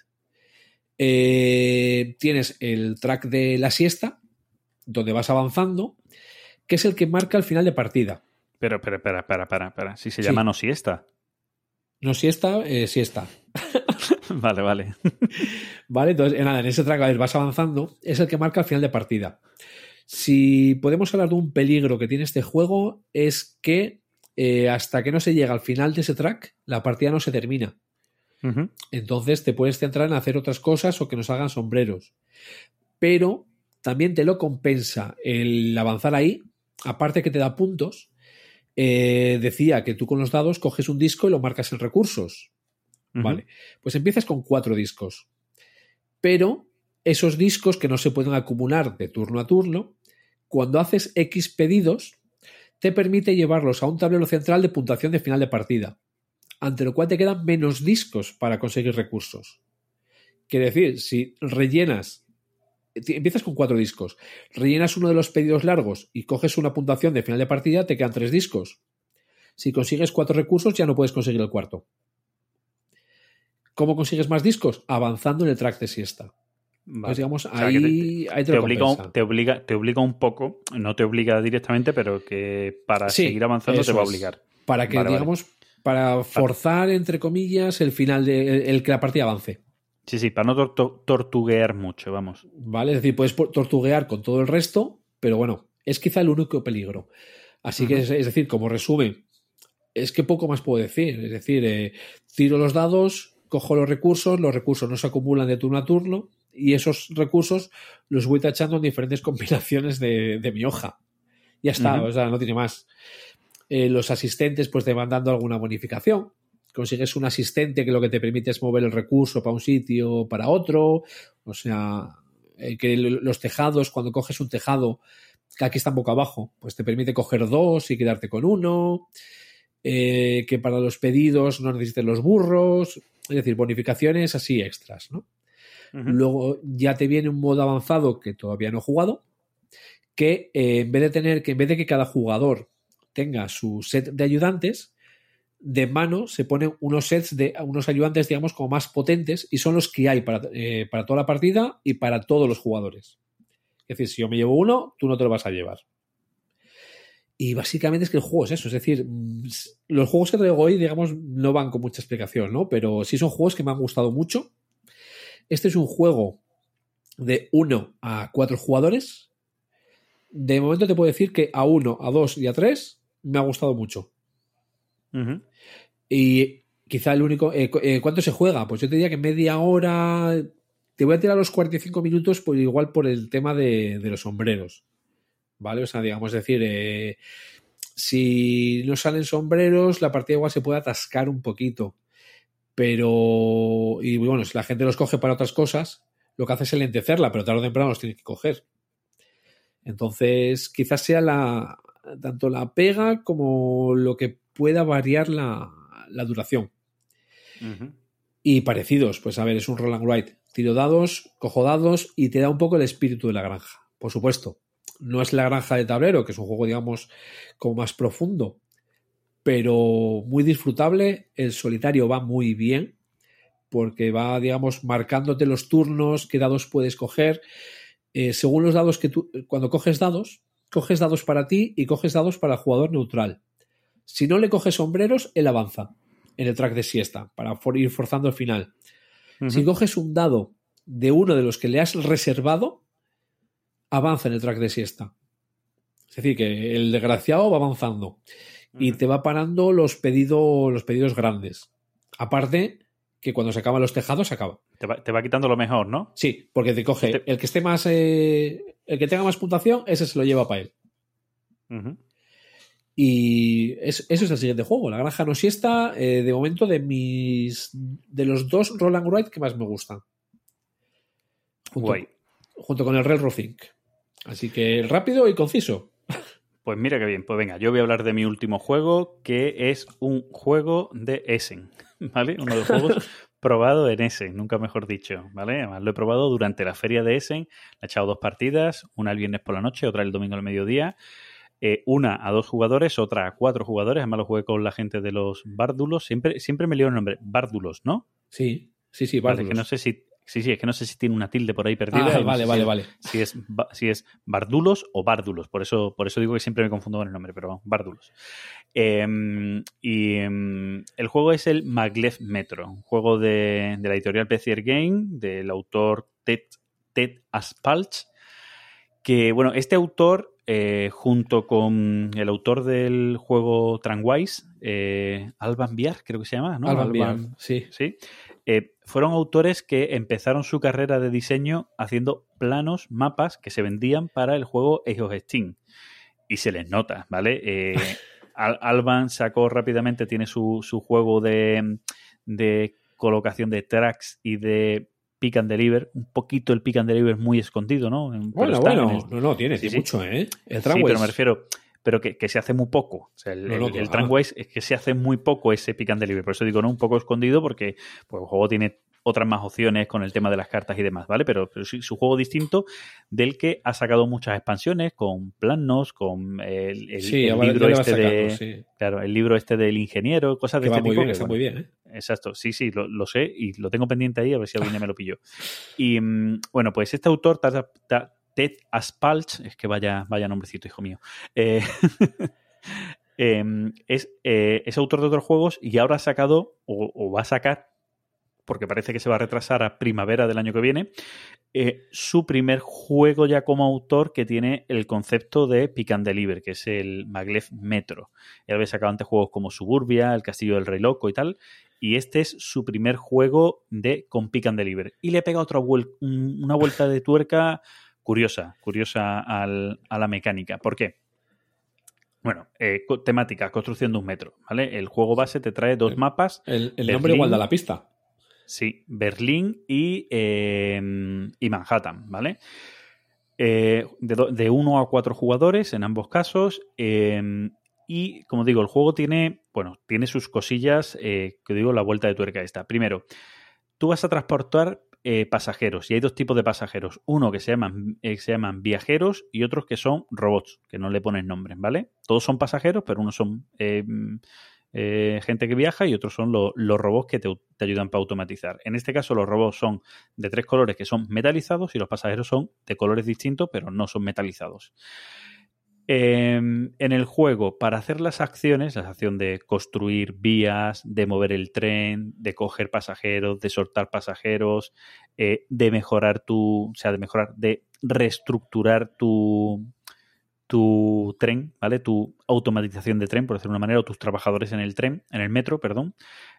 Eh, tienes el track de la siesta, donde vas avanzando, que es el que marca el final de partida. Pero, pero, espera, espera, espera, espera. Si se sí. llama no siesta. No siesta, eh, siesta. Vale, vale. Vale, entonces, nada, en ese track, a ver, vas avanzando, es el que marca el final de partida. Si podemos hablar de un peligro que tiene este juego, es que eh, hasta que no se llega al final de ese track, la partida no se termina. Uh-huh. Entonces te puedes centrar en hacer otras cosas o que nos hagan sombreros. Pero también te lo compensa el avanzar ahí, aparte que te da puntos. Eh, decía que tú con los dados coges un disco y lo marcas en recursos. Uh-huh. Vale, pues empiezas con cuatro discos. Pero esos discos que no se pueden acumular de turno a turno, cuando haces X pedidos, te permite llevarlos a un tablero central de puntuación de final de partida, ante lo cual te quedan menos discos para conseguir recursos. Quiere decir, si rellenas, empiezas con cuatro discos, rellenas uno de los pedidos largos y coges una puntuación de final de partida, te quedan tres discos. Si consigues cuatro recursos, ya no puedes conseguir el cuarto. ¿Cómo consigues más discos? Avanzando en el track de siesta. Vale. Pues digamos, O sea, ahí, que te, ahí te, te, lo obliga, compensa. te, obliga, te obliga un poco, no te obliga directamente, pero que para Sí, seguir avanzando te eso va a es. obligar. Para que, Vale, vale. digamos, para forzar, entre comillas, el final de el, el que la partida avance. Sí, sí, para no tor- tortuguear mucho, vamos. ¿Vale? Es decir, puedes tortuguear con todo el resto, pero bueno, es quizá el único peligro. Así uh-huh. que, es, es decir, como resumen, es que poco más puedo decir. Es decir, eh, tiro los dados, cojo los recursos, los recursos no se acumulan de turno a turno y esos recursos los voy tachando en diferentes combinaciones de, de mi hoja. Ya está, uh-huh. o sea, no tiene más. Eh, los asistentes pues te van dando alguna bonificación. Consigues un asistente que lo que te permite es mover el recurso para un sitio o para otro. O sea, eh, que los tejados, cuando coges un tejado que aquí están boca abajo, pues te permite coger dos y quedarte con uno. Eh, que para los pedidos no necesites los burros. Es decir, bonificaciones así extras, ¿no? Uh-huh. Luego ya te viene un modo avanzado que todavía no he jugado, que eh, en vez de tener que en vez de que cada jugador tenga su set de ayudantes, de mano se ponen unos sets de unos ayudantes, digamos, como más potentes y son los que hay para, eh, para toda la partida y para todos los jugadores. Es decir, si yo me llevo uno, tú no te lo vas a llevar. Y básicamente es que el juego es eso. Es decir, los juegos que traigo hoy, digamos, no van con mucha explicación, ¿no? Pero sí son juegos que me han gustado mucho. Este es un juego de uno a cuatro jugadores. De momento te puedo decir que a uno, a dos y a tres me ha gustado mucho. Uh-huh. Y quizá el único... Eh, eh, ¿Cuánto se juega? Pues yo te diría que media hora... Te voy a tirar los cuarenta y cinco minutos por, igual por el tema de, de los sombreros. ¿Vale? O sea, digamos, es decir, eh, si no salen sombreros, la partida igual se puede atascar un poquito. Pero... Y bueno, si la gente los coge para otras cosas, lo que hace es lentecerla, pero tarde o temprano los tiene que coger. Entonces, quizás sea la tanto la pega como lo que pueda variar la, la duración. Uh-huh. Y parecidos, pues a ver, es un roll and write. Tiro dados, cojo dados y te da un poco el espíritu de la granja. Por supuesto, no es la granja de tablero, que es un juego, digamos, como más profundo, pero muy disfrutable. El solitario va muy bien, porque va, digamos, marcándote los turnos, qué dados puedes coger. Eh, según los dados que tú, cuando coges dados, coges dados para ti y coges dados para el jugador neutral. Si no le coges sombreros, él avanza en el track de siesta para for- ir forzando el final. Uh-huh. Si coges un dado de uno de los que le has reservado, avanza en el track de siesta. Es decir, que el desgraciado va avanzando uh-huh. y te va parando los pedidos, los pedidos grandes. Aparte que cuando se acaban los tejados, se acaba. Te va, te va quitando lo mejor, ¿no? Sí, porque te coge te... el que esté más eh, el que tenga más puntuación, ese se lo lleva para él. Uh-huh. Y es, eso es el siguiente juego, La Granja No Siesta, eh, de momento de mis de los dos Roll and Write que más me gustan. Junto, Guay. junto con el Railroad Think. Así que rápido y conciso. Pues mira qué bien. Pues venga, yo voy a hablar de mi último juego, que es un juego de Essen, ¿vale? Uno de los juegos probado en Essen, nunca mejor dicho, ¿vale? Además lo he probado durante la feria de Essen, le he echado dos partidas, una el viernes por la noche, otra el domingo al mediodía, eh, una a dos jugadores, otra a cuatro jugadores, además lo jugué con la gente de los Bárdulos, siempre, siempre me lío el nombre, Bárdulos, ¿no? Sí, sí, sí, Bárdulos. Vale, que no sé si... Sí, sí, es que no sé si tiene una tilde por ahí perdida. Ah, no vale, sé vale, si vale. Es, si, es, si es Bardulos o Bárdulos. Por eso, por eso digo que siempre me confundo con el nombre, pero Bárdulos. Eh, y eh, el juego es el Maglev Metro, un juego de, de la editorial P C R Game, del autor Ted, Ted Aspalch. Que, bueno, este autor, eh, junto con el autor del juego Transwise, eh, Alban Biar, creo que se llama, ¿no? Alban Biar, sí. Sí. Eh, fueron autores que empezaron su carrera de diseño haciendo planos, mapas que se vendían para el juego Age of Steam. Y se les nota, ¿vale? Eh, Al- Alban sacó rápidamente, tiene su, su juego de, de colocación de tracks y de pick and deliver. Un poquito el pick and deliver muy escondido, ¿no? Pero bueno, bueno, el... no, no, tiene, sí, tiene sí. mucho, ¿eh? El sí, pero me refiero... pero que, que se hace muy poco. O sea, el, no, no, el, el Transwise es que se hace muy poco ese pick and deliver. Por eso digo, no, un poco escondido porque pues, el juego tiene otras más opciones con el tema de las cartas y demás, ¿vale? Pero, pero sí, su juego distinto del que ha sacado muchas expansiones con planos, con el, el, sí, el ya libro ya este sacando, de... sí. Claro, el libro este del ingeniero, cosas de Que va este muy tipo. bien, que, está bueno, muy bien, ¿eh? Exacto, sí, sí, lo, lo sé y lo tengo pendiente ahí a ver si alguien ya me lo pilló. Y bueno, pues este autor, Ted Aspalt, es que vaya, vaya nombrecito, hijo mío, eh, eh, es, eh, es autor de otros juegos y ahora ha sacado, o, o va a sacar, porque parece que se va a retrasar a primavera del año que viene, eh, su primer juego ya como autor que tiene el concepto de Pick and Deliver, que es el Maglev Metro. Ya había sacado antes juegos como Suburbia, El Castillo del Rey Loco y tal, y este es su primer juego de con Pick and Deliver. Y le pega otra vuel- una vuelta de tuerca curiosa, curiosa al, a la mecánica. ¿Por qué? Bueno, eh, temática, construcción de un metro, ¿vale? El juego base te trae dos mapas. El, el Berlín, nombre igual da la pista. Sí, Berlín y, eh, y Manhattan, ¿vale? Eh, de, do, de uno a cuatro jugadores en ambos casos. Eh, y, como digo, el juego tiene, bueno, tiene sus cosillas, eh, que digo, la vuelta de tuerca esta. Primero, tú vas a transportar eh, pasajeros y hay dos tipos de pasajeros. Uno que se llaman, eh, se llaman viajeros y otros que son robots, que no le ponen nombres, ¿vale? Todos son pasajeros, pero unos son... Eh, Eh, gente que viaja y otros son lo, los robots que te, te ayudan para automatizar. En este caso los robots son de tres colores que son metalizados y los pasajeros son de colores distintos pero no son metalizados. Eh, en el juego, para hacer las acciones, la acción de construir vías, de mover el tren, de coger pasajeros, de soltar pasajeros, eh, de mejorar tu, o sea, de mejorar, de reestructurar tu tu tren, ¿vale? Tu automatización de tren, por decirlo de una manera, o tus trabajadores en el tren, en el metro, perdón,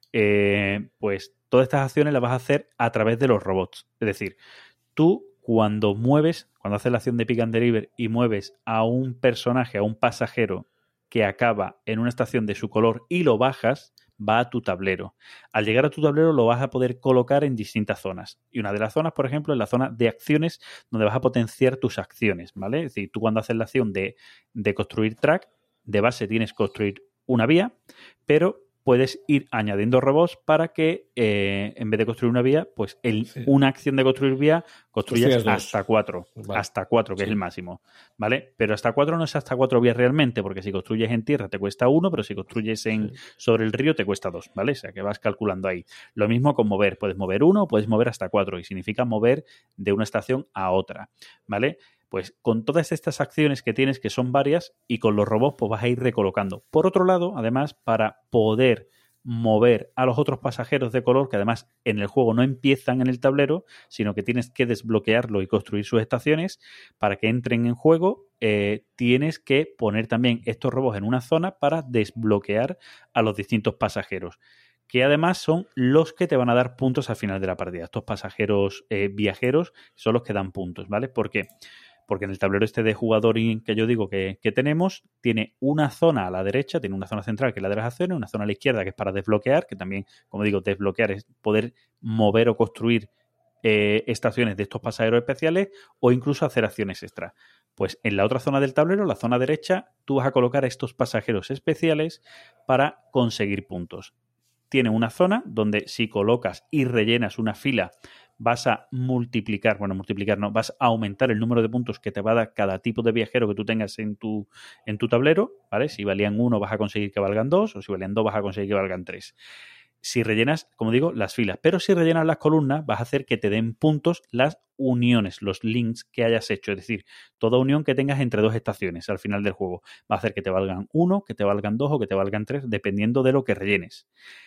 eh, pues todas estas acciones las vas a hacer a través de los robots. Es decir, tú cuando mueves, cuando haces la acción de Pick and Deliver y mueves a un personaje, a un pasajero que acaba en una estación de su color y lo bajas, va a tu tablero. Al llegar a tu tablero lo vas a poder colocar en distintas zonas. Y una de las zonas, por ejemplo, es la zona de acciones donde vas a potenciar tus acciones, ¿vale? Es decir, tú cuando haces la acción de, de construir track, de base tienes que construir una vía, pero puedes ir añadiendo robots para que eh, en vez de construir una vía, pues el, sí. una acción de construir vía construyas hasta cuatro. Vale. Hasta cuatro, que sí. es el máximo. ¿Vale? Pero hasta cuatro no es hasta cuatro vías realmente, porque si construyes en tierra te cuesta uno, pero si construyes en, sí. sobre el río te cuesta dos, ¿vale? O sea que vas calculando ahí. Lo mismo con mover. Puedes mover uno o puedes mover hasta cuatro, y significa mover de una estación a otra, ¿vale? Pues con todas estas acciones que tienes, que son varias, y con los robots, pues vas a ir recolocando. Por otro lado, además, para poder mover a los otros pasajeros de color, que además en el juego no empiezan en el tablero, sino que tienes que desbloquearlo y construir sus estaciones, para que entren en juego, eh, tienes que poner también estos robots en una zona para desbloquear a los distintos pasajeros, que además son los que te van a dar puntos al final de la partida. Estos pasajeros eh, viajeros son los que dan puntos, ¿vale? ¿Por qué? Porque en el tablero este de jugador que yo digo que, que tenemos, tiene una zona a la derecha, tiene una zona central que es la de las acciones, una zona a la izquierda que es para desbloquear, que también, como digo, desbloquear es poder mover o construir eh, estaciones de estos pasajeros especiales o incluso hacer acciones extra. Pues en la otra zona del tablero, la zona derecha, tú vas a colocar estos pasajeros especiales para conseguir puntos. Tiene una zona donde si colocas y rellenas una fila vas a multiplicar, bueno, multiplicar no, vas a aumentar el número de puntos que te va a dar cada tipo de viajero que tú tengas en tu, en tu tablero, ¿vale? Si valían uno vas a conseguir que valgan dos, o si valían dos vas a conseguir que valgan tres. Si rellenas, como digo, las filas, pero si rellenas las columnas vas a hacer que te den puntos las uniones, los links que hayas hecho, es decir, toda unión que tengas entre dos estaciones al final del juego va a hacer que te valgan uno, que te valgan dos o que te valgan tres, dependiendo de lo que rellenes.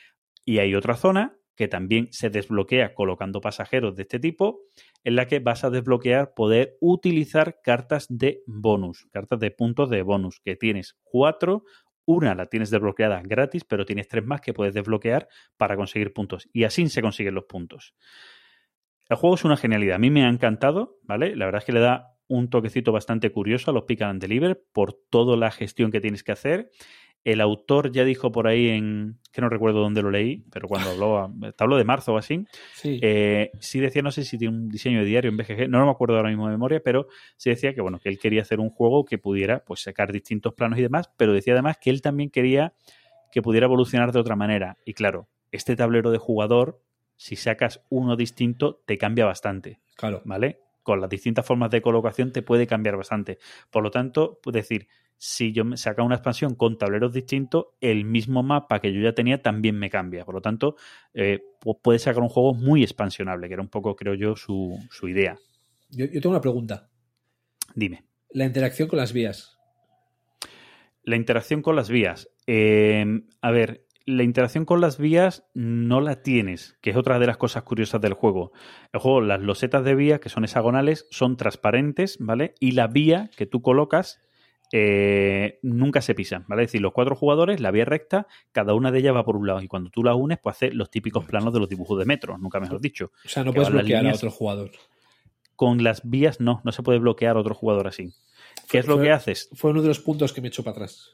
Y hay otra zona que también se desbloquea colocando pasajeros de este tipo, en la que vas a desbloquear poder utilizar cartas de bonus, cartas de puntos de bonus, que tienes cuatro, una la tienes desbloqueada gratis, pero tienes tres más que puedes desbloquear para conseguir puntos, y así se consiguen los puntos. El juego es una genialidad, a mí me ha encantado, ¿vale? La verdad es que le da un toquecito bastante curioso a los Pick and Deliver por toda la gestión que tienes que hacer. El autor ya dijo por ahí en... que no recuerdo dónde lo leí, pero cuando habló... te habló de marzo o así. Sí. Eh, sí decía, no sé si tiene un diseño de diario en B G G, no, no me acuerdo ahora mismo de memoria, pero sí decía que, bueno, que él quería hacer un juego que pudiera pues sacar distintos planos y demás, pero decía además que él también quería que pudiera evolucionar de otra manera. Y claro, este tablero de jugador si sacas uno distinto, te cambia bastante. Claro. ¿Vale? Con las distintas formas de colocación te puede cambiar bastante. Por lo tanto, es decir, si yo me saca una expansión con tableros distintos, el mismo mapa que yo ya tenía también me cambia. Por lo tanto, eh, puede sacar un juego muy expansionable, que era un poco, creo yo, su, su idea. Yo, yo tengo una pregunta. Dime. La interacción con las vías. La interacción con las vías. Eh, a ver, la interacción con las vías no la tienes, que es otra de las cosas curiosas del juego. El juego, las losetas de vía, que son hexagonales, son transparentes, ¿vale? Y la vía que tú colocas eh, nunca se pisan, ¿vale? Es decir, los cuatro jugadores, la vía recta, cada una de ellas va por un lado. Y cuando tú la unes, pues hace los típicos planos de los dibujos de metro, nunca mejor dicho. O sea, no puedes bloquear a otro jugador. Con las vías no, no se puede bloquear a otro jugador así. ¿Qué es lo fue, que haces? Fue uno de los puntos que me echó para atrás.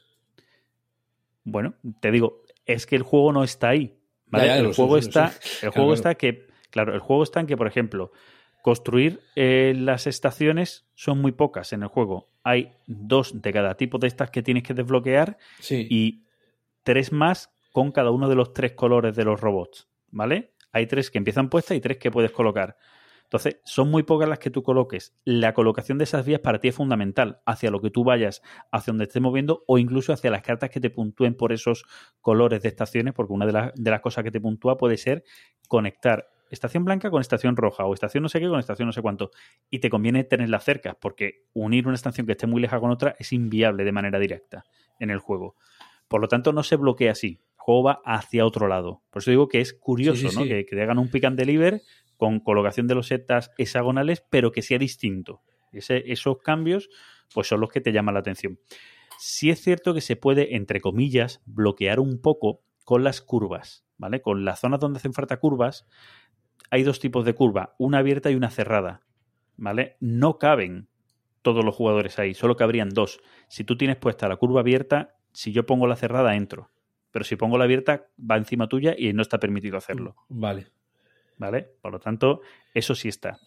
Bueno, te digo, es que el juego no está ahí, ¿vale? Ya, ya, el lo juego sé, lo está, sé. el Claro, juego claro. está que, claro, el juego está en que, por ejemplo, construir eh, las estaciones son muy pocas en el juego. Hay dos de cada tipo de estas que tienes que desbloquear Sí. y tres más con cada uno de los tres colores de los robots, ¿vale? Hay tres que empiezan puestas y tres que puedes colocar. Entonces, son muy pocas las que tú coloques. La colocación de esas vías para ti es fundamental, hacia lo que tú vayas, hacia donde estés moviendo o incluso hacia las cartas que te puntúen por esos colores de estaciones, porque una de, la, de las cosas que te puntúa puede ser conectar estación blanca con estación roja o estación no sé qué con estación no sé cuánto. Y te conviene tenerlas cerca, porque unir una estación que esté muy lejos con otra es inviable de manera directa en el juego. Por lo tanto, no se bloquea así. El juego va hacia otro lado. Por eso digo que es curioso, Sí, sí, ¿no? sí. Que, que te hagan un pick and deliver con colocación de losetas hexagonales, pero que sea distinto. Ese, esos cambios, pues son los que te llaman la atención. Sí es cierto que se puede, entre comillas, bloquear un poco con las curvas, ¿vale? Con las zonas donde hacen falta curvas, hay dos tipos de curva, una abierta y una cerrada, ¿vale? No caben todos los jugadores ahí, solo cabrían dos. Si tú tienes puesta la curva abierta, si yo pongo la cerrada, entro. Pero si pongo la abierta, va encima tuya y no está permitido hacerlo. Vale. ¿Vale? Por lo tanto, eso sí está.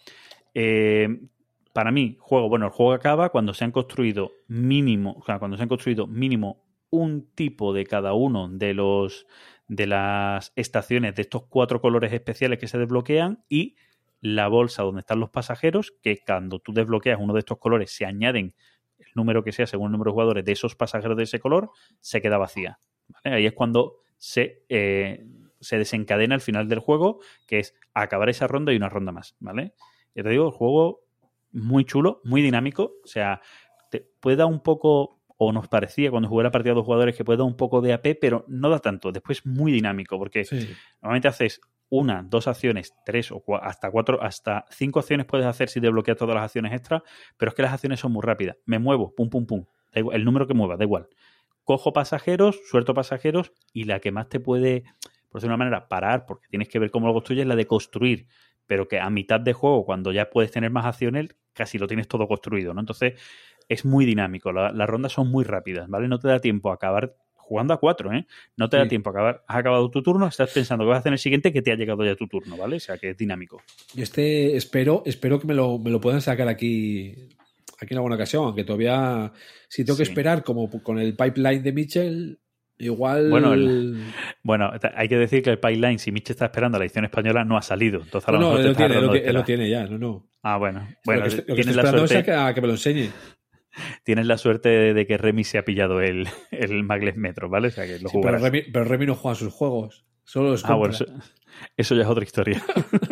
Eh, para mí, juego, bueno, el juego acaba cuando se han construido mínimo, o sea, cuando se han construido mínimo un tipo de cada uno de los de las estaciones de estos cuatro colores especiales que se desbloquean y la bolsa donde están los pasajeros, que cuando tú desbloqueas uno de estos colores se añaden el número que sea según el número de jugadores de esos pasajeros de ese color, se queda vacía. ¿Vale? Ahí es cuando se, eh, se desencadena el final del juego, que es acabar esa ronda y una ronda más, ¿vale? Y te digo, el juego muy chulo, muy dinámico, o sea, te puede dar un poco, o nos parecía cuando jugué la partida de dos jugadores que puede dar un poco de A P, pero no da tanto, después muy dinámico, porque Sí. normalmente haces una, dos acciones, tres o cua- hasta cuatro, hasta cinco acciones puedes hacer si desbloqueas todas las acciones extra, pero es que las acciones son muy rápidas. Me muevo, pum, pum, pum, da igual, el número que mueva, da igual. Cojo pasajeros, suelto pasajeros y la que más te puede, por decirlo de una manera, parar, porque tienes que ver cómo lo construyes, es la de construir, pero que a mitad de juego, cuando ya puedes tener más acciones, casi lo tienes todo construido, ¿no? Entonces, es muy dinámico, la, las rondas son muy rápidas, ¿vale? No te da tiempo a acabar jugando a cuatro, ¿eh? No te Sí. da tiempo a acabar, has acabado tu turno, estás pensando que vas a hacer el siguiente, que te ha llegado ya tu turno, ¿vale? O sea, que es dinámico. Yo este espero, espero que me lo, me lo puedan sacar aquí, aquí en alguna ocasión, aunque todavía, si tengo que Sí. esperar como con el pipeline de Mitchell, igual... Bueno, el- Bueno, hay que decir que el pipeline, si Mitch está esperando a la edición española, no ha salido. Entonces, a lo No, no, mejor él te lo, estás tiene, él, lo, ahorrando ti- él lo espera. tiene ya, no, no. Ah, bueno. Bueno, lo que, estoy- lo que tienes estoy la esperando es a suerte... que, a que me lo enseñe. Tienes la suerte de, de que Remy se ha pillado el, el Magles Metro, ¿vale? O sea, que lo Sí, pero, jugarás. Remy, pero Remy no juega sus juegos, solo los Ah, compra. bueno, eso, eso ya es otra historia.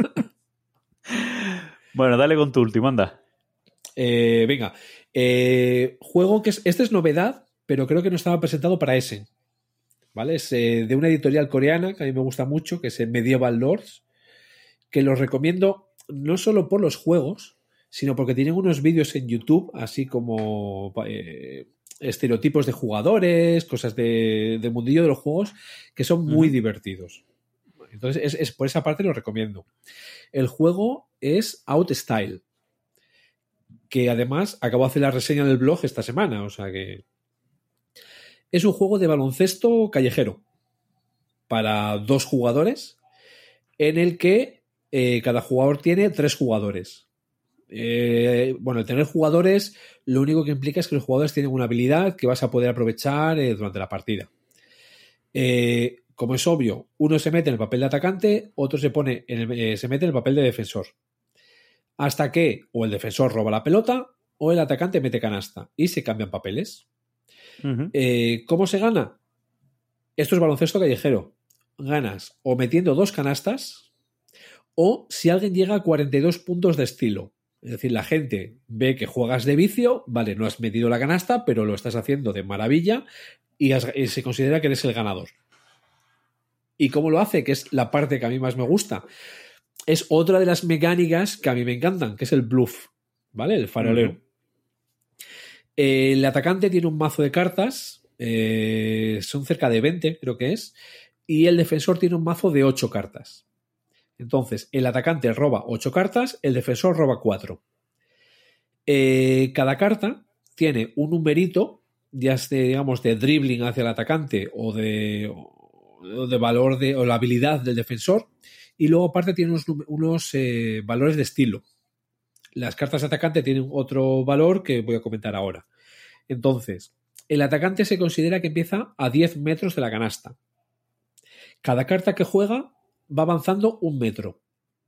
Bueno, dale con tu último, anda. Eh, venga, eh, juego que es, este es novedad, pero creo que no estaba presentado para ese. ¿Vale? Es eh, de una editorial coreana que a mí me gusta mucho, que es Medieval Lords, que los recomiendo no solo por los juegos, sino porque tienen unos vídeos en YouTube, así como eh, estereotipos de jugadores, cosas de, del mundillo de los juegos, que son muy Uh-huh. divertidos. Entonces, es, es por esa parte lo recomiendo. El juego es Outstyle, que además acabo de hacer la reseña del blog esta semana, o sea que es un juego de baloncesto callejero para dos jugadores en el que eh, cada jugador tiene tres jugadores. Eh, bueno, el tener jugadores lo único que implica es que los jugadores tienen una habilidad que vas a poder aprovechar eh, durante la partida. Eh, como es obvio, uno se mete en el papel de atacante, otro se, pone en el, eh, se mete en el papel de defensor. Hasta que o el defensor roba la pelota o el atacante mete canasta y se cambian papeles. Uh-huh. Eh, ¿Cómo se gana? Esto es baloncesto callejero. Ganas o metiendo dos canastas o si alguien llega a cuarenta y dos puntos de estilo. Es decir, la gente ve que juegas de vicio, vale, no has metido la canasta, pero lo estás haciendo de maravilla y, has, y se considera que eres el ganador. ¿Y cómo lo hace? Que es la parte que a mí más me gusta. Es otra de las mecánicas que a mí me encantan, que es el bluff, ¿vale? El faroleo. Uh-huh. El atacante tiene un mazo de cartas, eh, son cerca de veinte, creo que es, y el defensor tiene un mazo de ocho cartas. Entonces, el atacante roba ocho cartas, el defensor roba cuatro. Eh, cada carta tiene un numerito, ya sea, digamos, de dribbling hacia el atacante o de, o de valor de, o la habilidad del defensor, y luego aparte tiene unos, unos eh, valores de estilo. Las cartas de atacante tienen otro valor que voy a comentar ahora. Entonces, el atacante se considera que empieza a diez metros de la canasta. Cada carta que juega va avanzando un metro.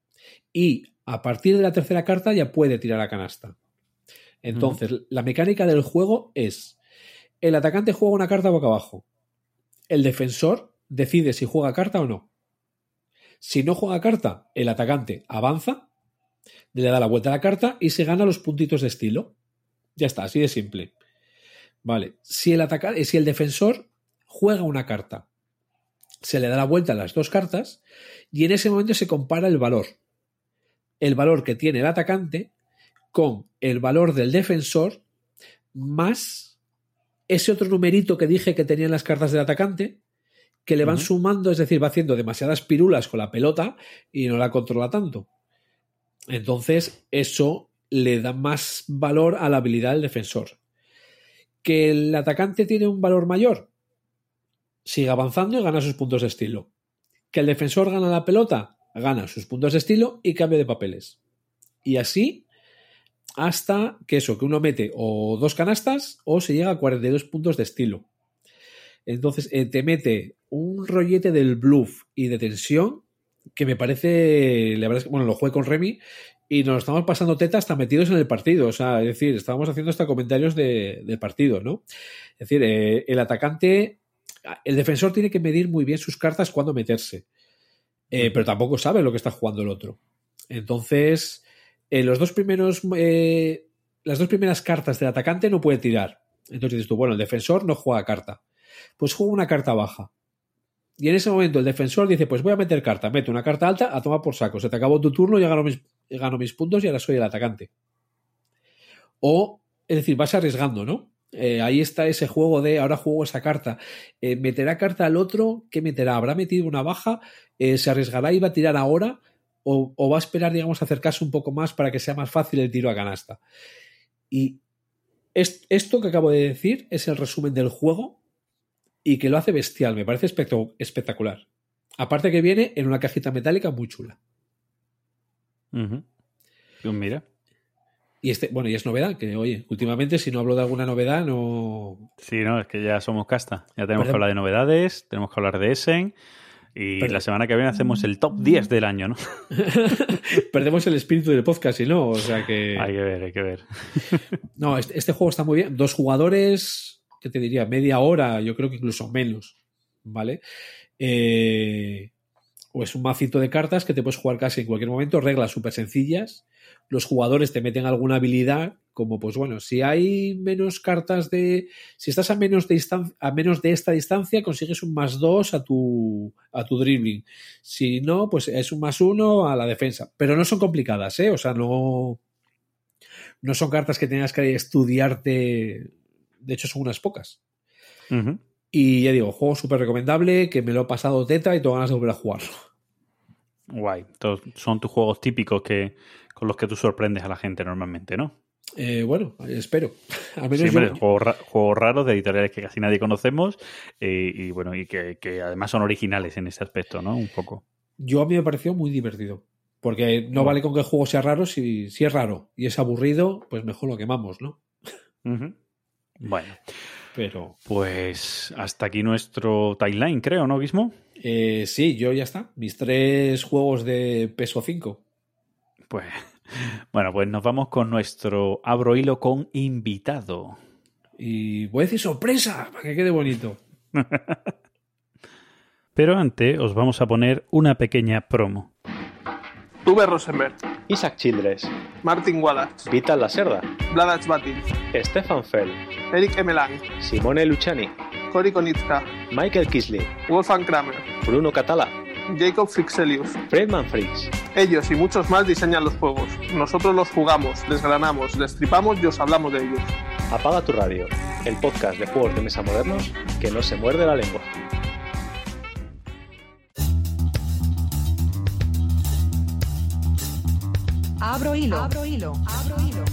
Y a partir de la tercera carta ya puede tirar la canasta. Entonces, uh-huh. la mecánica del juego es: el atacante juega una carta boca abajo. El defensor decide si juega carta o no. Si no juega carta, el atacante avanza, le da la vuelta a la carta y se gana los puntitos de estilo. Ya está, así de simple. Vale. Si el, ataca- si el defensor juega una carta, se le da la vuelta a las dos cartas y en ese momento se compara el valor. El valor que tiene el atacante con el valor del defensor más ese otro numerito que dije que tenían las cartas del atacante, que le van uh-huh. sumando, es decir, va haciendo demasiadas pirulas con la pelota y no la controla tanto. Entonces, eso le da más valor a la habilidad del defensor. ¿Que el atacante tiene un valor mayor? Sigue avanzando y gana sus puntos de estilo. ¿Que el defensor gana la pelota? Gana sus puntos de estilo y cambia de papeles. Y así hasta que eso, que uno mete o dos canastas o se llega a cuarenta y dos puntos de estilo. Entonces eh, te mete un rollete del bluff y de tensión que me parece, la verdad es que, bueno, lo jugué con Remy y nos estamos pasando teta hasta metidos en el partido, o sea, es decir, estábamos haciendo hasta comentarios de, del partido, ¿no? Es decir, eh, el atacante, el defensor tiene que medir muy bien sus cartas cuándo meterse, eh, pero tampoco sabe lo que está jugando el otro. Entonces, eh, los dos primeros, eh, las dos primeras cartas del atacante no puede tirar. Entonces dices tú, bueno, el defensor no juega carta, pues juega una carta baja. Y en ese momento el defensor dice, pues voy a meter carta, meto una carta alta, a tomar por saco, se te acabó tu turno, ya gano mis, gano mis puntos y ahora soy el atacante. O, es decir, vas arriesgando, ¿no? Eh, ahí está ese juego de, ahora juego esa carta, eh, meterá carta al otro, ¿qué meterá? ¿Habrá metido una baja? Eh, ¿se arriesgará y va a tirar ahora? O, o va a esperar, digamos, a acercarse un poco más para que sea más fácil el tiro a canasta? Y es, esto que acabo de decir es el resumen del juego y que lo hace bestial, me parece espectacular. Aparte que viene en una cajita metálica muy chula. Uh-huh. Pues mira. Y este, bueno, y es novedad, que oye, últimamente si no hablo de alguna novedad, no... Sí, no, es que ya somos casta. Ya tenemos Perdón. que hablar de novedades, tenemos que hablar de Essen y Perdón. la semana que viene hacemos el top diez del año, ¿no? Perdemos el espíritu del podcast y no, o sea que... Hay que ver, hay que ver. No, este, este juego está muy bien. Dos jugadores... ¿Qué te diría? Media hora, yo creo que incluso menos, ¿vale? Eh, o es un macito de cartas que te puedes jugar casi en cualquier momento, reglas súper sencillas. Los jugadores te meten alguna habilidad, como pues bueno, si hay menos cartas de... Si estás a menos de, distan- a menos de esta distancia, consigues un más dos a tu, a tu dribbling. Si no, pues es un más uno a la defensa. Pero no son complicadas, ¿eh? O sea, no... No son cartas que tengas que estudiarte... De hecho, son unas pocas. Uh-huh. Y ya digo, juego súper recomendable, que me lo he pasado teta y tengo ganas de volver a jugarlo. Guay. Todos son tus juegos típicos que con los que tú sorprendes a la gente normalmente, ¿no? Eh, bueno, espero. Al menos Siempre yo... juegos, ra- juegos raros de editoriales que casi nadie conocemos eh, y bueno, y que, que además son originales en ese aspecto, ¿no? Un poco. Yo a mí me pareció muy divertido. Porque no Bueno. vale con que el juego sea raro, si, si es raro y es aburrido, pues mejor lo quemamos, ¿no? Uh-huh. Bueno, Pero... Pues hasta aquí nuestro timeline, creo, ¿no, Guismo? Eh, sí, yo ya está. Mis tres juegos de peso cinco. Pues... Bueno, pues nos vamos con nuestro Abro Hilo con invitado. Y voy a decir sorpresa, para que quede bonito. Pero antes os vamos a poner una pequeña promo. Uwe Rosenberg, Isaac Childress, Martin Wallace, Vital Lacerda, Vladac Batin, Stefan Fell, Eric Emelang, Simone Luciani, Cory Konitska, Michael Kisley, Wolfgang Kramer, Bruno Catala, Jacob Frixelius. Friedman Freaks. Ellos y muchos más diseñan los juegos. Nosotros los jugamos, desgranamos, destripamos y os hablamos de ellos. Apaga tu radio, el podcast de juegos de mesa modernos que no se muerde la lengua. Abro hilo. Abro hilo. Abro hilo.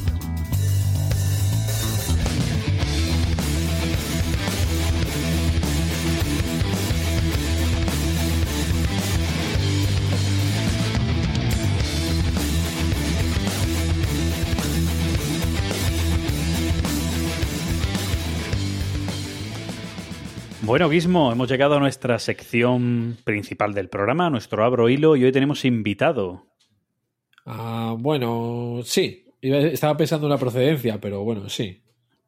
Bueno, Guismo, hemos llegado a nuestra sección principal del programa, nuestro Abro Hilo, y hoy tenemos invitado. Ah, bueno, sí. Estaba pensando en la procedencia, pero bueno, sí.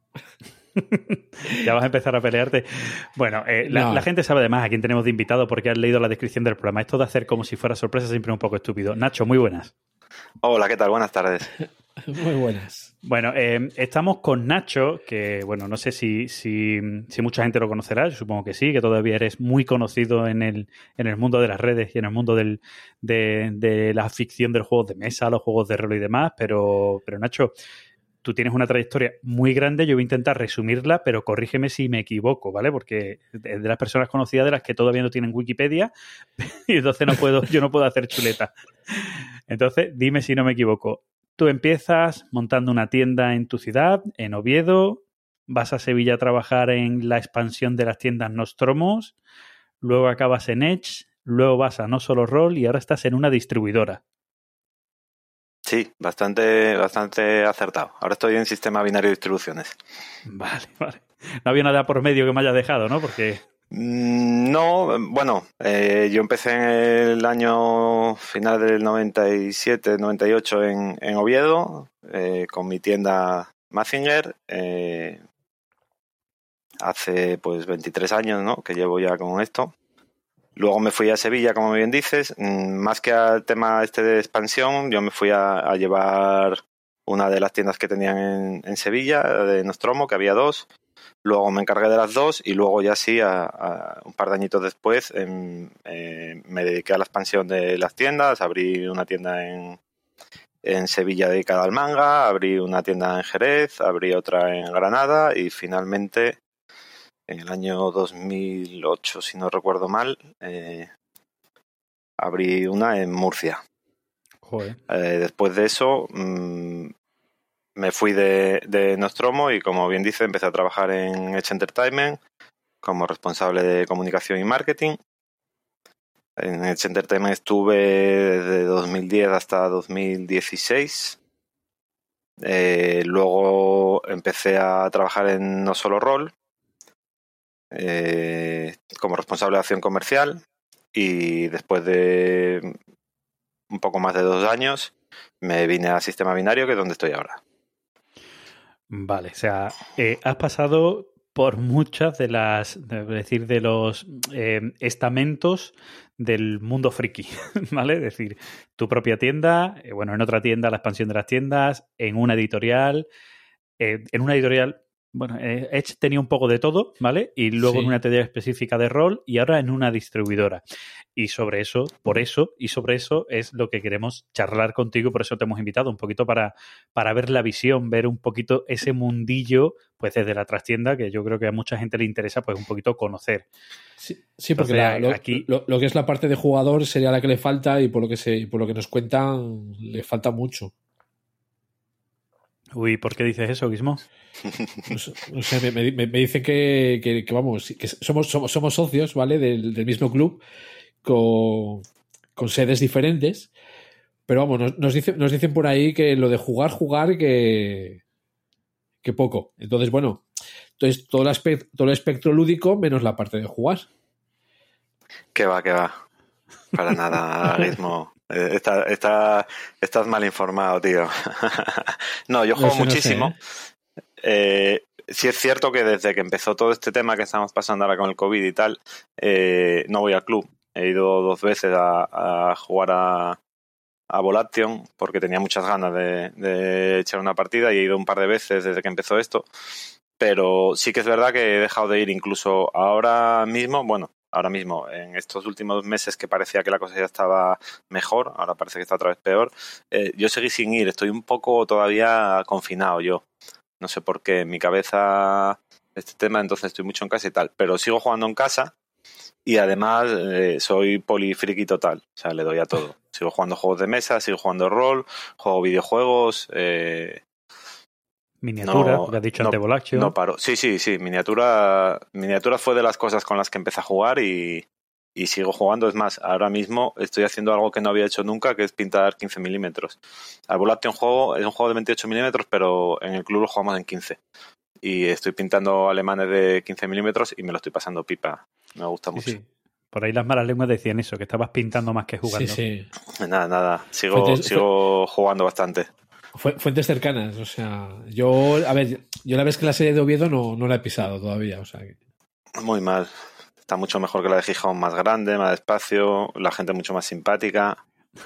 Ya vas a empezar a pelearte. Bueno, eh, la, No. la gente sabe además a quién tenemos de invitado porque has leído la descripción del programa. Esto de hacer como si fuera sorpresa siempre es un poco estúpido. Nacho, muy buenas. Hola, ¿qué tal? Buenas tardes. Muy buenas. Bueno, eh, estamos con Nacho, que bueno, no sé si, si, si mucha gente lo conocerá, yo supongo que sí, que todavía eres muy conocido en el, en el mundo de las redes y en el mundo del, de, de la ficción de los juegos de mesa, los juegos de rol y demás, pero, pero Nacho, tú tienes una trayectoria muy grande, yo voy a intentar resumirla, pero corrígeme si me equivoco, ¿vale? Porque es de las personas conocidas de las que todavía no tienen Wikipedia y entonces no puedo, yo no puedo hacer chuleta. Entonces, dime si no me equivoco. Tú empiezas montando una tienda en tu ciudad, en Oviedo, vas a Sevilla a trabajar en la expansión de las tiendas Nostromos, luego acabas en Edge, luego vas a No Solo Roll y ahora estás en una distribuidora. Sí, bastante, bastante acertado. Ahora estoy en sistema binario de distribuciones. Vale, vale. No había nada por medio que me haya dejado, ¿no? Porque... No, bueno, eh, yo empecé en el año final del noventa y siete, noventa y ocho en, en Oviedo, eh, con mi tienda Mazinger. Eh, hace pues veintitrés años, ¿no?, que llevo ya con esto. Luego me fui a Sevilla, como bien dices. Más que al tema este de expansión, yo me fui a, a llevar una de las tiendas que tenían en, en Sevilla, de Nostromo, que había dos. Luego me encargué de las dos y luego ya sí, a, a un par de añitos después, en, eh, me dediqué a la expansión de las tiendas. Abrí una tienda en, en Sevilla dedicada al manga, abrí una tienda en Jerez, abrí otra en Granada y finalmente, en el año dos mil ocho, si no recuerdo mal, eh, abrí una en Murcia. Joder. Eh, después de eso... Mmm, me fui de, de Nostromo y, como bien dice, empecé a trabajar en Edge Entertainment como responsable de comunicación y marketing. En Edge Entertainment estuve desde dos mil diez hasta dos mil dieciséis. Eh, luego empecé a trabajar en No Solo Roll eh, como responsable de acción comercial y después de un poco más de dos años me vine a Sistema Binario, que es donde estoy ahora. Vale, o sea, eh, has pasado por muchas de las, es decir, de los eh, estamentos del mundo friki, ¿vale? Es decir, tu propia tienda, eh, bueno, en otra tienda, la expansión de las tiendas, en una editorial, eh, en una editorial, bueno, eh, Edge tenía un poco de todo, ¿vale? Y luego Sí. en una editorial específica de rol y ahora en una distribuidora. Y sobre eso, por eso, y sobre eso es lo que queremos charlar contigo, por eso te hemos invitado un poquito para, para ver la visión, ver un poquito ese mundillo, pues desde la trastienda, que yo creo que a mucha gente le interesa, pues un poquito conocer. Sí, sí, porque Entonces, la- lo, aquí- lo, lo que es la parte de jugador sería la que le falta y por lo que se, por lo que nos cuentan le falta mucho. Uy, ¿por qué dices eso, Guismo? No sé, no sé, me, me- me dicen que, que- que, vamos, que somos, somos, somos socios, ¿vale? Del, del mismo club, con, con sedes diferentes. Pero vamos, nos, nos, dicen, nos dicen por ahí que lo de jugar, jugar, que, que poco. Entonces, bueno, Entonces, todo el, aspecto, todo el espectro lúdico menos la parte de jugar. Que va, que va. Para nada, Gizmo. Eh, está, está, estás mal informado, tío. No, yo juego No sé, no muchísimo. sé, ¿eh? Eh, sí es cierto que desde que empezó todo este tema que estamos pasando ahora con el COVID y tal, eh, no voy al club. He ido dos veces a, a jugar a, a Volation porque tenía muchas ganas de, de echar una partida y he ido un par de veces desde que empezó esto. Pero sí que es verdad que he dejado de ir incluso ahora mismo, bueno, ahora mismo, en estos últimos meses que parecía que la cosa ya estaba mejor, ahora parece que está otra vez peor, eh, yo seguí sin ir, estoy un poco todavía confinado yo. No sé por qué, en mi cabeza este tema, entonces estoy mucho en casa y tal, pero sigo jugando en casa y además eh, soy polifriki total, o sea, le doy a todo. Sigo jugando juegos de mesa, sigo jugando rol, juego videojuegos, eh, Miniatura, no, porque has dicho no, antes Volation. no paro. Sí, sí, sí, miniatura, miniatura fue de las cosas con las que empecé a jugar y, y sigo jugando. Es más, ahora mismo estoy haciendo algo que no había hecho nunca, que es pintar quince milímetros. Al Volation juego es un juego de veintiocho milímetros, pero en el club lo jugamos en quince. Y estoy pintando alemanes de quince milímetros y me lo estoy pasando pipa. Me gusta Sí, mucho. sí. Por ahí las malas lenguas decían eso, que estabas pintando más que jugando. Sí, sí. Nada, nada. Sigo, Fuentes- sigo jugando bastante. Fu- Fuentes cercanas, o sea, yo, a ver, yo la vez que la serie de Oviedo no, no la he pisado todavía, o sea que... Muy mal. Está mucho mejor que la de Gijón, más grande, más despacio, la gente mucho más simpática.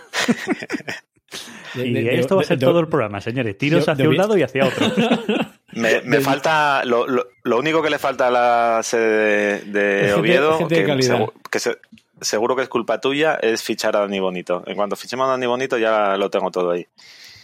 De- Y de- de- esto va a ser de- todo el programa, señores. Tiros de- hacia de- un lado y hacia otro. Me, me falta, lo, lo, lo único que le falta a la sede de, de Gente- Oviedo, gente de que, calidad. segu- que se- seguro que es culpa tuya, es fichar a Dani Bonito. En cuanto fichemos a Dani Bonito ya lo tengo todo ahí.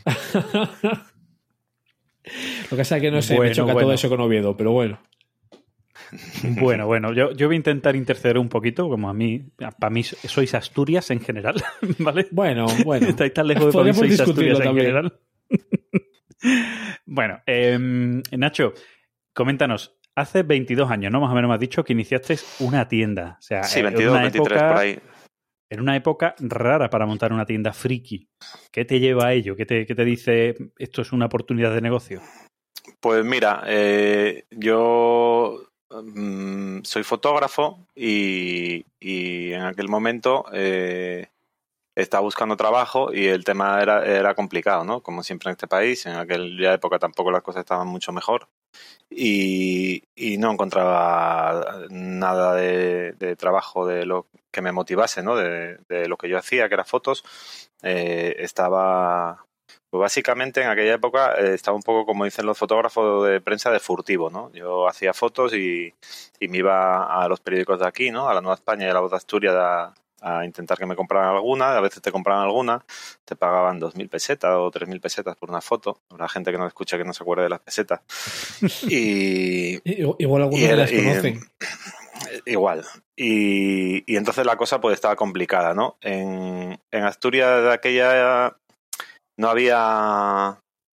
Lo que pasa es que no sé, Bueno, me choca bueno. todo eso con Oviedo, pero bueno. Bueno, bueno, yo, yo voy a intentar interceder un poquito, como a mí, para mí sois Asturias en general, ¿vale? Bueno, bueno. Estáis tan lejos de para mí Podemos sois discutirlo Asturias en también. general. Bueno, eh, Nacho, coméntanos, hace veintidós años, ¿no? Más o menos me has dicho que iniciaste una tienda. O sea, Sí, en veintidós, una veintitrés época- por ahí. En una época rara para montar una tienda friki. ¿Qué te lleva a ello? ¿Qué te, qué te dice esto es una oportunidad de negocio? Pues mira, eh, yo mm, soy fotógrafo y, y en aquel momento eh, estaba buscando trabajo y el tema era, era complicado, ¿no? Como siempre en este país, en aquella época tampoco las cosas estaban mucho mejor y, y no encontraba nada de, de trabajo de lo que me motivase, ¿no? De, de lo que yo hacía, que era fotos. Eh, estaba... Pues básicamente en aquella época eh, estaba un poco, como dicen los fotógrafos de prensa, de furtivo, ¿no? Yo hacía fotos y, y me iba a los periódicos de aquí, ¿no? A La Nueva España y a La Voz de Asturias a, a intentar que me compraran alguna. A veces te compraban alguna, te pagaban dos mil pesetas o tres mil pesetas por una foto. Habrá gente que no escucha que no se acuerde de las pesetas. Y, I- Igual algunos Y era- las y- conocen. Igual. Y, y entonces la cosa pues estaba complicada, ¿no? En, en Asturias de aquella no había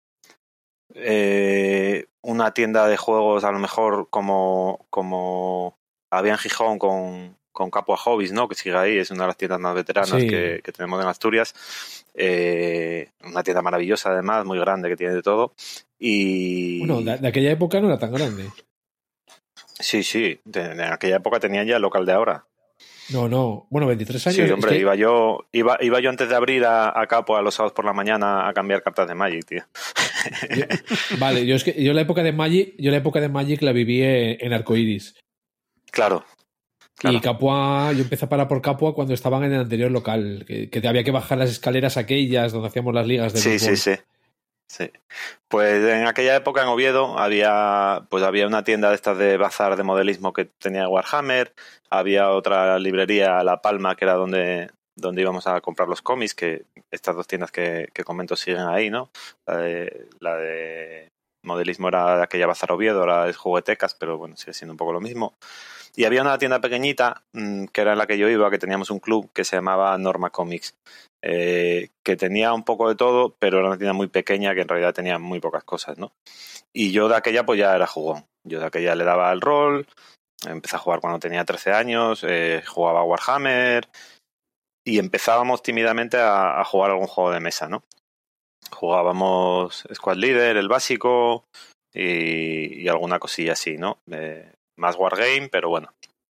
eh, una tienda de juegos a lo mejor como, como había en Gijón con, con Capua Hobbies, ¿no? Que sigue ahí, es una de las tiendas más veteranas Sí. que, que tenemos en Asturias. Eh, una tienda maravillosa además, muy grande, que tiene de todo. Y Bueno, de, de aquella época no era tan grande. sí, sí, de, en aquella época tenía ya el local de ahora. No, no. Bueno, veintitrés años. Sí, es hombre, que- iba yo iba, iba yo antes de abrir a, a Capo a los sábados por la mañana a cambiar cartas de Magic, tío. yo- vale, yo es que yo la época de Magic, yo la época de Magic la viví en, en Arcoiris. Claro. Claro. Y Capua, yo empecé a parar por Capua cuando estaban en el anterior local, que, que te había que bajar las escaleras aquellas donde hacíamos las ligas de Sí, fútbol. sí, sí. Sí. Pues en aquella época en Oviedo había pues había una tienda de estas de bazar de modelismo que tenía Warhammer, había otra librería, La Palma, que era donde, donde íbamos a comprar los cómics, que estas dos tiendas que, que comento siguen ahí, ¿no? La de, la de modelismo era de aquella bazar Oviedo, ahora es Juguetecas, pero bueno, sigue siendo un poco lo mismo. Y había una tienda pequeñita, mmm, que era en la que yo iba, que teníamos un club que se llamaba Norma Comics, eh, que tenía un poco de todo, pero era una tienda muy pequeña que en realidad tenía muy pocas cosas, ¿no? Y yo de aquella pues ya era jugón. Yo de aquella le daba el rol, empecé a jugar cuando tenía trece años, eh, jugaba a Warhammer y empezábamos tímidamente a, a jugar algún juego de mesa, ¿no? Jugábamos Squad Leader, el básico, y, y alguna cosilla así, ¿no? Eh, más Wargame, pero bueno.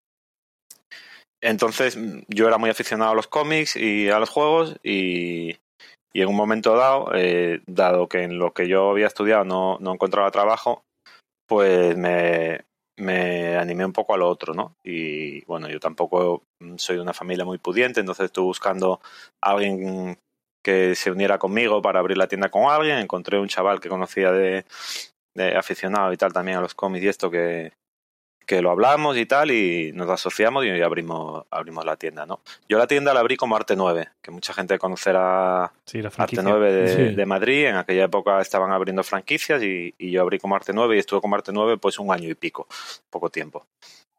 Entonces yo era muy aficionado a los cómics y a los juegos y, y en un momento dado, eh, dado que en lo que yo había estudiado no, no encontraba trabajo, pues me, me animé un poco a lo otro, ¿no? Y bueno, yo tampoco soy de una familia muy pudiente, entonces estuve buscando a alguien que se uniera conmigo para abrir la tienda con alguien. Encontré un chaval que conocía de, de aficionado y tal también a los cómics y esto que, que lo hablamos y tal y nos asociamos y abrimos, abrimos la tienda, ¿no? Yo la tienda la abrí como Arte nueve, que mucha gente conocerá Sí, la Arte franquicia. nueve de, Sí. de Madrid. En aquella época estaban abriendo franquicias y, y yo abrí como Arte nueve y estuve como Arte nueve pues un año y pico, poco tiempo.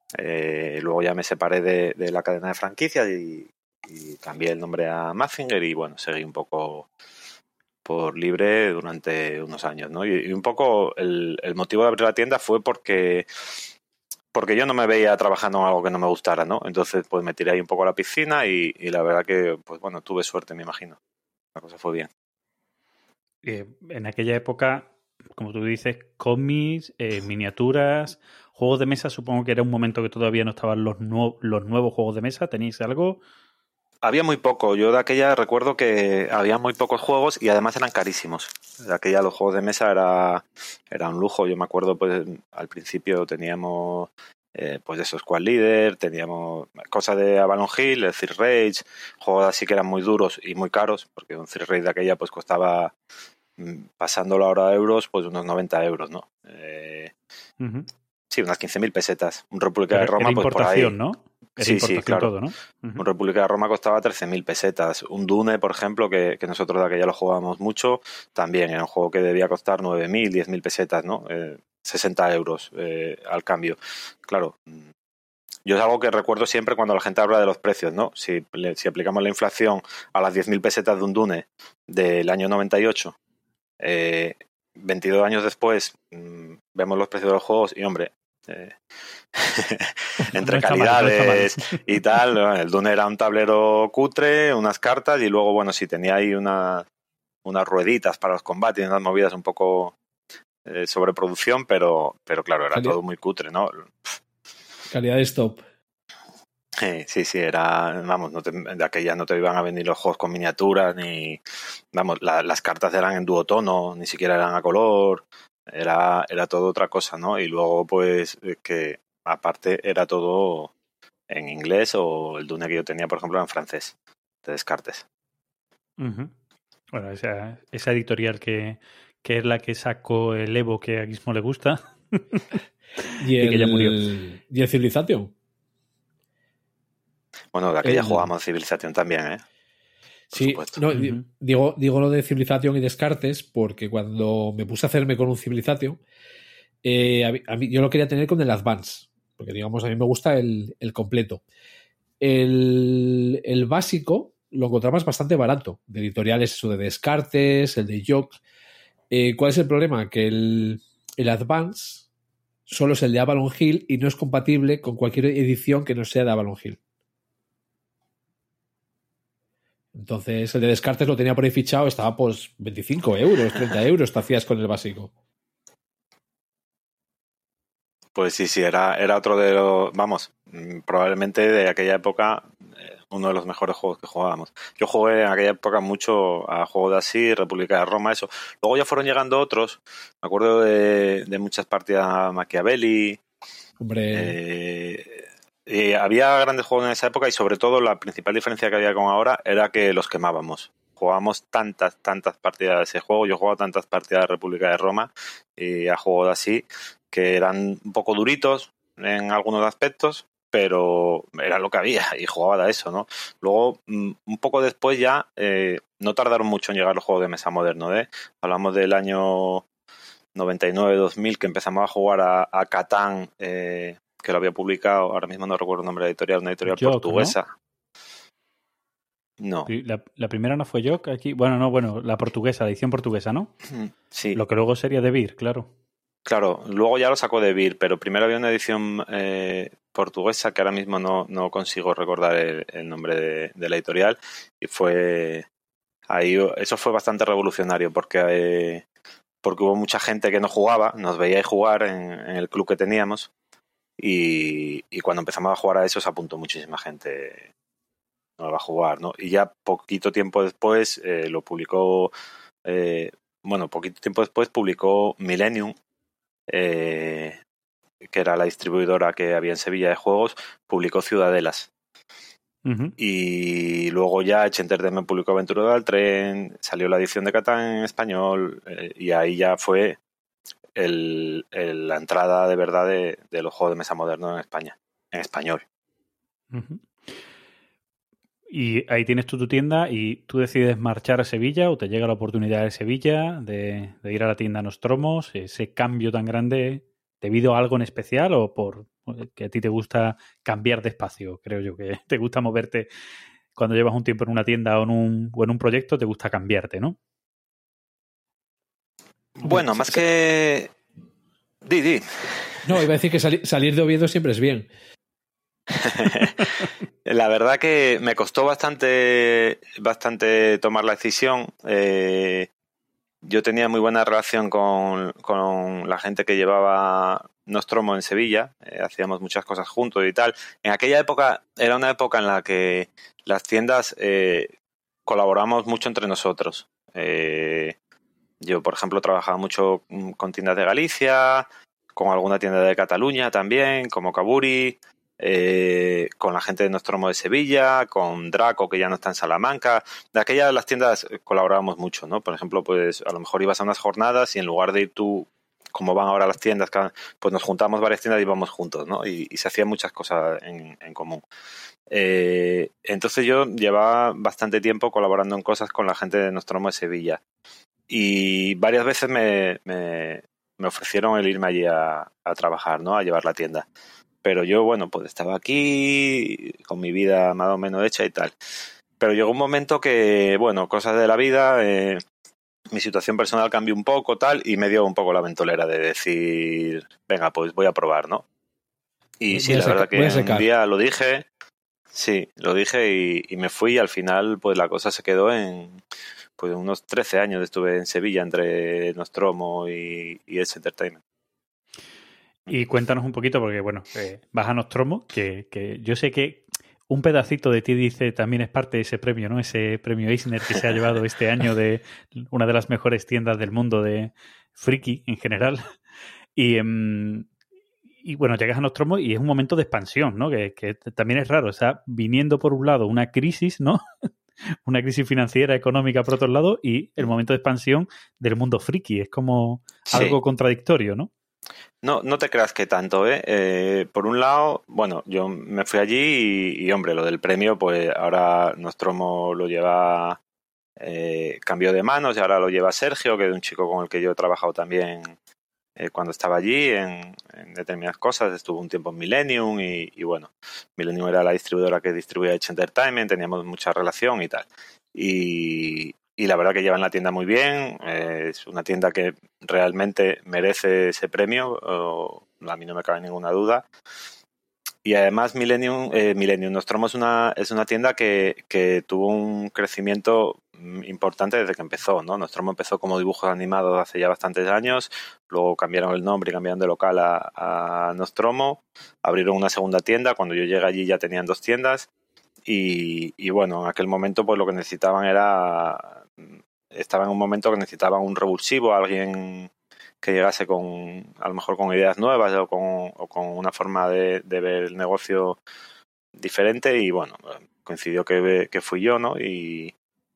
Eh, luego ya me separé de, de la cadena de franquicias y, y cambié el nombre a Mazinger y bueno, seguí un poco por libre durante unos años, ¿no? Y, y un poco el, el motivo de abrir la tienda fue porque porque yo no me veía trabajando en algo que no me gustara, ¿no? Entonces pues me tiré ahí un poco a la piscina y, y la verdad que pues bueno, tuve suerte, me imagino. La cosa fue bien. Eh, en aquella época, como tú dices, cómics, eh, miniaturas, juegos de mesa, supongo que era un momento que todavía no estaban los, nuevos los nuevos juegos de mesa. ¿Tenéis algo? Había muy poco. Yo de aquella recuerdo que había muy pocos juegos y además eran carísimos. De aquella los juegos de mesa era, era un lujo. Yo me acuerdo, pues al principio teníamos eh, pues eso, Squad Leader, teníamos cosas de Avalon Hill, el Third Rage, juegos así que eran muy duros y muy caros, porque un Third Rage de aquella pues costaba, pasándolo ahora a euros, pues unos noventa euros, ¿no? Eh, Uh-huh. sí, unas quince mil pesetas. Un República Pero de Roma, era pues por ahí. importación, ¿no? Era Sí, importación sí, claro. todo, ¿no? Uh-huh. Un República de Roma costaba trece mil pesetas. Un Dune, por ejemplo, que, que nosotros de aquella lo jugábamos mucho, también era un juego que debía costar nueve mil, diez mil pesetas, ¿no? Eh, sesenta euros eh, al cambio. Claro, yo es algo que recuerdo siempre cuando la gente habla de los precios, ¿no? Si, si aplicamos la inflación a las diez mil pesetas de un Dune del año noventa y ocho, eh, veintidós años después, mmm, vemos los precios de los juegos y, hombre, eh, entre No está mal, no calidades está mal. y tal, el Dune era un tablero cutre, unas cartas y luego, bueno, sí tenía ahí una, unas rueditas para los combates y unas movidas un poco eh, sobre producción, pero, pero claro, era Calidad. todo muy cutre, ¿no? Calidad de stop. Sí, sí, sí, era, vamos, no te, de aquella no te iban a venir los juegos con miniaturas, ni, vamos, la, las cartas eran en duotono, ni siquiera eran a color, era, era todo otra cosa, ¿no? Y luego, pues, que aparte era todo en inglés o el Dune que yo tenía, por ejemplo, en francés, de Descartes. Uh-huh. Bueno, esa, esa editorial que, que es la que sacó el Evo que a Gizmo le gusta. Y el, Y que ya murió. y el Civilization. Bueno, de aquella El- jugábamos Civilización también, ¿eh? Por Sí, supuesto. no, Ujú. di- digo, digo lo de Civilization y Descartes porque cuando me puse a hacerme con un Civilization, eh, a mí- a mí- yo lo quería tener con el Advance, porque digamos, a mí me gusta el, el completo. El, el básico lo encontrabas bastante barato, de editoriales, eso de Descartes, el de Yock. Eh, ¿cuál es el problema? Que el, el Advance solo es el de Avalon Hill y no es compatible con cualquier edición que no sea de Avalon Hill. Entonces el de Descartes lo tenía por ahí fichado, estaba pues veinticinco euros, treinta euros te hacías con el básico. Pues sí, sí, era, era otro de los, vamos, mm, probablemente de aquella época eh, uno de los mejores juegos que jugábamos. Yo jugué en aquella época mucho a juegos de así, República de Roma, eso. Luego ya fueron llegando otros, me acuerdo de, de muchas partidas Machiavelli, Hombre, eh, y había grandes juegos en esa época y sobre todo la principal diferencia que había con ahora era que los quemábamos. Jugábamos tantas, tantas partidas de ese juego. Yo he jugado tantas partidas de República de Roma y a juegos así que eran un poco duritos en algunos aspectos, pero era lo que había y jugaba de eso, ¿no? Luego, un poco después ya, eh, no tardaron mucho en llegar los juegos de mesa modernos, ¿eh? Hablamos del año noventa y nueve dos mil que empezamos a jugar a, a Catán, eh, que lo había publicado, ahora mismo no recuerdo el nombre de la editorial, una editorial Yock, portuguesa. No. La, la primera no fue Yock aquí. Bueno, no, bueno, la portuguesa, la edición portuguesa, ¿no? Sí. Lo que luego sería De Beer, claro. Claro, luego ya lo sacó De Beer, pero primero había una edición eh, portuguesa que ahora mismo no, no consigo recordar el, el nombre de, de la editorial y fue ahí, eso fue bastante revolucionario porque eh, porque hubo mucha gente que no jugaba, nos veía jugar en, en el club que teníamos, y, y cuando empezamos a jugar a eso se apuntó muchísima gente nueva a jugar, ¿no? Y ya poquito tiempo después eh, lo publicó, eh, bueno, poquito tiempo después publicó Millennium, eh, que era la distribuidora que había en Sevilla de juegos, publicó Ciudadelas. Uh-huh. Y luego ya Edge Entertainment publicó Aventura del Tren, salió la edición de Catán en español, eh, y ahí ya fue el, el, la entrada de verdad de, de los juegos de mesa modernos en España, en español. Uh-huh. Y ahí tienes tú tu tienda y tú decides marchar a Sevilla o te llega la oportunidad de Sevilla de, de ir a la tienda Nostromos, ese cambio tan grande debido a algo en especial o por que a ti te gusta cambiar de espacio. Creo yo que te gusta moverte cuando llevas un tiempo en una tienda o en un, o en un proyecto, te gusta cambiarte, ¿no? Bueno, más que... Di, di. No, iba a decir que sali- salir de Oviedo siempre es bien. La verdad que me costó bastante, bastante tomar la decisión. Eh, yo tenía muy buena relación con, con la gente que llevaba Nostromo en Sevilla. Eh, hacíamos muchas cosas juntos y tal. En aquella época era una época en la que las tiendas eh, colaboramos mucho entre nosotros. Eh, yo, por ejemplo, trabajaba mucho con tiendas de Galicia, con alguna tienda de Cataluña también, como Caburi. Eh, con la gente de Nostromo de Sevilla, con Draco, que ya no está en Salamanca. De aquellas las tiendas colaborábamos mucho, ¿no? Por ejemplo, pues a lo mejor ibas a unas jornadas y en lugar de ir tú, como van ahora las tiendas, pues nos juntamos varias tiendas y íbamos juntos, ¿no? Y, y se hacían muchas cosas en, en común. Eh, entonces yo llevaba bastante tiempo colaborando en cosas con la gente de Nostromo de Sevilla. Y varias veces me, me, me ofrecieron el irme allí a, a trabajar, ¿no? A llevar la tienda. Pero yo, bueno, pues estaba aquí con mi vida más o menos hecha y tal. Pero llegó un momento que, bueno, cosas de la vida, eh, mi situación personal cambió un poco, tal, y me dio un poco la ventolera de decir, venga, pues voy a probar, ¿no? Y voy sí, la seca, verdad que un día lo dije, sí, lo dije y, y me fui y al final, pues la cosa se quedó en, pues unos trece años estuve en Sevilla entre Nostromo y, y Edge Entertainment. Y cuéntanos un poquito, porque bueno, eh, vas a Nostromo, que, que yo sé que un pedacito de ti dice también es parte de ese premio, ¿no? Ese premio Eisner que se ha llevado este año de una de las mejores tiendas del mundo de friki en general. Y, um, y bueno, llegas a Nostromo y es un momento de expansión, ¿no? Que, que también es raro. Está viniendo por un lado una crisis, ¿no? Una crisis financiera, económica por otro lado, y el momento de expansión del mundo friki. Es como sí. Algo contradictorio, ¿no? No, no te creas que tanto, ¿eh? ¿eh? Por un lado, bueno, yo me fui allí y, y hombre, lo del premio, pues ahora Nostromo lo lleva, eh, cambió de manos y ahora lo lleva Sergio, que es un chico con el que yo he trabajado también eh, cuando estaba allí en, en determinadas cosas. Estuvo un tiempo en Millennium y, y bueno, Millennium era la distribuidora que distribuía Edge Entertainment, teníamos mucha relación y tal. Y... Y la verdad que llevan la tienda muy bien, eh, es una tienda que realmente merece ese premio, o, a mí no me cabe ninguna duda. Y además Millennium, eh, Millennium Nostromo es una, es una tienda que, que tuvo un crecimiento importante desde que empezó, ¿no? Nostromo empezó como dibujos animados hace ya bastantes años, luego cambiaron el nombre y cambiaron de local a, a Nostromo, abrieron una segunda tienda, cuando yo llegué allí ya tenían dos tiendas. Y, y bueno, en aquel momento pues lo que necesitaban era, estaba en un momento que necesitaban un revulsivo, alguien que llegase con, a lo mejor con ideas nuevas o con, o con una forma de, de ver el negocio diferente y bueno, coincidió que, que fui yo, ¿no? Y,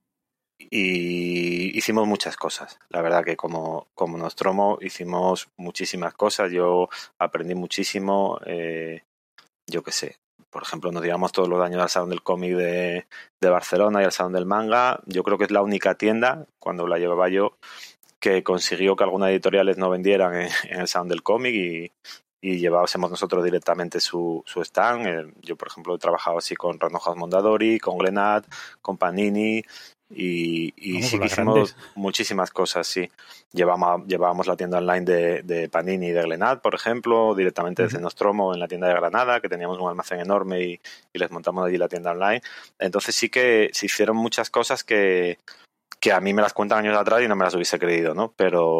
y hicimos muchas cosas. La verdad que como, como Nostromo hicimos muchísimas cosas, yo aprendí muchísimo, eh, yo qué sé. Por ejemplo, nos íbamos todos los años al Salón del Cómic de, de Barcelona y al Salón del Manga. Yo creo que es la única tienda, cuando la llevaba yo, que consiguió que algunas editoriales no vendieran en, en el Salón del Cómic y, y llevásemos nosotros directamente su, su stand. Eh, yo, por ejemplo, he trabajado así con Random Mondadori, con Glenad, con Panini y, y sí que hicimos grandes. Muchísimas cosas, sí. Llevamos, llevábamos la tienda online de, de Panini y de Glenad, por ejemplo, directamente desde uh-huh. Nostromo en la tienda de Granada, que teníamos un almacén enorme y, y les montamos allí la tienda online. Entonces sí que se hicieron muchas cosas que, que a mí me las cuentan años atrás y no me las hubiese creído, ¿no? Pero,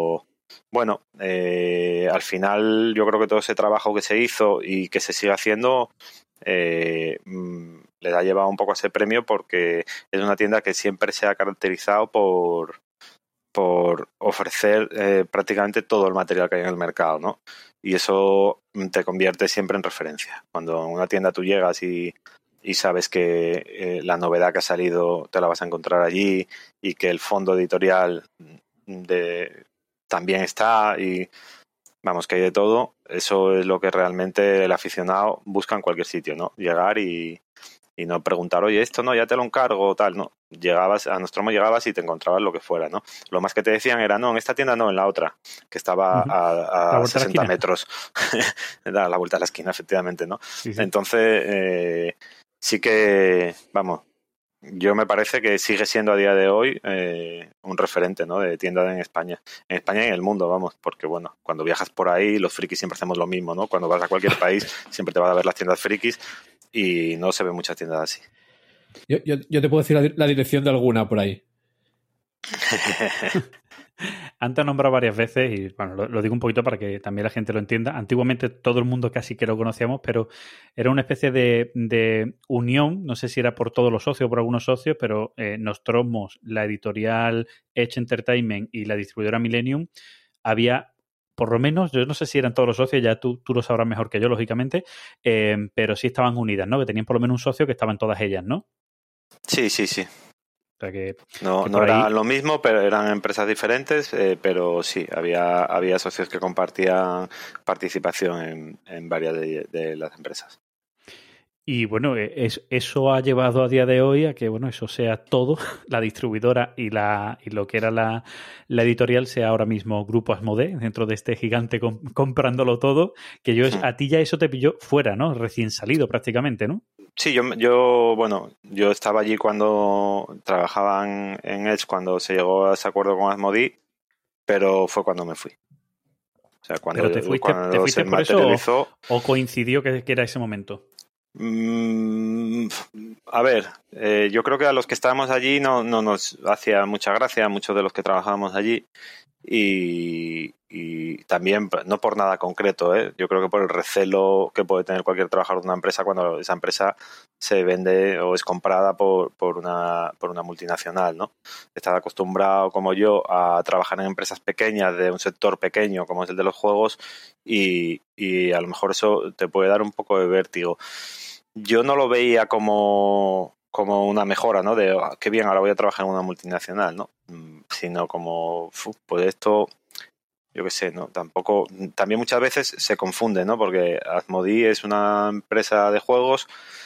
bueno, eh, al final yo creo que todo ese trabajo que se hizo y que se sigue haciendo eh, le ha llevado un poco a ese premio, porque es una tienda que siempre se ha caracterizado por, por ofrecer eh, prácticamente todo el material que hay en el mercado, ¿no? Y eso te convierte siempre en referencia. Cuando en una tienda tú llegas y, y sabes que eh, la novedad que ha salido te la vas a encontrar allí, y que el fondo editorial de, también está, y vamos, que hay de todo, eso es lo que realmente el aficionado busca en cualquier sitio, ¿no? Llegar y, y no preguntar, oye, esto no, ya te lo encargo, tal, no. Llegabas, a Nostromo llegabas y te encontrabas lo que fuera, ¿no? Lo más que te decían era, no, en esta tienda no, en la otra, que estaba Uh-huh. a, a sesenta a metros. Da la vuelta a la esquina, efectivamente, ¿no? Sí, sí. Entonces, eh, sí que, vamos, yo me parece que sigue siendo a día de hoy eh, un referente, ¿no? De tienda en España. En España y en el mundo, vamos, porque bueno, cuando viajas por ahí, los frikis siempre hacemos lo mismo, ¿no? Cuando vas a cualquier país, siempre te vas a ver las tiendas frikis y no se ven muchas tiendas así. Yo, yo, yo te puedo decir la, la dirección de alguna por ahí. Antes he nombrado varias veces y bueno, lo, lo digo un poquito para que también la gente lo entienda. Antiguamente todo el mundo casi que lo conocíamos, pero era una especie de, de unión, no sé si era por todos los socios o por algunos socios, pero eh, Nostromos, la editorial Edge Entertainment y la distribuidora Millennium, había por lo menos, yo no sé si eran todos los socios, ya tú, tú lo sabrás mejor que yo, lógicamente, eh, pero sí estaban unidas, ¿no? Que tenían por lo menos un socio que estaba en todas ellas, ¿no? Sí, sí, sí. O sea que, no que no por era ahí... lo mismo, pero eran empresas diferentes, eh, pero sí, había, había socios que compartían participación en, en varias de, de las empresas. Y bueno, es, eso ha llevado a día de hoy a que bueno, eso sea todo, la distribuidora y la y lo que era la, la editorial sea ahora mismo Grupo Asmodee, dentro de este gigante comp- comprándolo todo, que yo a ti ya eso te pilló fuera, ¿no? Recién salido prácticamente, ¿no? Sí, yo, yo, bueno, yo estaba allí cuando trabajaban en Edge, cuando se llegó a ese acuerdo con Asmodee, pero fue cuando me fui. O sea, cuando, ¿Pero te fuiste, cuando te fuiste se por eso materializó... o, o coincidió que, que era ese momento? Mm, a ver, eh, yo creo que a los que estábamos allí no, no nos hacía mucha gracia, muchos de los que trabajábamos allí, y, y también no por nada concreto, ¿eh? Yo creo que por el recelo que puede tener cualquier trabajador de una empresa cuando esa empresa se vende o es comprada por, por, una, por una multinacional, ¿no? Estar acostumbrado como yo a trabajar en empresas pequeñas de un sector pequeño como es el de los juegos, y, y a lo mejor eso te puede dar un poco de vértigo. Yo no lo veía como, como una mejora, ¿no? De oh, qué bien, ahora voy a trabajar en una multinacional, ¿no? Sino como, uf, pues esto, yo qué sé, ¿no? Tampoco, también muchas veces se confunde, ¿no? Porque Asmodee es una empresa de juegos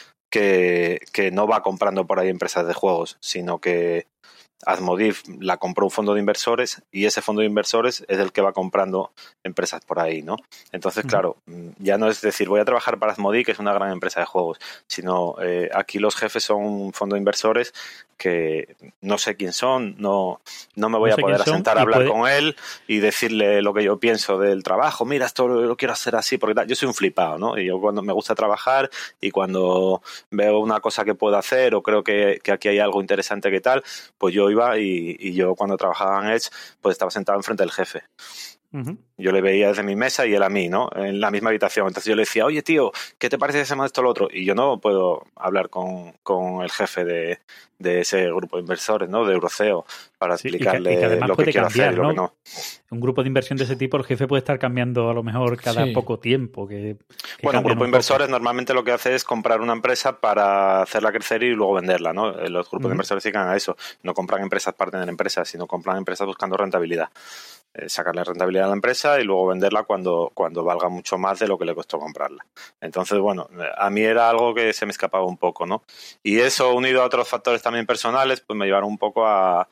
que, que no va comprando por ahí empresas de juegos, sino que Asmodee la compró un fondo de inversores y ese fondo de inversores es el que va comprando empresas por ahí, ¿no? Entonces, claro, ya no es decir voy a trabajar para Asmodee, que es una gran empresa de juegos, sino eh, aquí los jefes son un fondo de inversores que no sé quién son, no, no me voy no sé a poder sentar a hablar puede... con él y decirle lo que yo pienso del trabajo, mira, esto lo, lo quiero hacer así, porque tal. Yo soy un flipado, ¿no? Y yo cuando me gusta trabajar y cuando veo una cosa que puedo hacer o creo que, que aquí hay algo interesante que tal, pues yo iba y, y yo cuando trabajaba en Edge pues estaba sentado enfrente del jefe. Uh-huh. Yo le veía desde mi mesa y él a mí, ¿no? En la misma habitación. Entonces yo le decía, oye tío, ¿qué te parece si hacemos esto o lo otro? Y yo no puedo hablar con, con el jefe de, de ese grupo de inversores, ¿no? De Euroceo, para sí, explicarle y que, y que lo que quiero cambiar, hacer y lo ¿no? que no. Un grupo de inversión de ese tipo, el jefe puede estar cambiando a lo mejor cada sí. poco tiempo. Que, que bueno, un grupo de un inversores normalmente lo que hace es comprar una empresa para hacerla crecer y luego venderla, ¿no? Los grupos uh-huh. de inversores se dedican a eso. No compran empresas para tener empresas, sino compran empresas buscando rentabilidad. Eh, sacarle rentabilidad a la empresa y luego venderla cuando, cuando valga mucho más de lo que le costó comprarla. Entonces, bueno, a mí era algo que se me escapaba un poco, ¿no? Y eso, unido a otros factores también personales, pues me llevaron un poco a,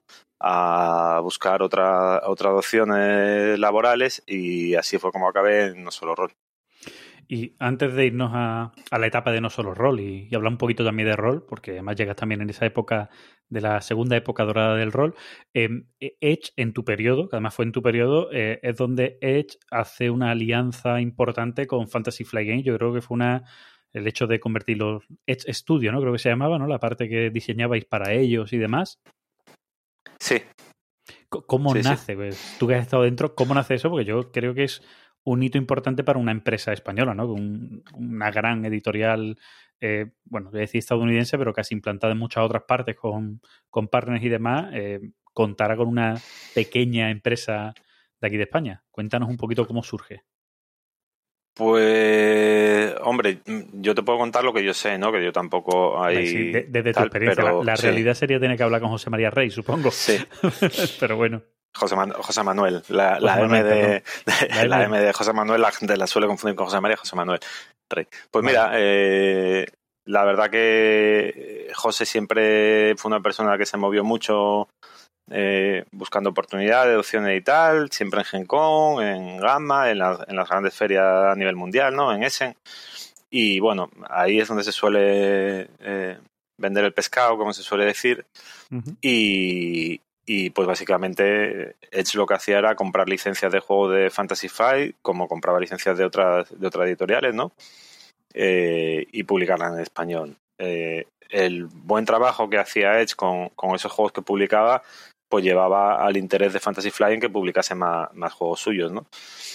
a buscar otra, otras opciones laborales y así fue como acabé en No Solo Rol. Y antes de irnos a, a la etapa de No Solo Rol y, y hablar un poquito también de rol, porque además llegas también en esa época de la segunda época dorada del rol, eh, Edge en tu periodo, que además fue en tu periodo, eh, es donde Edge hace una alianza importante con Fantasy Flight Games. Yo creo que fue una el hecho de convertir los Edge Studio, ¿no? Creo que se llamaba, ¿no? La parte que diseñabais para ellos y demás. Sí. ¿Cómo Sí, sí. nace? Pues, tú que has estado dentro, ¿cómo nace eso? Porque yo creo que es un hito importante para una empresa española, ¿no? Un- una gran editorial, eh, bueno, voy a decir estadounidense, pero casi implantada en muchas otras partes con, con partners y demás, eh, contara con una pequeña empresa de aquí de España. Cuéntanos un poquito cómo surge. Pues, hombre, yo te puedo contar lo que yo sé, ¿no? Que yo tampoco hay... Sí, de- desde tu tal, experiencia. pero la la sí. realidad sería tener que hablar con José María Rey, supongo. Sí. Pero bueno. José, Man- José Manuel, la, José la Manuel, M de, La de- la M. M de José Manuel, la gente la suele confundir con José María, José Manuel Rey. Pues mira, eh, la verdad que José siempre fue una persona que se movió mucho eh, buscando oportunidades, opciones y tal, siempre en Gen Con, en Gamma, en, las- en las grandes ferias a nivel mundial, ¿no? En Essen. Y bueno, ahí es donde se suele eh, vender el pescado, como se suele decir. Ujú. Y, y pues básicamente Edge lo que hacía era comprar licencias de juego de Fantasy Flight, como compraba licencias de otras, de otras editoriales, ¿no? Eh, y publicarlas en español. Eh, el buen trabajo que hacía Edge con, con esos juegos que publicaba, pues llevaba al interés de Fantasy Flight en que publicase más, más juegos suyos, ¿no?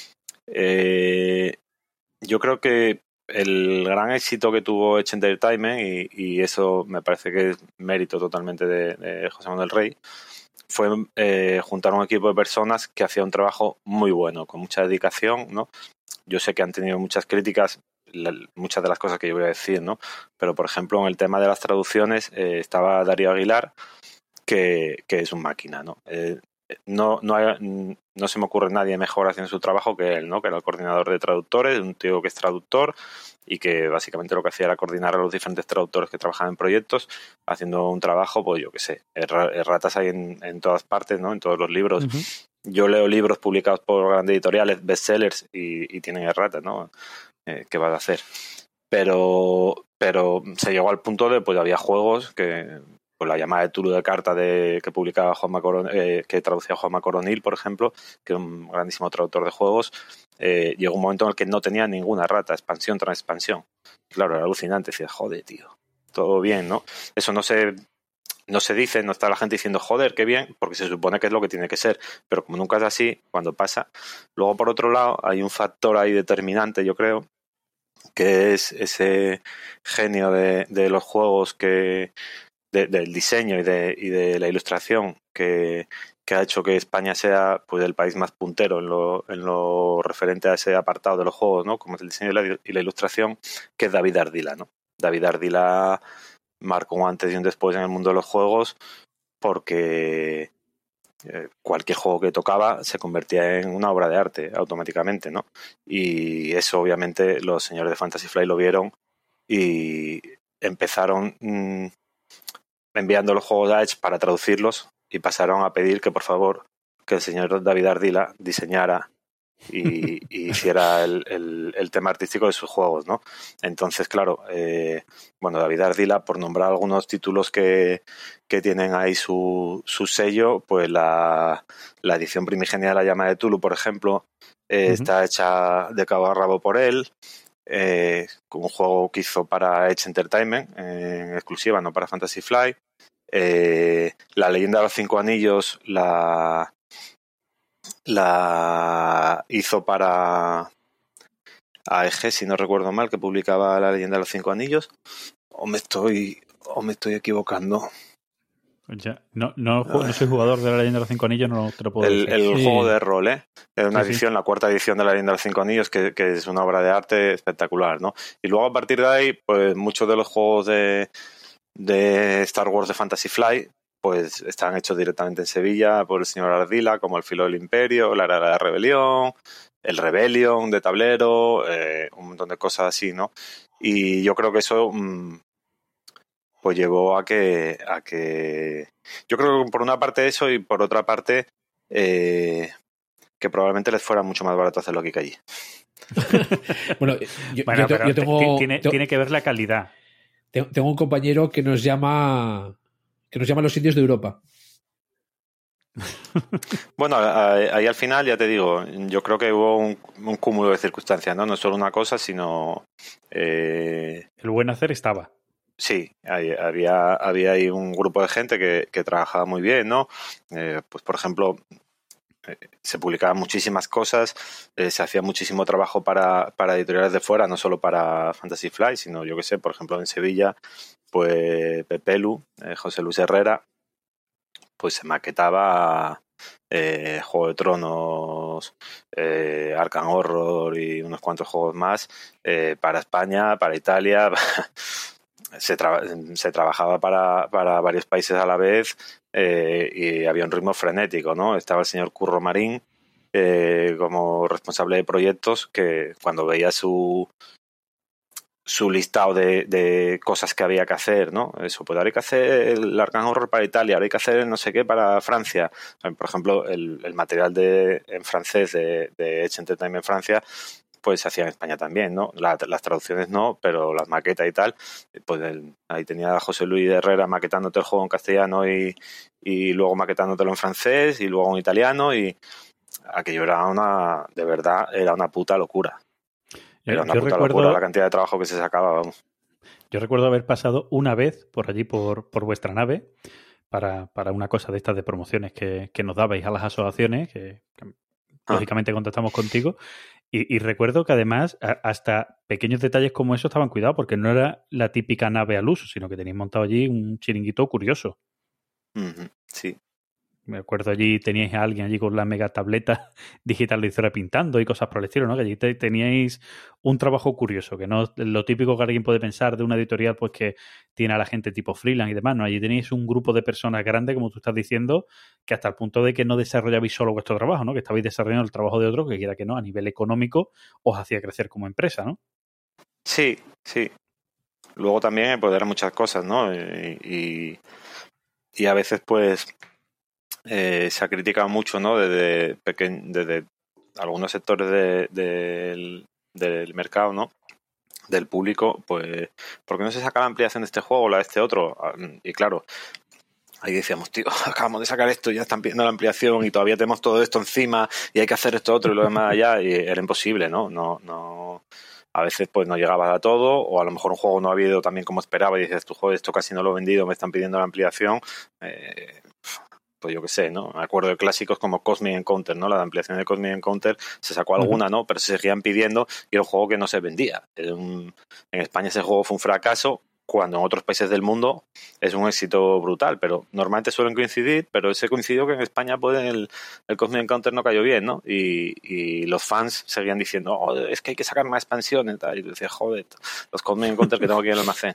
Eh, yo creo que el gran éxito que tuvo Edge Entertainment, y, y eso me parece que es mérito totalmente de, de José Manuel Rey, fue eh, juntar un equipo de personas que hacía un trabajo muy bueno, con mucha dedicación, ¿no? Yo sé que han tenido muchas críticas, la, muchas de las cosas que yo voy a decir, ¿no? Pero, por ejemplo, en el tema de las traducciones eh, estaba Darío Aguilar, que, que es un máquina, ¿no? Eh, no, no, hay, no se me ocurre nadie mejor haciendo su trabajo que él, ¿no? Que era el coordinador de traductores, un tío que es traductor y que básicamente lo que hacía era coordinar a los diferentes traductores que trabajaban en proyectos, haciendo un trabajo, pues yo qué sé, erra- erratas hay en, en todas partes, ¿no? En todos los libros. Ujú. Yo leo libros publicados por grandes editoriales, bestsellers, y, y tienen erratas, ¿no? Eh, ¿Qué vas a hacer? Pero, pero se llegó al punto de, pues había juegos que... Pues la llamada de Tulu de carta de, que publicaba Juanma Coronel, eh, que traducía Juanma Coronil, por ejemplo, que es un grandísimo traductor de juegos, eh, llegó un momento en el que no tenía ninguna rata, expansión tras expansión. Claro, era alucinante, decía, joder, tío, todo bien, ¿no? Eso no se, no se dice, no está la gente diciendo, joder, qué bien, porque se supone que es lo que tiene que ser, pero como nunca es así, cuando pasa. Luego, por otro lado, hay un factor ahí determinante, yo creo, que es ese genio de, de los juegos que... De, del diseño y de, y de la ilustración que, que ha hecho que España sea pues el país más puntero en lo, en lo referente a ese apartado de los juegos, ¿no? Como es el diseño y la, y la ilustración, que es David Ardila, ¿no? David Ardila marcó un antes y un después en el mundo de los juegos porque eh, cualquier juego que tocaba se convertía en una obra de arte automáticamente, ¿no? Y eso obviamente los señores de Fantasy Flight lo vieron y empezaron... Mmm, enviando los juegos a Edge para traducirlos y pasaron a pedir que por favor que el señor David Ardila diseñara y, y hiciera el, el, el tema artístico de sus juegos, ¿no? Entonces, claro, eh, bueno, David Ardila, por nombrar algunos títulos que, que tienen ahí su, su sello, pues la, la edición primigenia de La Llama de Tulu, por ejemplo, eh, uh-huh. está hecha de cabo a rabo por él. Eh, un juego que hizo para Edge Entertainment en exclusiva, no para Fantasy Flight. Eh, la Leyenda de los Cinco Anillos la, la hizo para A E G, si no recuerdo mal, que publicaba La Leyenda de los Cinco Anillos. O me estoy, o me estoy equivocando. Ya, no, no, no soy jugador de La Leyenda de los Cinco Anillos, no te lo puedo el, decir. El sí. juego de rol, ¿eh? Es una sí, edición, sí. la cuarta edición de La Leyenda de los Cinco Anillos, que, que es una obra de arte espectacular, ¿no? Y luego a partir de ahí, pues muchos de los juegos de, de Star Wars de Fantasy Flight, pues están hechos directamente en Sevilla por el señor Ardila, como El Filo del Imperio, La Era de la Rebelión, el Rebellion de tablero, eh, un montón de cosas así, ¿no? Y yo creo que eso... Mmm, pues llevó a que, a que... Yo creo que por una parte eso y por otra parte eh, que probablemente les fuera mucho más barato hacerlo aquí que allí. Bueno, yo, bueno, yo, pero yo tengo, tiene, tengo, tiene que ver la calidad. Tengo un compañero que nos llama que nos llama los indios de Europa. Bueno, ahí al final ya te digo, yo creo que hubo un, un cúmulo de circunstancias, ¿no? No solo una cosa, sino... Eh... El buen hacer estaba. Sí, hay- había, había ahí un grupo de gente que, que trabajaba muy bien, ¿no? Eh, pues, por ejemplo, eh, se publicaban muchísimas cosas, eh, se hacía muchísimo trabajo para, para editoriales de fuera, no solo para Fantasy Flight, sino, yo que sé, por ejemplo, en Sevilla, pues Pepelu, eh, José Luis Herrera, pues se maquetaba eh, Juego de Tronos, eh, Arkham Horror y unos cuantos juegos más eh, para España, para Italia. Se, tra se trabajaba para, para varios países a la vez eh, y había un ritmo frenético, ¿no? Estaba el señor Curro Marín eh, como responsable de proyectos, que cuando veía su su listado de, de cosas que había que hacer, ¿no? Eso, pues ahora hay que hacer el Arkham Horror para Italia, ahora hay que hacer no sé qué para Francia. Por ejemplo, el, el material de en francés de, de Edge Entertainment Francia, pues se hacía en España también, ¿no? La, las traducciones no, pero las maquetas y tal, pues el, ahí tenía a José Luis Herrera maquetándote el juego en castellano y, y luego maquetándotelo en francés y luego en italiano, y aquello era una, de verdad, era una puta locura. Era una yo puta recuerdo, locura la cantidad de trabajo que se sacaba, vamos. Yo recuerdo haber pasado una vez por allí, por, por vuestra nave, para, para una cosa de estas de promociones que, que nos dabais a las asociaciones, que, que Ah. lógicamente contactamos contigo, y, y recuerdo que además a, hasta pequeños detalles como eso estaban cuidados, porque no era la típica nave al uso, sino que tenéis montado allí un chiringuito curioso. Uh-huh. Sí. Me acuerdo allí, teníais a alguien allí con la mega tableta digitalizadora pintando y cosas por el estilo, ¿no? Que allí te, teníais un trabajo curioso, que no es lo típico que alguien puede pensar de una editorial, pues que tiene a la gente tipo freelance y demás, ¿no? Allí tenéis un grupo de personas grande, como tú estás diciendo, que hasta el punto de que no desarrollabais solo vuestro trabajo, ¿no? Que estabais desarrollando el trabajo de otro, que quiera que no, a nivel económico, os hacía crecer como empresa, ¿no? Sí, sí. Luego también pues eran muchas cosas, ¿no? Y, y, y a veces pues eh, se ha criticado mucho, ¿no? Desde, peque- desde algunos sectores de, de, del, del mercado, ¿no? Del público, pues, ¿por qué no se saca la ampliación de este juego o la de este otro? Y claro, ahí decíamos, tío, acabamos de sacar esto, ya están pidiendo la ampliación y todavía tenemos todo esto encima y hay que hacer esto otro y lo demás allá, y era imposible, ¿no? No, no. A veces pues no llegaba a todo, o a lo mejor un juego no ha habido también como esperaba y dices, tú, joder, esto casi no lo he vendido, me están pidiendo la ampliación. Eh, pues yo qué sé, ¿no? Me acuerdo de clásicos como Cosmic Encounter, ¿no? La ampliación de Cosmic Encounter se sacó alguna, ¿no? Pero se seguían pidiendo y era un juego que no se vendía. Era un... En España ese juego fue un fracaso, cuando en otros países del mundo es un éxito brutal, pero normalmente suelen coincidir, pero ese coincidió que en España pues el, el Cosmic Encounter no cayó bien, ¿no? Y, y los fans seguían diciendo, oh, es que hay que sacar más expansiones, y tal. Y yo decía, joder, los Cosmic Encounter que tengo aquí en el almacén.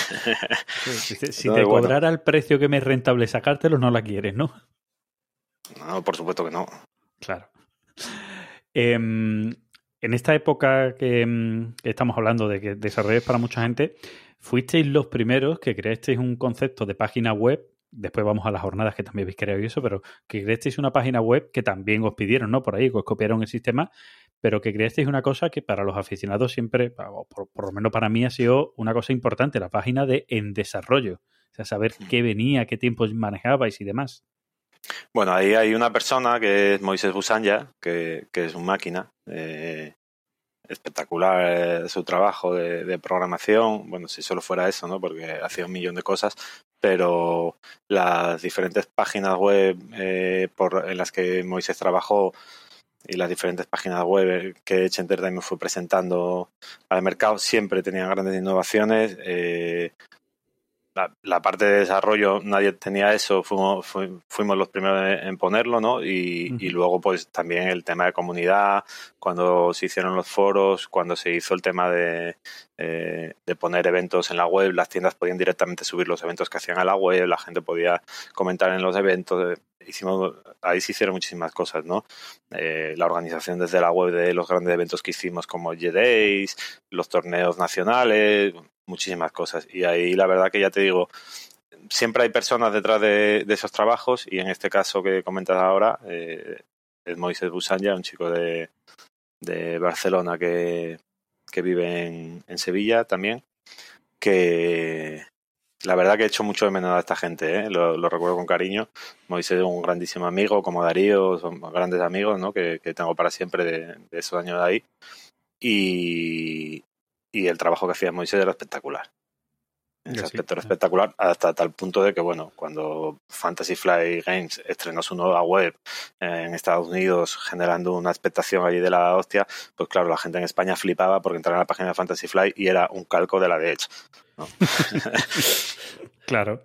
Si, si te bueno. cobrara el precio que me es rentable sacártelos, no la quieres, ¿no? No, por supuesto que no. Claro. Eh, en esta época que, que estamos hablando de que desarrolles para mucha gente, fuisteis los primeros que creasteis un concepto de página web. Después vamos a las jornadas que también habéis creado y eso, pero que creasteis una página web que también os pidieron, ¿no? Por ahí, que os copiaron el sistema, pero que creasteis una cosa que para los aficionados siempre, por, por lo menos para mí, ha sido una cosa importante, la página de en desarrollo. O sea, saber qué venía, qué tiempos manejabais y demás. Bueno, ahí hay una persona que es Moisés Busanya, que, que es un máquina. Eh, espectacular su trabajo de, de programación. Bueno, si solo fuera eso, ¿no? Porque hacía un millón de cosas, pero las diferentes páginas web eh, por, en las que Moisés trabajó y las diferentes páginas web que Edge Entertainment fue presentando al mercado siempre tenían grandes innovaciones. Eh, La, la parte de desarrollo nadie tenía eso, fuimos, fuimos los primeros en ponerlo, ¿no? Y, uh-huh. y luego pues también el tema de comunidad, cuando se hicieron los foros, cuando se hizo el tema de, eh, de poner eventos en la web, las tiendas podían directamente subir los eventos que hacían a la web, la gente podía comentar en los eventos, hicimos, ahí se hicieron muchísimas cosas, ¿no? Eh, la organización desde la web de los grandes eventos que hicimos como G-Days, los torneos nacionales, muchísimas cosas. Y ahí la verdad que ya te digo, siempre hay personas detrás de, de esos trabajos, y en este caso que comentas ahora eh, es Moisés Busanya, un chico de, de Barcelona que, que vive en, en Sevilla también, que la verdad que he hecho mucho de menos a esta gente, ¿eh? lo, lo recuerdo con cariño. Moisés es un grandísimo amigo, como Darío, son grandes amigos, ¿no? que, que tengo para siempre de, de esos años de ahí. Y, y el trabajo que hacía Moisés era espectacular. En ese Sí, aspecto era sí. espectacular, hasta tal punto de que, bueno, cuando Fantasy Flight Games estrenó su nueva web eh, en Estados Unidos, generando una expectación allí de la hostia, pues claro, la gente en España flipaba porque entraba en la página de Fantasy Flight y era un calco de la de Edge, ¿no? Claro.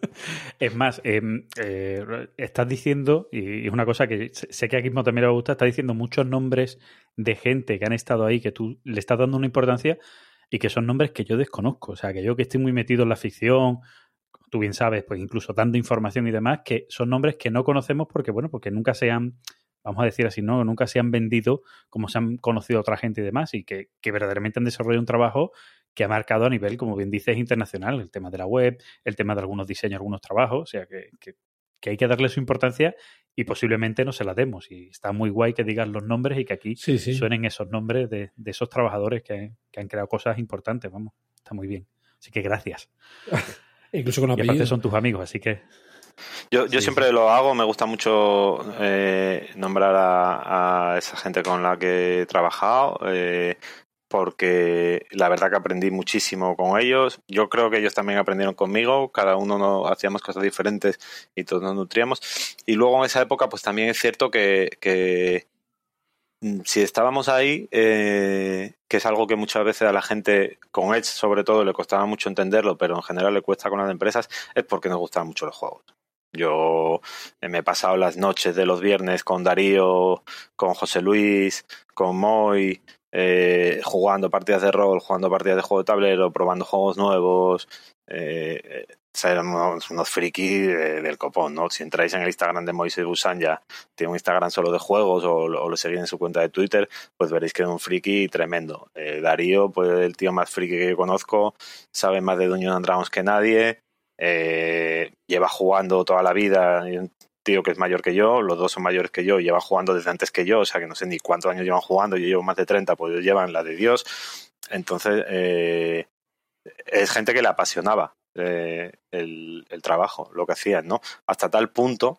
Es más, eh, eh, estás diciendo, y es una cosa que sé que a Gizmo también le gusta, estás diciendo muchos nombres de gente que han estado ahí, que tú le estás dando una importancia y que son nombres que yo desconozco. O sea, que yo que estoy muy metido en la ficción, tú bien sabes, pues incluso dando información y demás, que son nombres que no conocemos porque, bueno, porque nunca se han, vamos a decir así, no, nunca se han vendido como se han conocido otra gente y demás, y que, que verdaderamente han desarrollado un trabajo que ha marcado a nivel, como bien dices, internacional, el tema de la web, el tema de algunos diseños, algunos trabajos, o sea, que, que, que hay que darle su importancia y posiblemente no se la demos. Y está muy guay que digas los nombres y que aquí Sí, sí. suenen esos nombres de, de esos trabajadores que, que han creado cosas importantes, vamos, está muy bien. Así que gracias. Incluso con Y apellido. aparte son tus amigos, así que... Yo, yo Sí, siempre sí. lo hago, me gusta mucho eh, nombrar a, a esa gente con la que he trabajado, eh, porque la verdad que aprendí muchísimo con ellos. Yo creo que ellos también aprendieron conmigo, cada uno no, hacíamos cosas diferentes y todos nos nutríamos. Y luego en esa época pues también es cierto que, que si estábamos ahí, eh, que es algo que muchas veces a la gente, con Edge sobre todo, le costaba mucho entenderlo, pero en general le cuesta con las empresas, es porque nos gustaban mucho los juegos. Yo me he pasado las noches de los viernes con Darío, con José Luis, con Moy, eh, jugando partidas de rol, jugando partidas de juego de tablero, probando juegos nuevos. Eh, o sea, éramos unos frikis de, del copón, ¿no? Si entráis en el Instagram de Moisés Busan, ya tiene un Instagram solo de juegos, o, o lo seguís en su cuenta de Twitter, pues veréis que es un friki tremendo. Eh, Darío, pues el tío más friki que conozco, sabe más de Dungeons and Dragons que nadie. Eh, lleva jugando toda la vida, un tío que es mayor que yo, los dos son mayores que yo, lleva jugando desde antes que yo, o sea que no sé ni cuántos años llevan jugando, yo llevo más de treinta, pues ellos llevan la de Dios. Entonces eh, es gente que le apasionaba eh, el, el trabajo, lo que hacían, ¿no? Hasta tal punto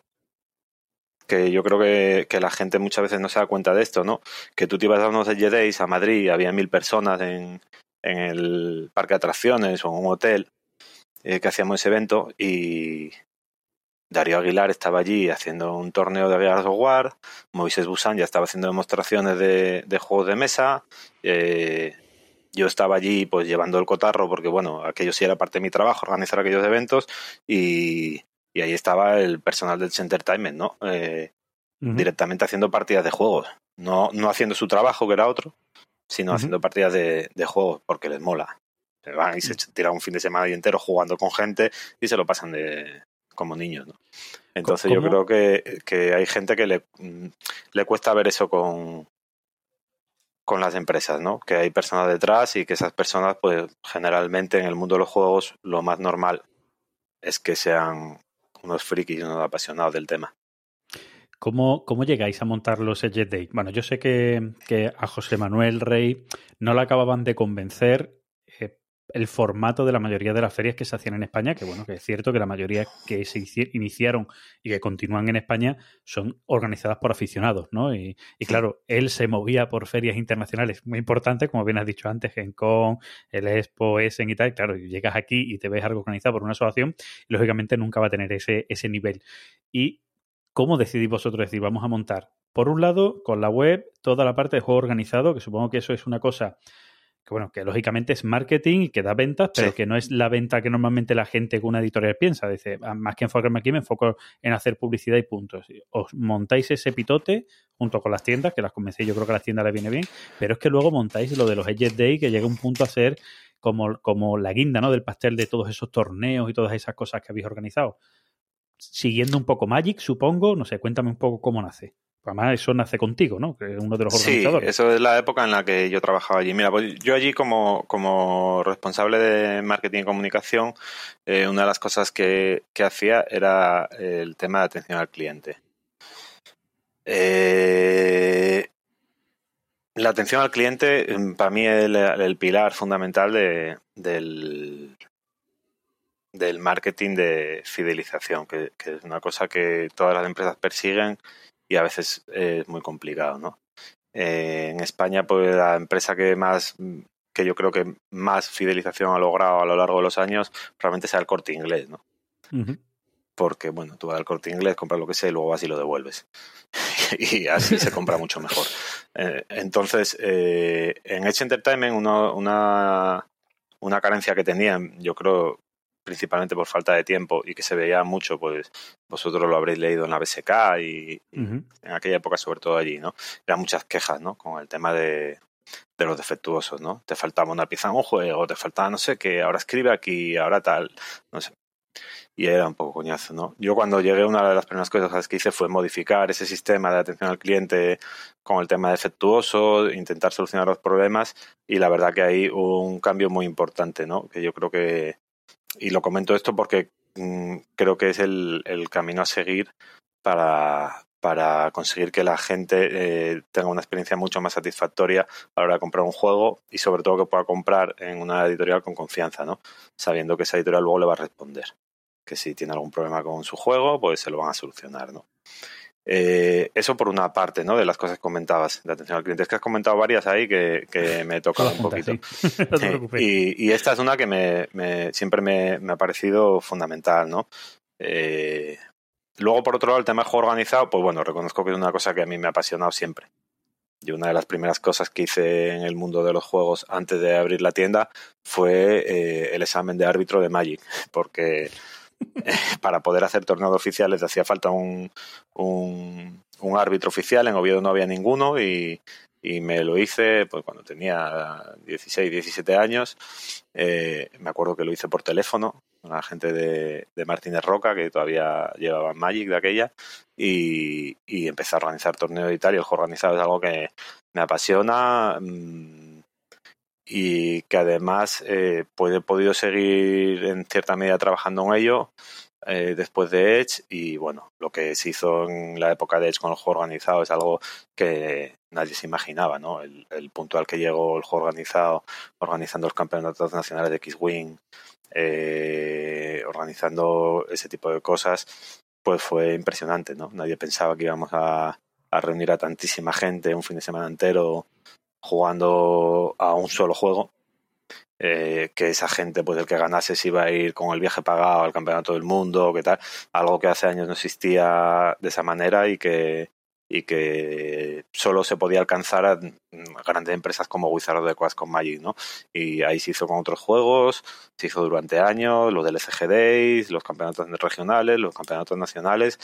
que yo creo que, que la gente muchas veces no se da cuenta de esto, ¿no? Que tú te ibas a unos Edge Days a Madrid, había mil personas en, en el parque de atracciones o en un hotel eh, que hacíamos ese evento, y Darío Aguilar estaba allí haciendo un torneo de Gears of War, Moisés Busan ya estaba haciendo demostraciones de, de juegos de mesa, eh, yo estaba allí pues llevando el cotarro porque bueno, aquello sí era parte de mi trabajo, organizar aquellos eventos, y, y ahí estaba el personal del Entertainment, ¿no? Eh, uh-huh. Directamente haciendo partidas de juegos, no, no haciendo su trabajo, que era otro, sino uh-huh. haciendo partidas de, de juegos porque les mola. Se van y se tiran un fin de semana y entero jugando con gente y se lo pasan de como niños, ¿no? Entonces ¿Cómo? Yo creo que, que hay gente que le, le cuesta ver eso con, con las empresas, ¿no? Que hay personas detrás y que esas personas, pues generalmente en el mundo de los juegos lo más normal es que sean unos frikis y unos apasionados del tema. ¿Cómo, ¿Cómo llegáis a montar los Edge Day? Bueno, yo sé que, que a José Manuel Rey no le acababan de convencer eh, el formato de la mayoría de las ferias que se hacían en España, que bueno, que es cierto que la mayoría que se iniciaron y que continúan en España son organizadas por aficionados, ¿no? Y, y claro, él se movía por ferias internacionales muy importantes, como bien has dicho antes, Gen Con, el Expo, Essen y tal. Y claro, llegas aquí y te ves algo organizado por una asociación y lógicamente nunca va a tener ese, ese nivel. Y ¿cómo decidís vosotros decir, vamos a montar? Por un lado, con la web, toda la parte de juego organizado, que supongo que eso es una cosa que, bueno, que lógicamente es marketing y que da ventas, pero sí. que no es la venta que normalmente la gente con una editorial piensa. Dice, más que enfocarme aquí, me enfoco en hacer publicidad y puntos. Os montáis ese pitote junto con las tiendas, que las convencéis, yo creo que a las tiendas les viene bien, pero es que luego montáis lo de los Edge Day, que llega un punto a ser como, como la guinda, ¿no?, del pastel de todos esos torneos y todas esas cosas que habéis organizado. Siguiendo un poco Magic, supongo, no sé, cuéntame un poco cómo nace. Además, eso nace contigo, ¿no? Que es uno de los organizadores. Sí, eso es la época en la que yo trabajaba allí. Mira, pues yo allí como, como responsable de marketing y comunicación, eh, una de las cosas que, que hacía era el tema de atención al cliente. Eh, la atención al cliente, para mí, es el, el pilar fundamental de, del... del marketing de fidelización, que, que es una cosa que todas las empresas persiguen y a veces es muy complicado, ¿no? Eh, en España, pues la empresa que más que yo creo que más fidelización ha logrado a lo largo de los años, probablemente sea el Corte Inglés, ¿no? Uh-huh. Porque, bueno, tú vas al Corte Inglés, compras lo que sea y luego vas y lo devuelves. Y así se compra mucho mejor. Eh, entonces, eh, en Edge Entertainment, uno, una, una carencia que tenían, yo creo, principalmente por falta de tiempo y que se veía mucho, pues vosotros lo habréis leído en la B S K y, y uh-huh. en aquella época, sobre todo allí, ¿no? Eran muchas quejas, ¿no? Con el tema de, de los defectuosos, ¿no? Te faltaba una pieza en un juego, te faltaba no sé qué, ahora escribe aquí, ahora tal, no sé. Y era un poco coñazo, ¿no? Yo cuando llegué, una de las primeras cosas que hice fue modificar ese sistema de atención al cliente con el tema defectuoso, intentar solucionar los problemas, y la verdad que ahí hubo un cambio muy importante, ¿no? Que yo creo que, y lo comento esto porque mmm, creo que es el, el camino a seguir para, para conseguir que la gente eh, tenga una experiencia mucho más satisfactoria a la hora de comprar un juego, y sobre todo que pueda comprar en una editorial con confianza, ¿no? Sabiendo que esa editorial luego le va a responder. Que si tiene algún problema con su juego, pues se lo van a solucionar, ¿no? Eh, eso por una parte, ¿no? De las cosas que comentabas de atención al cliente. Es que has comentado varias ahí que, que me tocan un poquito. Sí. No te preocupes. Y, y esta es una que me, me siempre me, me ha parecido fundamental, ¿no? Eh, luego, por otro lado, el tema de juego organizado, pues bueno, reconozco que es una cosa que a mí me ha apasionado siempre. Y una de las primeras cosas que hice en el mundo de los juegos antes de abrir la tienda fue eh, el examen de árbitro de Magic, porque para poder hacer torneos oficiales hacía falta un, un, un árbitro oficial. En Oviedo no había ninguno y, y me lo hice pues cuando tenía dieciséis, diecisiete años. Eh, me acuerdo que lo hice por teléfono con la gente de, de Martínez Roca, que todavía llevaba Magic de aquella, y, y empecé a organizar torneos y tal, y el juego organizado es algo que me apasiona. Mmm, y que además eh, pues he podido seguir en cierta medida trabajando en ello eh, después de Edge, y bueno, lo que se hizo en la época de Edge con el juego organizado es algo que nadie se imaginaba, ¿no? El, el punto al que llegó el juego organizado, organizando los campeonatos nacionales de X-Wing, eh, organizando ese tipo de cosas, pues fue impresionante, ¿no? Nadie pensaba que íbamos a, a reunir a tantísima gente un fin de semana entero jugando a un solo juego, eh, que esa gente, pues el que ganase se iba a ir con el viaje pagado al campeonato del mundo, que tal, algo que hace años no existía de esa manera y que y que solo se podía alcanzar a grandes empresas como Wizards of the Coast con Magic, ¿no? Y ahí se hizo con otros juegos, se hizo durante años, los del L C G Days, los campeonatos regionales, los campeonatos nacionales,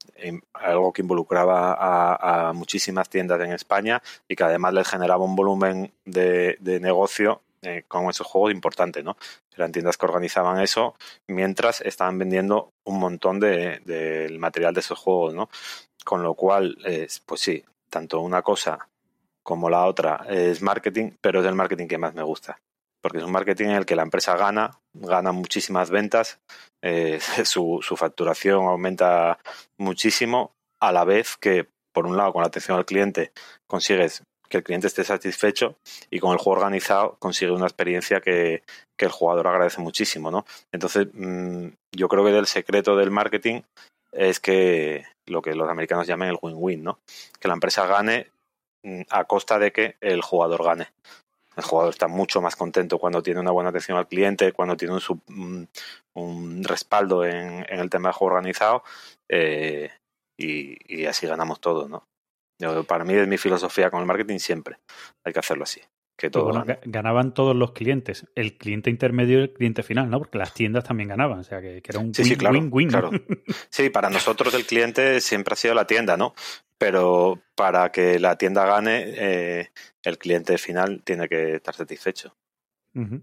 algo que involucraba a, a muchísimas tiendas en España y que además les generaba un volumen de, de negocio eh, con esos juegos importante, ¿no? Eran tiendas que organizaban eso mientras estaban vendiendo un montón de, de, del material de esos juegos, ¿no? Con lo cual, eh, pues sí, tanto una cosa como la otra es marketing, pero es el marketing que más me gusta. Porque es un marketing en el que la empresa gana, gana muchísimas ventas, eh, su, su facturación aumenta muchísimo, a la vez que, por un lado, con la atención al cliente consigues que el cliente esté satisfecho, y con el juego organizado consigue una experiencia que, que el jugador agradece muchísimo, ¿no? Entonces, mmm, yo creo que el secreto del marketing es que lo que los americanos llaman el win-win, ¿no? Que la empresa gane a costa de que el jugador gane. El jugador está mucho más contento cuando tiene una buena atención al cliente, cuando tiene un, sub, un, un respaldo en, en el tema de juego organizado, eh, y, y así ganamos todos, ¿no? Yo, para mí es mi filosofía con el marketing, siempre hay que hacerlo así. Que todo bueno, ganaban todos los clientes, el cliente intermedio y el cliente final, ¿no? Porque las tiendas también ganaban, o sea, que, que era un sí, win, sí, claro, win, win. Claro. Sí, para nosotros el cliente siempre ha sido la tienda, ¿no? Pero para que la tienda gane, eh, el cliente final tiene que estar satisfecho. Uh-huh.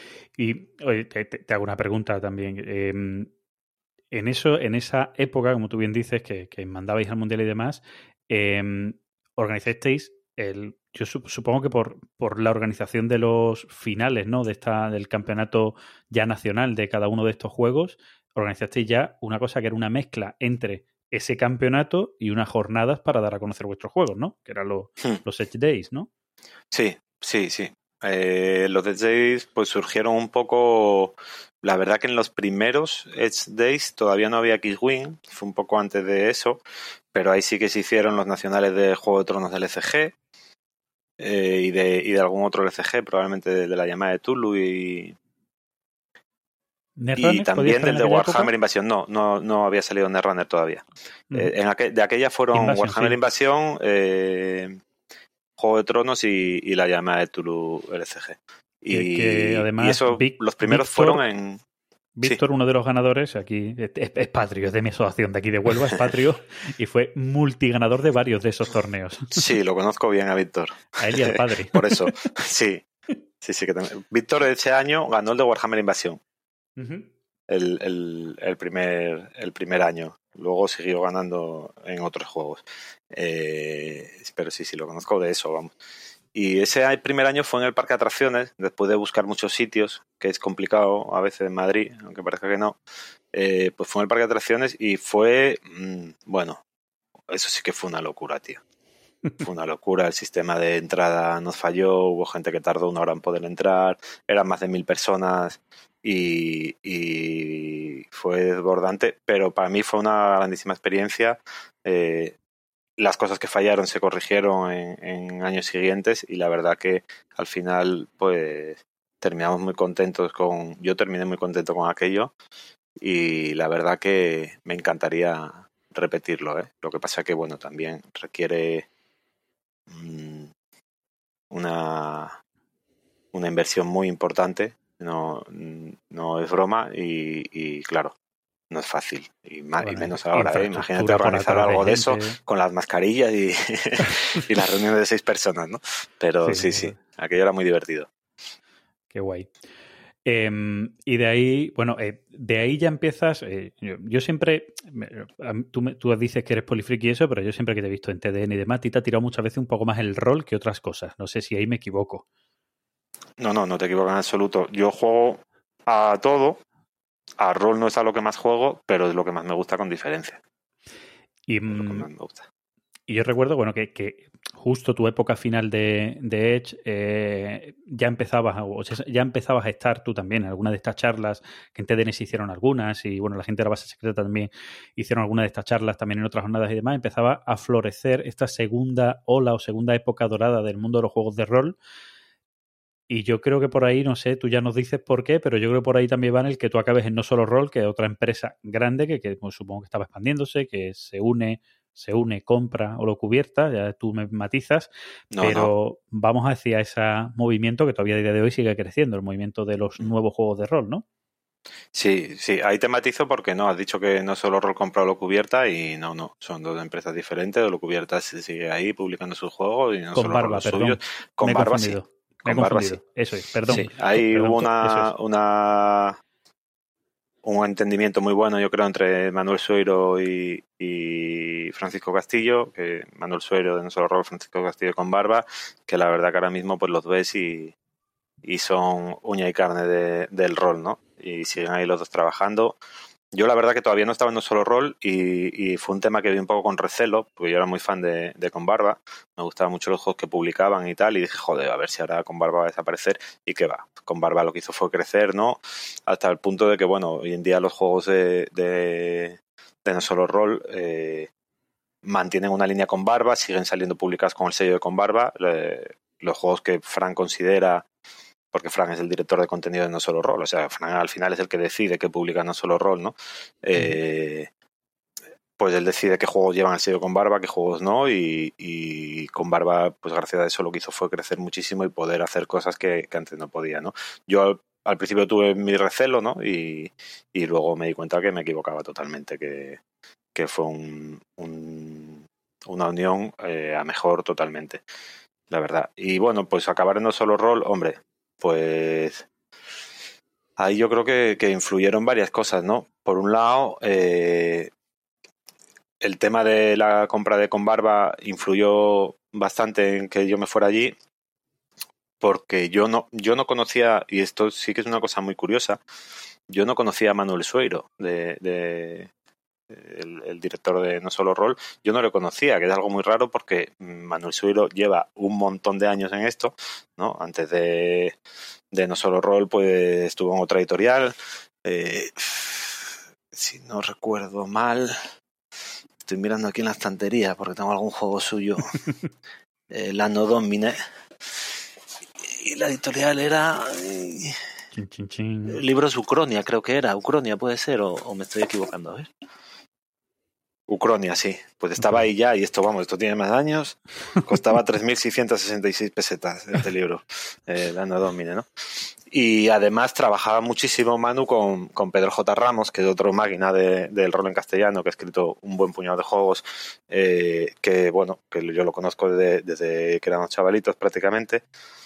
Y oye, te, te, te hago una pregunta también. Eh, en eso, en esa época, como tú bien dices, que, que mandabais al Mundial y demás, eh, organizasteis el... Yo supongo que por, por la organización de los finales, ¿no? De esta, del campeonato ya nacional de cada uno de estos juegos, organizasteis ya una cosa que era una mezcla entre ese campeonato y unas jornadas para dar a conocer vuestros juegos, ¿no? Que eran los, hmm. los Edge Days, ¿no? Sí, sí, sí. Eh, los Edge Days pues surgieron un poco... La verdad que en los primeros Edge Days todavía no había X-Wing, fue un poco antes de eso, pero ahí sí que se hicieron los nacionales de Juego de Tronos del L C G. eh, y, de, y de algún otro L C G, probablemente de, de la llamada de Tulu y, y también del de Warhammer época? Invasión. No, no, no había salido Netrunner todavía. Mm. Eh, en aquel, de aquella fueron Invasion, Warhammer sí. Invasión, eh, Juego de Tronos y, y la llamada de Tulu L C G. Y, que además, y eso, Vic, los primeros Víctor, fueron en... Víctor, sí. uno de los ganadores, aquí es, es patrio, es de mi asociación de aquí de Huelva, es patrio, y fue multiganador de varios de esos torneos. Sí, lo conozco bien a Víctor. A él y al padre. Por eso, sí. Sí, sí que también. Víctor ese año ganó el de Warhammer Invasión. Uh-huh. El, el, el, primer, el primer año. Luego siguió ganando en otros juegos. Eh, pero sí, sí, lo conozco de eso, vamos. Y ese primer año fue en el parque de atracciones, después de buscar muchos sitios, que es complicado a veces en Madrid, aunque parezca que no, eh, pues fue en el parque de atracciones y fue, mmm, bueno, eso sí que fue una locura, tío. Fue una locura, el sistema de entrada nos falló, hubo gente que tardó una hora en poder entrar, eran más de mil personas y, y fue desbordante, pero para mí fue una grandísima experiencia. Eh, Las cosas que fallaron se corrigieron en, en años siguientes y la verdad que al final pues terminamos muy contentos con... Yo terminé muy contento con aquello y la verdad que me encantaría repetirlo, ¿eh? Lo que pasa que, bueno, también requiere mmm, una, una inversión muy importante, no, no es broma y, y claro, no es fácil, y, más, bueno, y menos ahora, ¿eh? Imagínate organizar algo de, de eso con las mascarillas y, y las reuniones de seis personas, ¿no? Pero sí, sí, sí, aquello era muy divertido. Qué guay. Eh, y de ahí, bueno, eh, de ahí ya empiezas, eh, yo, yo siempre, tú, me, tú dices que eres polifriki y eso, pero yo siempre que te he visto en T D N y demás, te ha tirado muchas veces un poco más el rol que otras cosas. No sé si ahí me equivoco. No, no, no te equivocas en absoluto. Yo juego a todo. A rol no es a lo que más juego, pero es lo que más me gusta con diferencia. Y, es lo que más me gusta. Y yo recuerdo, bueno, que, que justo tu época final de, de Edge eh, ya empezabas o ya empezabas a estar tú también en alguna de estas charlas, que en T D N se hicieron algunas y bueno, la gente de la base secreta también hicieron algunas de estas charlas también en otras jornadas y demás. Empezaba a florecer esta segunda ola o segunda época dorada del mundo de los juegos de rol. Y yo creo que por ahí, no sé, tú ya nos dices por qué, pero yo creo que por ahí también va en el que tú acabes en No Solo Roll, que es otra empresa grande que, que pues, supongo que estaba expandiéndose, que se une, se une, compra o lo cubierta, ya tú me matizas, no, pero no. Vamos hacia ese movimiento que todavía a día de hoy sigue creciendo, el movimiento de los nuevos juegos de rol, ¿no? Sí, sí, ahí te matizo porque no, has dicho que No Solo Roll compra o lo cubierta y no, no, son dos empresas diferentes, o lo cubierta sigue ahí publicando sus juegos y No Con Solo barba, Roll perdón, suyos. Con barba sí. Me he confundido. Eso es, perdón. Sí, ahí perdón, hubo una, es. una un entendimiento muy bueno, yo creo, entre Manuel Sueiro y, y Francisco Castillo, que Manuel Sueiro de No Solo Roll, Francisco Castillo con barba, que la verdad que ahora mismo pues los ves y, y son uña y carne de, del rol, ¿no? Y siguen ahí los dos trabajando. Yo la verdad que todavía no estaba en No Solo Roll y, y fue un tema que vi un poco con recelo, porque yo era muy fan de, de Con Barba, me gustaban mucho los juegos que publicaban y tal, y dije, joder, a ver si ahora Con Barba va a desaparecer, y qué va, Con Barba lo que hizo fue crecer, ¿no? Hasta el punto de que, bueno, hoy en día los juegos de, de, de No Solo Roll eh, mantienen una línea Con Barba, siguen saliendo publicados con el sello de Con Barba, eh, los juegos que Fran considera, porque Fran es el director de contenido de No Solo Roll, o sea, Fran al final es el que decide que publica No Solo Roll, ¿no? Eh, pues él decide qué juegos llevan el sello Con Barba, qué juegos no, y, y Con Barba, pues gracias a eso lo que hizo fue crecer muchísimo y poder hacer cosas que, que antes no podía, ¿no? Yo al, al principio tuve mi recelo, ¿no? Y, y luego me di cuenta que me equivocaba totalmente, que, que fue un, un, una unión eh, a mejor totalmente, la verdad. Y bueno, pues acabar en No Solo Roll, hombre, pues ahí yo creo que, que influyeron varias cosas, ¿no? Por un lado, eh, el tema de la compra de Con Barba influyó bastante en que yo me fuera allí, porque yo no, yo no conocía, y esto sí que es una cosa muy curiosa, yo no conocía a Manuel Sueiro, de, de el, el director de No Solo Roll, yo no lo conocía, que es algo muy raro porque Manuel Sueiro lleva un montón de años en esto, ¿no? Antes de, de No Solo Roll, pues estuvo en otra editorial, eh, si no recuerdo mal, estoy mirando aquí en la estantería porque tengo algún juego suyo, el Anno Domine, y la editorial era... eh, Chin, chin, chin. Libros Ucronia, creo que era. Ucronia puede ser, o, o me estoy equivocando, a ver. Ucronia, sí. Pues estaba ahí ya, y esto, vamos, esto tiene más años. Costaba tres mil seiscientas sesenta y seis pesetas este libro, eh, el Anno Domini, ¿no? Y además trabajaba muchísimo Manu con, con Pedro J. Ramos, que es otro máquina de, del rol en castellano, que ha escrito un buen puñado de juegos, eh, que, bueno, que yo lo conozco desde, desde que éramos chavalitos prácticamente,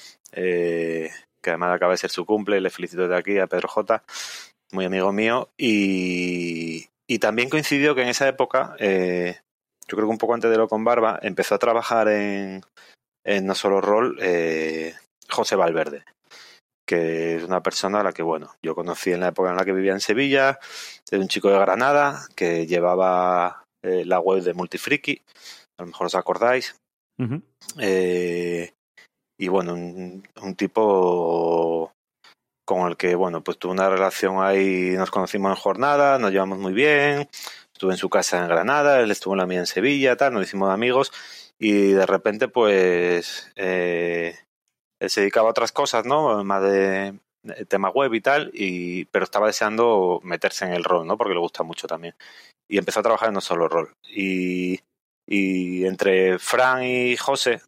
eh, que además acaba de ser su cumple, le felicito de aquí a Pedro J., muy amigo mío, y... Y también coincidió que en esa época, eh, yo creo que un poco antes de Lo con Barba, empezó a trabajar en, en No Solo Rol eh, José Valverde, que es una persona a la que, bueno, yo conocí en la época en la que vivía en Sevilla, de un chico de Granada que llevaba eh, la web de Multifriki, a lo mejor os acordáis. Uh-huh. Eh, y bueno, un, un tipo... con el que, bueno, pues tuve una relación ahí, nos conocimos en jornada, nos llevamos muy bien, estuve en su casa en Granada, él estuvo en la mía en Sevilla, tal, nos hicimos amigos, y de repente, pues, eh, él se dedicaba a otras cosas, ¿no? Más de, de tema web y tal, y, pero estaba deseando meterse en el rol, ¿no? Porque le gusta mucho también. Y empezó a trabajar en No Solo Rol. Y, y entre Fran y José,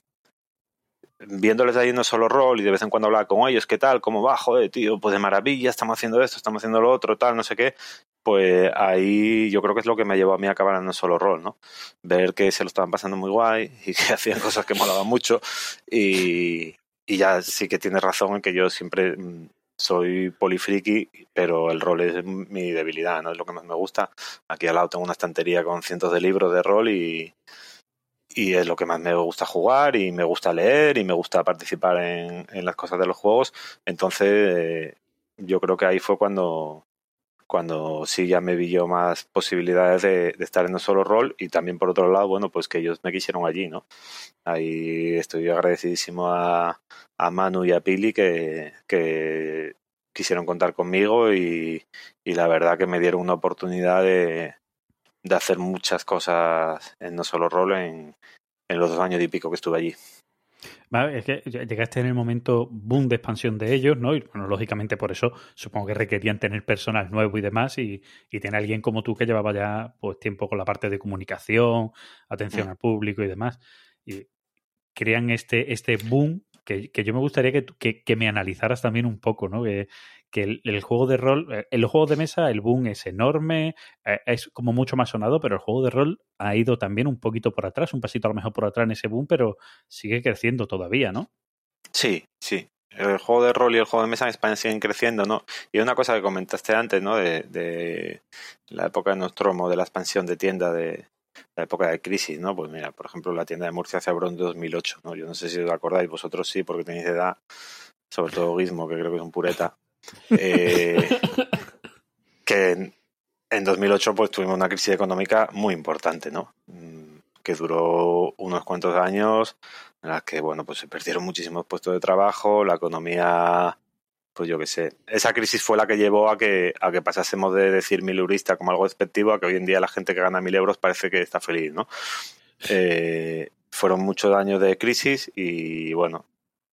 viéndoles ahí No Solo Rol y de vez en cuando hablaba con ellos, ¿qué tal? ¿Cómo va? Joder, tío, pues de maravilla, estamos haciendo esto, estamos haciendo lo otro, tal, no sé qué. Pues ahí yo creo que es lo que me llevó a mí a acabar en No Solo Rol, ¿no? Ver que se lo estaban pasando muy guay y que hacían cosas que molaban mucho, y, y ya sí que tienes razón en que yo siempre soy polifriki, pero el rol es mi debilidad, ¿no? Es lo que más me gusta. Aquí al lado tengo una estantería con cientos de libros de rol y... y es lo que más me gusta jugar y me gusta leer y me gusta participar en, en las cosas de los juegos. Entonces eh, yo creo que ahí fue cuando cuando sí ya me vi yo más posibilidades de, de estar en No Solo Rol, y también por otro lado, bueno, pues que ellos me quisieron allí, ¿no? Ahí estoy agradecidísimo a, a Manu y a Pili que, que quisieron contar conmigo y, y la verdad que me dieron una oportunidad de de hacer muchas cosas en No Solo Rol en, en los dos años y pico que estuve allí. Vale, es que llegaste en el momento boom de expansión de ellos, ¿no? Y bueno, lógicamente por eso supongo que requerían tener personal nuevo y demás, y, y tener a alguien como tú que llevaba ya pues tiempo con la parte de comunicación, atención mm. al público y demás. Y crean este, este boom que, que yo me gustaría que, que, que me analizaras también un poco, ¿no? Que, que el, el juego de rol, en los juegos de mesa el boom es enorme, eh, es como mucho más sonado, pero el juego de rol ha ido también un poquito por atrás, un pasito a lo mejor por atrás en ese boom, pero sigue creciendo todavía, ¿no? Sí, sí. El juego de rol y el juego de mesa en España siguen creciendo, ¿no? Y una cosa que comentaste antes, ¿no? De, de la época de Nostromo, de la expansión de tienda de la época de crisis, ¿no? Pues mira, por ejemplo, la tienda de Murcia se abrió en dos mil ocho, ¿no? Yo no sé si os acordáis, vosotros sí, porque tenéis edad, sobre todo Gizmo, que creo que es un pureta. Eh, que en, en dos mil ocho pues tuvimos una crisis económica muy importante, ¿no? Que duró unos cuantos años, en las que, bueno, pues se perdieron muchísimos puestos de trabajo, la economía, pues yo qué sé. Esa crisis fue la que llevó a que a que pasásemos de decir milurista como algo despectivo a que hoy en día la gente que gana mil euros parece que está feliz, ¿no? Eh, fueron muchos años de crisis y, bueno,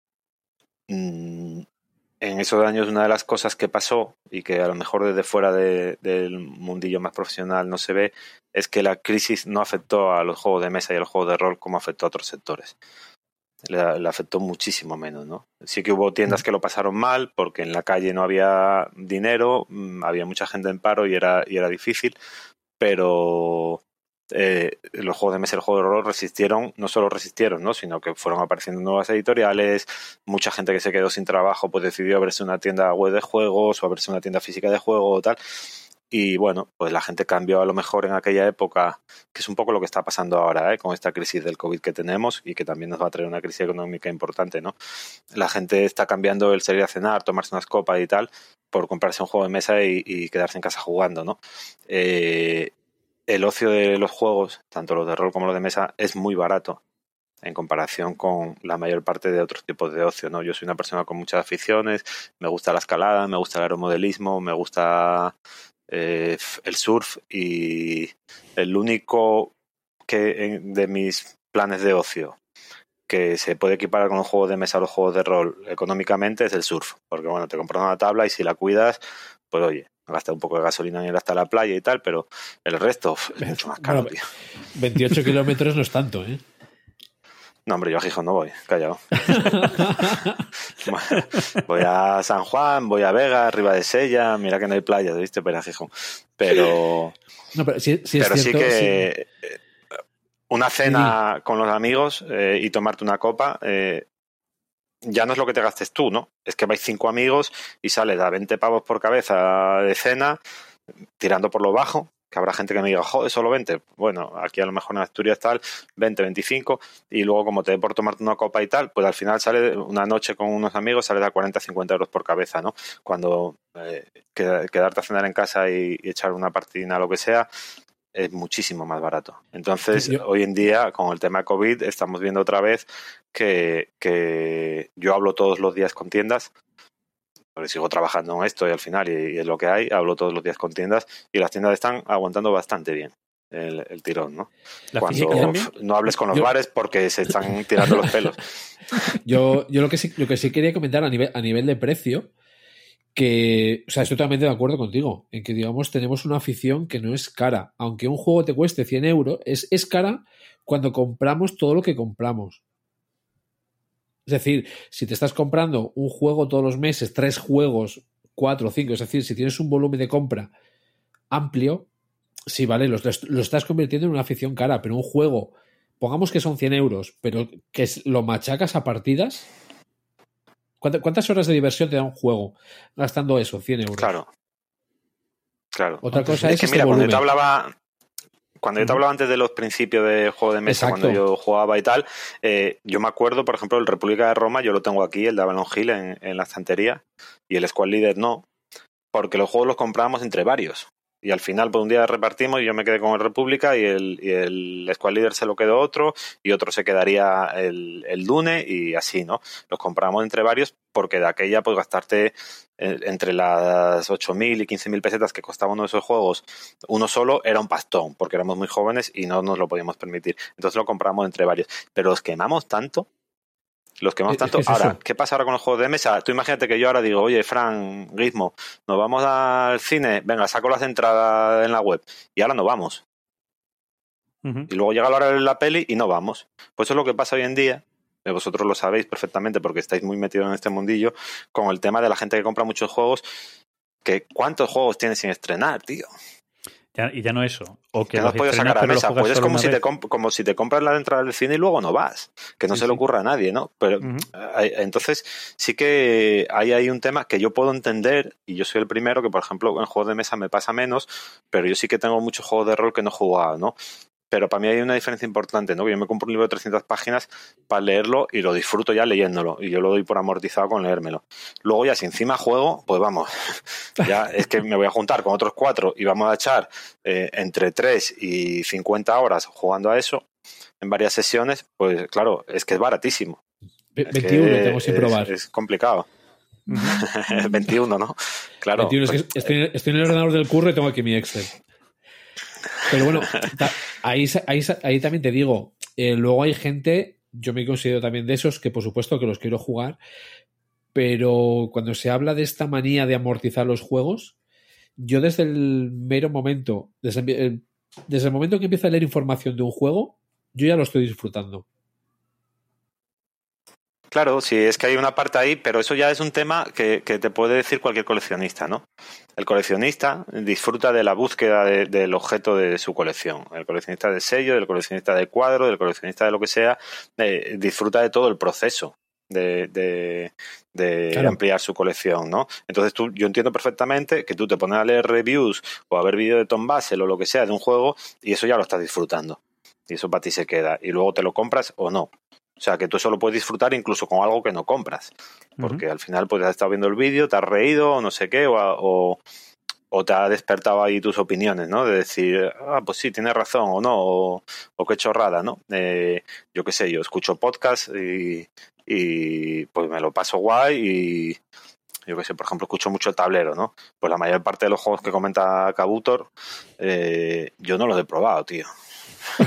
mmm, en esos años una de las cosas que pasó y que a lo mejor desde fuera de, del mundillo más profesional no se ve es que la crisis no afectó a los juegos de mesa y a los juegos de rol como afectó a otros sectores. Le, le afectó muchísimo menos, ¿no? Sí que hubo tiendas que lo pasaron mal porque en la calle no había dinero, había mucha gente en paro y era, y era difícil, pero eh, los juegos de mesa y el juego de rol resistieron, no solo resistieron, ¿no? Sino que fueron apareciendo nuevas editoriales, mucha gente que se quedó sin trabajo pues decidió abrirse una tienda web de juegos o abrirse una tienda física de juegos o tal, y bueno, pues la gente cambió a lo mejor en aquella época, que es un poco lo que está pasando ahora, ¿eh? Con esta crisis del COVID que tenemos y que también nos va a traer una crisis económica importante, ¿no? La gente está cambiando el salir a cenar, tomarse unas copas y tal, por comprarse un juego de mesa y, y quedarse en casa jugando, ¿no? Eh, el ocio de los juegos, tanto los de rol como los de mesa, es muy barato en comparación con la mayor parte de otros tipos de ocio, ¿no? Yo soy una persona con muchas aficiones, me gusta la escalada, me gusta el aeromodelismo, me gusta eh, el surf, y el único que de mis planes de ocio que se puede equiparar con los juegos de mesa o los juegos de rol económicamente es el surf. Porque, bueno, te compras una tabla y si la cuidas, pues oye, gastas un poco de gasolina en ir hasta la playa y tal, pero el resto uf, es mucho más caro, Bueno, tío. veintiocho kilómetros no es tanto, ¿eh? No, hombre, yo a Gijón no voy, callado. Bueno, voy a San Juan, voy a Vega, arriba de Sella, mira que no hay playas, ¿viste? Pero a Gijón. Pero, No, pero sí, sí es pero sí cierto, que sí. una cena con los amigos eh, y tomarte una copa eh, ya no es lo que te gastes tú, ¿no? Es que vais cinco amigos y sales a veinte pavos por cabeza de cena, tirando por lo bajo, que habrá gente que me diga, joder, solo veinte. Bueno, aquí a lo mejor en Asturias tal, veinte, veinticinco, y luego como te dé por tomarte una copa y tal, pues al final sale una noche con unos amigos, sale a cuarenta, cincuenta euros por cabeza, ¿no? Cuando eh, quedarte a cenar en casa y, y echar una partida, lo que sea, es muchísimo más barato. Entonces, Yo- hoy en día, con el tema COVID, estamos viendo otra vez que, que yo hablo todos los días con tiendas, porque sigo trabajando en esto y al final, y, y es lo que hay, hablo todos los días con tiendas, y las tiendas están aguantando bastante bien el, el tirón, ¿no? ¿La Cuando física también? f- no hables con los Yo- bares porque se están tirando los pelos. Yo, yo lo que sí, lo que sí quería comentar a nivel, a nivel de precio, que, o sea, estoy totalmente de acuerdo contigo, en que, digamos, tenemos una afición que no es cara. Aunque un juego te cueste cien euros, es, es cara cuando compramos todo lo que compramos. Es decir, si te estás comprando un juego todos los meses, tres juegos, cuatro o cinco, es decir, si tienes un volumen de compra amplio, sí, vale, lo, lo estás convirtiendo en una afición cara, pero un juego, pongamos que son cien euros, pero que es- lo machacas a partidas. ¿Cuánta- ¿Cuántas horas de diversión te da un juego gastando eso, cien euros? Claro. Claro. Otra cosa Es es, que este mira, cuando yo volumen. te hablaba, cuando yo te Ujú. hablaba antes de los principios de juego de mesa, Exacto. cuando yo jugaba y tal, eh, yo me acuerdo, por ejemplo, el República de Roma, yo lo tengo aquí, el de Avalon Hill en, en la estantería, y el Squad Leader no, porque los juegos los comprábamos entre varios. Y al final, por un día repartimos y yo me quedé con el República y el, y el Squad Leader se lo quedó otro y otro se quedaría el, el Dune y así, ¿no? Los compramos entre varios porque de aquella, pues gastarte eh, entre las ocho mil y quince mil pesetas que costaba uno de esos juegos, uno solo era un pastón porque éramos muy jóvenes y no nos lo podíamos permitir. Entonces lo compramos entre varios. Pero los quemamos tanto. Los quemamos Es- tanto. es que es Ahora, eso. ¿qué pasa ahora con los juegos de mesa? Tú imagínate que yo ahora digo, oye, Fran, Gizmo, nos vamos al cine, venga, saco las entradas en la web. Y ahora no vamos. Ujú. Y luego llega la hora de la peli y no vamos. Pues eso es lo que pasa hoy en día. eh, Vosotros lo sabéis perfectamente porque estáis muy metidos en este mundillo con el tema de la gente que compra muchos juegos. Que ¿cuántos juegos tienes sin estrenar, tío? Ya- y ya no eso. O que Que no los has podido estrenas, sacar a pero los mesa. juegas Pues es solo como una si, te vez. comp- como si te compras la entrada del cine y luego no vas. Que no Sí, se le sí. ocurra a nadie, ¿no? Pero Ujú. eh, entonces sí que hay ahí un tema que yo puedo entender, y yo soy el primero que, por ejemplo, en juegos de mesa me pasa menos, pero yo sí que tengo muchos juegos de rol que no he jugado, ¿no? Pero para mí hay una diferencia importante, ¿no? Que yo me compro un libro de trescientas páginas para leerlo y lo disfruto ya leyéndolo. Y yo lo doy por amortizado con leérmelo. Luego ya si encima juego, pues vamos. Ya es que me voy a juntar con otros cuatro y vamos a echar eh, entre tres y cincuenta horas jugando a eso en varias sesiones. Pues claro, es que es baratísimo. Ve- Es veintiuno que tengo sin es- probar. Es complicado. veintiuno, ¿no? Claro. veintiuno, es que pues, estoy, en- estoy en el ordenador del curro y tengo aquí mi Excel. Pero bueno, ta- ahí, sa- ahí, sa- ahí también te digo, eh, luego hay gente, yo me considero también de esos, que por supuesto que los quiero jugar, pero cuando se habla de esta manía de amortizar los juegos, yo desde el mero momento, desde el, desde el momento que empiezo a leer información de un juego, yo ya lo estoy disfrutando. Claro, sí, es que hay una parte ahí, pero eso ya es un tema que, que te puede decir cualquier coleccionista, ¿no? El coleccionista disfruta de la búsqueda de- del objeto de su colección. El coleccionista del sello, del coleccionista del cuadro, del coleccionista de lo que sea, eh, disfruta de todo el proceso de, de, de Claro. ampliar su colección, ¿no? Entonces tú, yo entiendo perfectamente que tú te pones a leer reviews o a ver vídeos de Tom Basel o lo que sea de un juego y eso ya lo estás disfrutando. Y eso para ti se queda. Y luego te lo compras o no. O sea, que tú eso lo puedes disfrutar incluso con algo que no compras. Porque al final pues has estado viendo el vídeo, te has reído o no sé qué, o, o, o te ha despertado ahí tus opiniones, ¿no? De decir, ah, pues sí, tienes razón, o no, o, o qué chorrada, ¿no? Eh, yo qué sé, yo escucho podcast y, y pues me lo paso guay y yo qué sé, por ejemplo, escucho mucho el tablero, ¿no? Pues la mayor parte de los juegos que comenta Kabutor, eh, yo no los he probado, tío.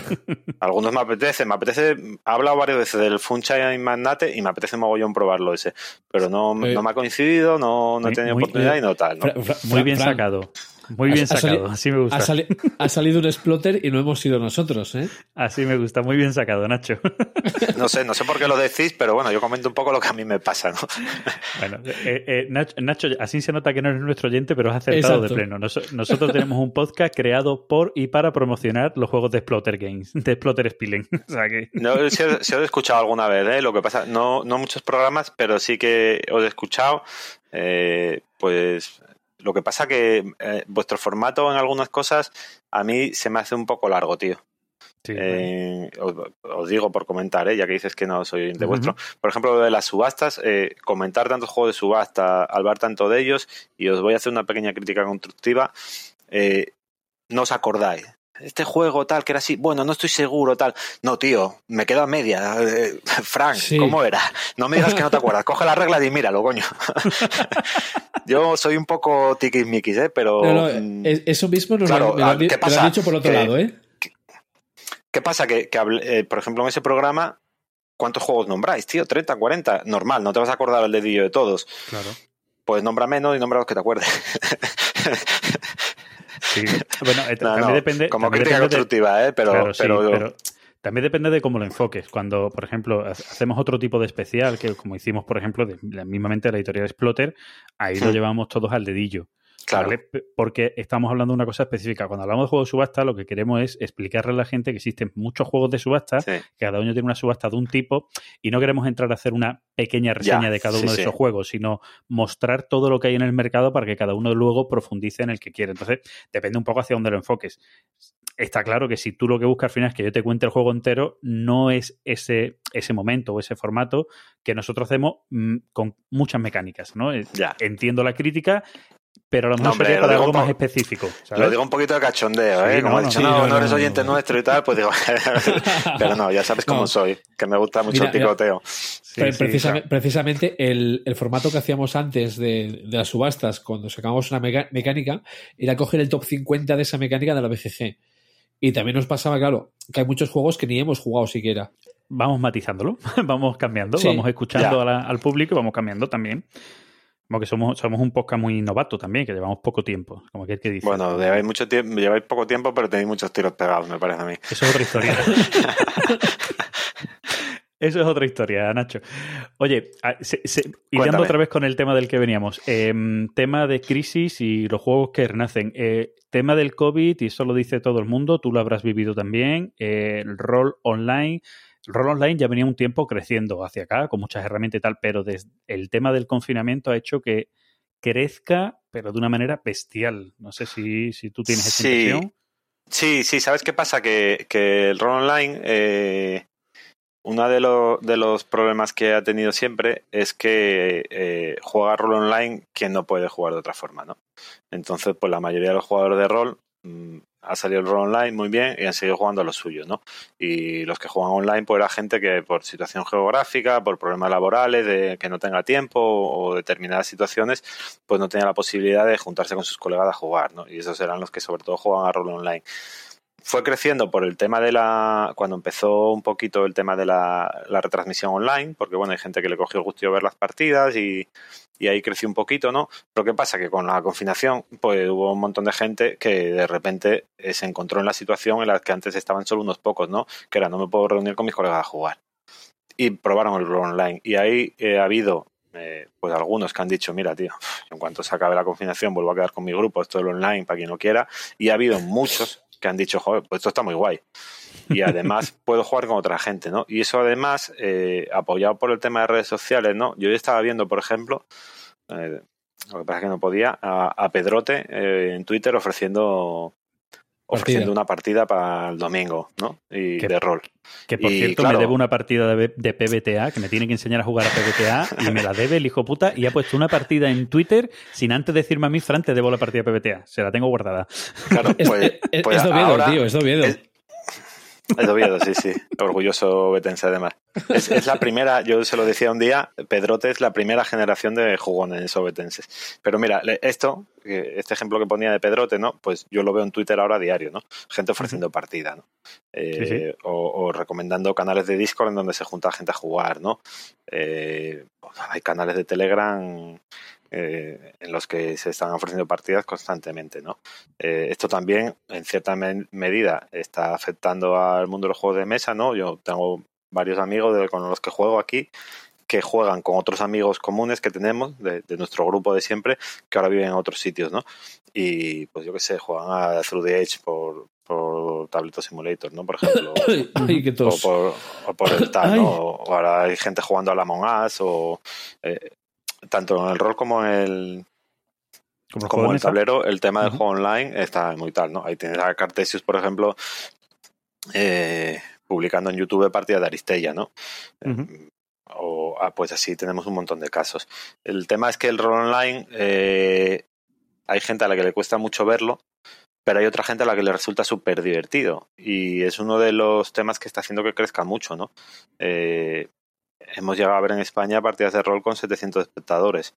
Algunos me apetece, me apetece, he hablado varias veces del Funshine Magnate y me apetece mogollón probarlo ese, pero no, Eh, no me ha coincidido, no, no he muy- tenido muy- oportunidad y no tal, ¿no? Fra- Fra- Muy bien Fran, sacado. Muy bien ha- ha sacado. sali- Así me gusta. Ha, sali- ha salido un exploter y no hemos sido nosotros, ¿eh? Así me gusta. Muy bien sacado, Nacho. No sé, no sé por qué lo decís, pero bueno, yo comento un poco lo que a mí me pasa, ¿no? Bueno, eh, eh, Nacho, Nacho, así se nota que no eres nuestro oyente, pero has acertado Exacto. de pleno. Nos- nosotros tenemos un podcast creado por y para promocionar los juegos de Splotter Games, de Splotter Spielen. O sea que... No, si os, si os he escuchado alguna vez, ¿eh? Lo que pasa, no, no muchos programas, pero sí que os he escuchado, eh, pues lo que pasa que eh, vuestro formato en algunas cosas a mí se me hace un poco largo, tío. Sí, Eh, os, os digo por comentar, ¿eh? Ya que dices que no soy de Ujú. vuestro. Por ejemplo, lo de las subastas, eh, comentar tantos juegos de subasta, hablar tanto de ellos, y os voy a hacer una pequeña crítica constructiva. Eh, no os acordáis. Este juego tal, que era así, bueno, no estoy seguro, tal. No, tío, me quedo a media. Eh, Frank, Sí. ¿cómo era? No me digas que no te acuerdas. Coge la regla y míralo, coño. Yo soy un poco tiquismiquis, ¿eh? Pero... No, no, mm, es- eso mismo nos claro, lo, han- me lo han, ¿qué di- me lo pasa? han dicho por otro Que- lado, ¿eh? ¿Qué pasa? Que, que hable- eh, por ejemplo, en ese programa, ¿cuántos juegos nombráis, tío? ¿treinta, cuarenta? Normal, no te vas a acordar al dedillo de todos. claro. Pues nombra menos y nombra los que te acuerdes. Sí. Bueno, eh, No, también no, depende... como también crítica depende de- constructiva, ¿eh? Pero, Claro, sí, pero, pero también depende de cómo lo enfoques. Cuando, por ejemplo, ha- hacemos otro tipo de especial, que como hicimos, por ejemplo, de, la mismamente la editorial Splotter, ahí lo Hmm. llevamos todos al dedillo. claro. ¿Vale? P- Porque estamos hablando de una cosa específica. Cuando hablamos de juegos de subasta, lo que queremos es explicarle a la gente que existen muchos juegos de subasta, Sí. que cada uno tiene una subasta de un tipo, y no queremos entrar a hacer una pequeña reseña Ya, de cada sí, uno de sí. esos juegos, sino mostrar todo lo que hay en el mercado para que cada uno luego profundice en el que quiere. Entonces, depende un poco hacia dónde lo enfoques. Está claro que si tú lo que buscas al final es que yo te cuente el juego entero, no es ese, ese momento o ese formato que nosotros hacemos mm, con muchas mecánicas, ¿no? Eh, Ya. Entiendo la crítica, pero a lo mejor No, hombre, sería lo para digo algo un más poco- específico, ¿sabes? Lo digo un poquito de cachondeo, ¿eh? Sí, Como no, ha no, dicho, sí, no, no, no, no, eres no, oyente no. nuestro y tal, pues digo, pero no, ya sabes cómo No. soy, que me gusta mucho Mira, el picoteo. Sí, Pre- sí, precisa- claro. Precisamente el, el formato que hacíamos antes de, de las subastas, cuando sacábamos una meca- mecánica, era coger el top cincuenta de esa mecánica de la B G G. Y también nos pasaba, claro, que hay muchos juegos que ni hemos jugado siquiera. Vamos matizándolo, vamos cambiando, Sí, vamos escuchando ya. a la- al público y vamos cambiando también. Como que somos, somos un podcast muy novato también, que llevamos poco tiempo, como aquel que dice. Bueno, lleváis mucho tiempo, lleváis poco tiempo, pero tenéis muchos tiros pegados, me parece a mí. Eso es otra historia. Eso es otra historia, Nacho. Oye, a- se, se, y Cuéntame. dando otra vez con el tema del que veníamos. Eh, tema de crisis y los juegos que renacen. Eh, tema del COVID, y eso lo dice todo el mundo, tú lo habrás vivido también. Eh, el rol online. El rol online ya venía un tiempo creciendo hacia acá, con muchas herramientas y tal, pero desde el tema del confinamiento ha hecho que crezca, pero de una manera bestial. No sé si, si tú tienes esa Sí. impresión. Sí, sí, ¿sabes qué pasa? Que, que el rol online, eh, uno de, lo- de los problemas que ha tenido siempre es que eh, juega rol online quien no puede jugar de otra forma, ¿no? Entonces, pues la mayoría de los jugadores de rol mm, ha salido el rol online muy bien y han seguido jugando a lo suyo, ¿no? Y los que juegan online, pues era gente que por situación geográfica, por problemas laborales, de que no tenga tiempo o determinadas situaciones, pues no tenía la posibilidad de juntarse con sus colegas a jugar, ¿no? Y esos eran los que sobre todo juegan a rol online. Fue creciendo por el tema de la... Cuando empezó un poquito el tema de la, la retransmisión online, porque bueno, hay gente que le cogió el gusto de ver las partidas y, y ahí creció un poquito, ¿no? Pero ¿qué pasa? Que con la confinación, pues hubo un montón de gente que de repente eh, se encontró en la situación en la que antes estaban solo unos pocos, ¿no? Que era, no me puedo reunir con mis colegas a jugar. Y probaron el rol online. Y ahí eh, ha habido... Eh, pues algunos que han dicho, mira, tío, en cuanto se acabe la confinación vuelvo a quedar con mi grupo, esto es el online para quien no quiera, y ha habido muchos que han dicho, joder, pues esto está muy guay. Y además puedo jugar con otra gente, ¿no? Y eso además, eh, apoyado por el tema de redes sociales, ¿no? Yo ya estaba viendo, por ejemplo, eh, lo que pasa es que no podía, a, a Pedrote eh, en Twitter ofreciendo ofreciendo Partida. una partida para el domingo, ¿no? Y Que- de rol. Que por Y, cierto claro, me debe una partida de, de P B T A, que me tiene que enseñar a jugar a P B T A y me la debe el hijo puta y ha puesto una partida en Twitter sin antes decirme a mí, Fran, te debo la partida de P B T A. Se la tengo guardada. claro, Es, pues, es- pues es de Oviedo, ahora- tío, es de Oviedo. es- Es de Oviedo, sí, sí. Orgulloso obetense, además. Es, es la primera, yo se lo decía un día, Pedrote es la primera generación de jugones obetenses. Pero mira, esto, este ejemplo que ponía de Pedrote, ¿no? Pues yo lo veo en Twitter ahora a diario, ¿no? Gente ofreciendo partida, ¿no? Eh, sí, sí. O, o recomendando canales de Discord en donde se junta gente a jugar, ¿no? Eh, hay canales de Telegram eh, en los que se están ofreciendo partidas constantemente, ¿no? Eh, esto también, en cierta me- medida, está afectando al mundo de los juegos de mesa, ¿no? Yo tengo varios amigos de, con los que juego aquí que juegan con otros amigos comunes que tenemos de, de nuestro grupo de siempre, que ahora viven en otros sitios, ¿no? Y pues yo qué sé, juegan a Through the Edge por, por Tabletop Simulator, ¿no? Por ejemplo. Ay, qué tos. O por, o por el tal, ¿no? O ahora hay gente jugando a la Among Us o eh, tanto en el rol como en el como, como en el tablero, el tema del uh-huh. juego online está muy tal, ¿no? Ahí tienes a Cartesius, por ejemplo, eh, publicando en YouTube partidas de Aristella, ¿no? Uh-huh. Eh, o ah, pues así tenemos un montón de casos. El tema es que el rol online eh, hay gente a la que le cuesta mucho verlo, pero hay otra gente a la que le resulta súper divertido y es uno de los temas que está haciendo que crezca mucho, ¿no? Eh, hemos llegado a ver en España partidas de rol con setecientos espectadores.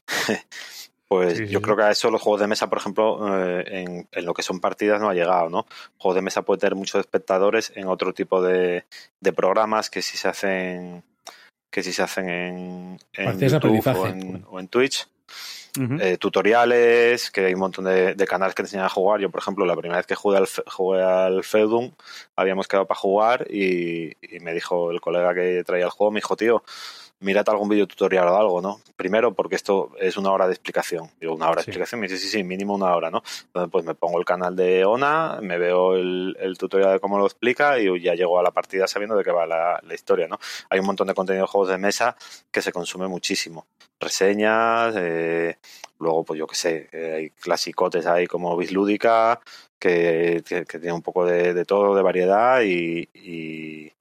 Pues sí, sí, yo sí. creo que a eso los juegos de mesa, por ejemplo, eh, en, en lo que son partidas no ha llegado, ¿no? Juegos de mesa puede tener muchos espectadores en otro tipo de, de programas que sí se hacen que sí se hacen en, en YouTube o en, o en Twitch. Uh-huh. Eh, tutoriales, que hay un montón de, de canales que te enseñan a jugar. Yo, por ejemplo, la primera vez que jugué al, jugué al Feudum, habíamos quedado para jugar y, y me dijo el colega que traía el juego, me dijo, tío, mírate algún video tutorial o algo, ¿no? Primero, porque esto es una hora de explicación. Digo, una hora de sí. explicación. Me dice, sí, sí, mínimo una hora, ¿no? Entonces, pues me pongo el canal de Ona, me veo el, el tutorial de cómo lo explica y ya llego a la partida sabiendo de qué va la, la historia, ¿no? Hay un montón de contenido de juegos de mesa que se consume muchísimo. Reseñas, eh, luego, pues yo qué sé, eh, hay clasicotes ahí como Bislúdica, que, que, que tiene un poco de, de todo, de variedad y... y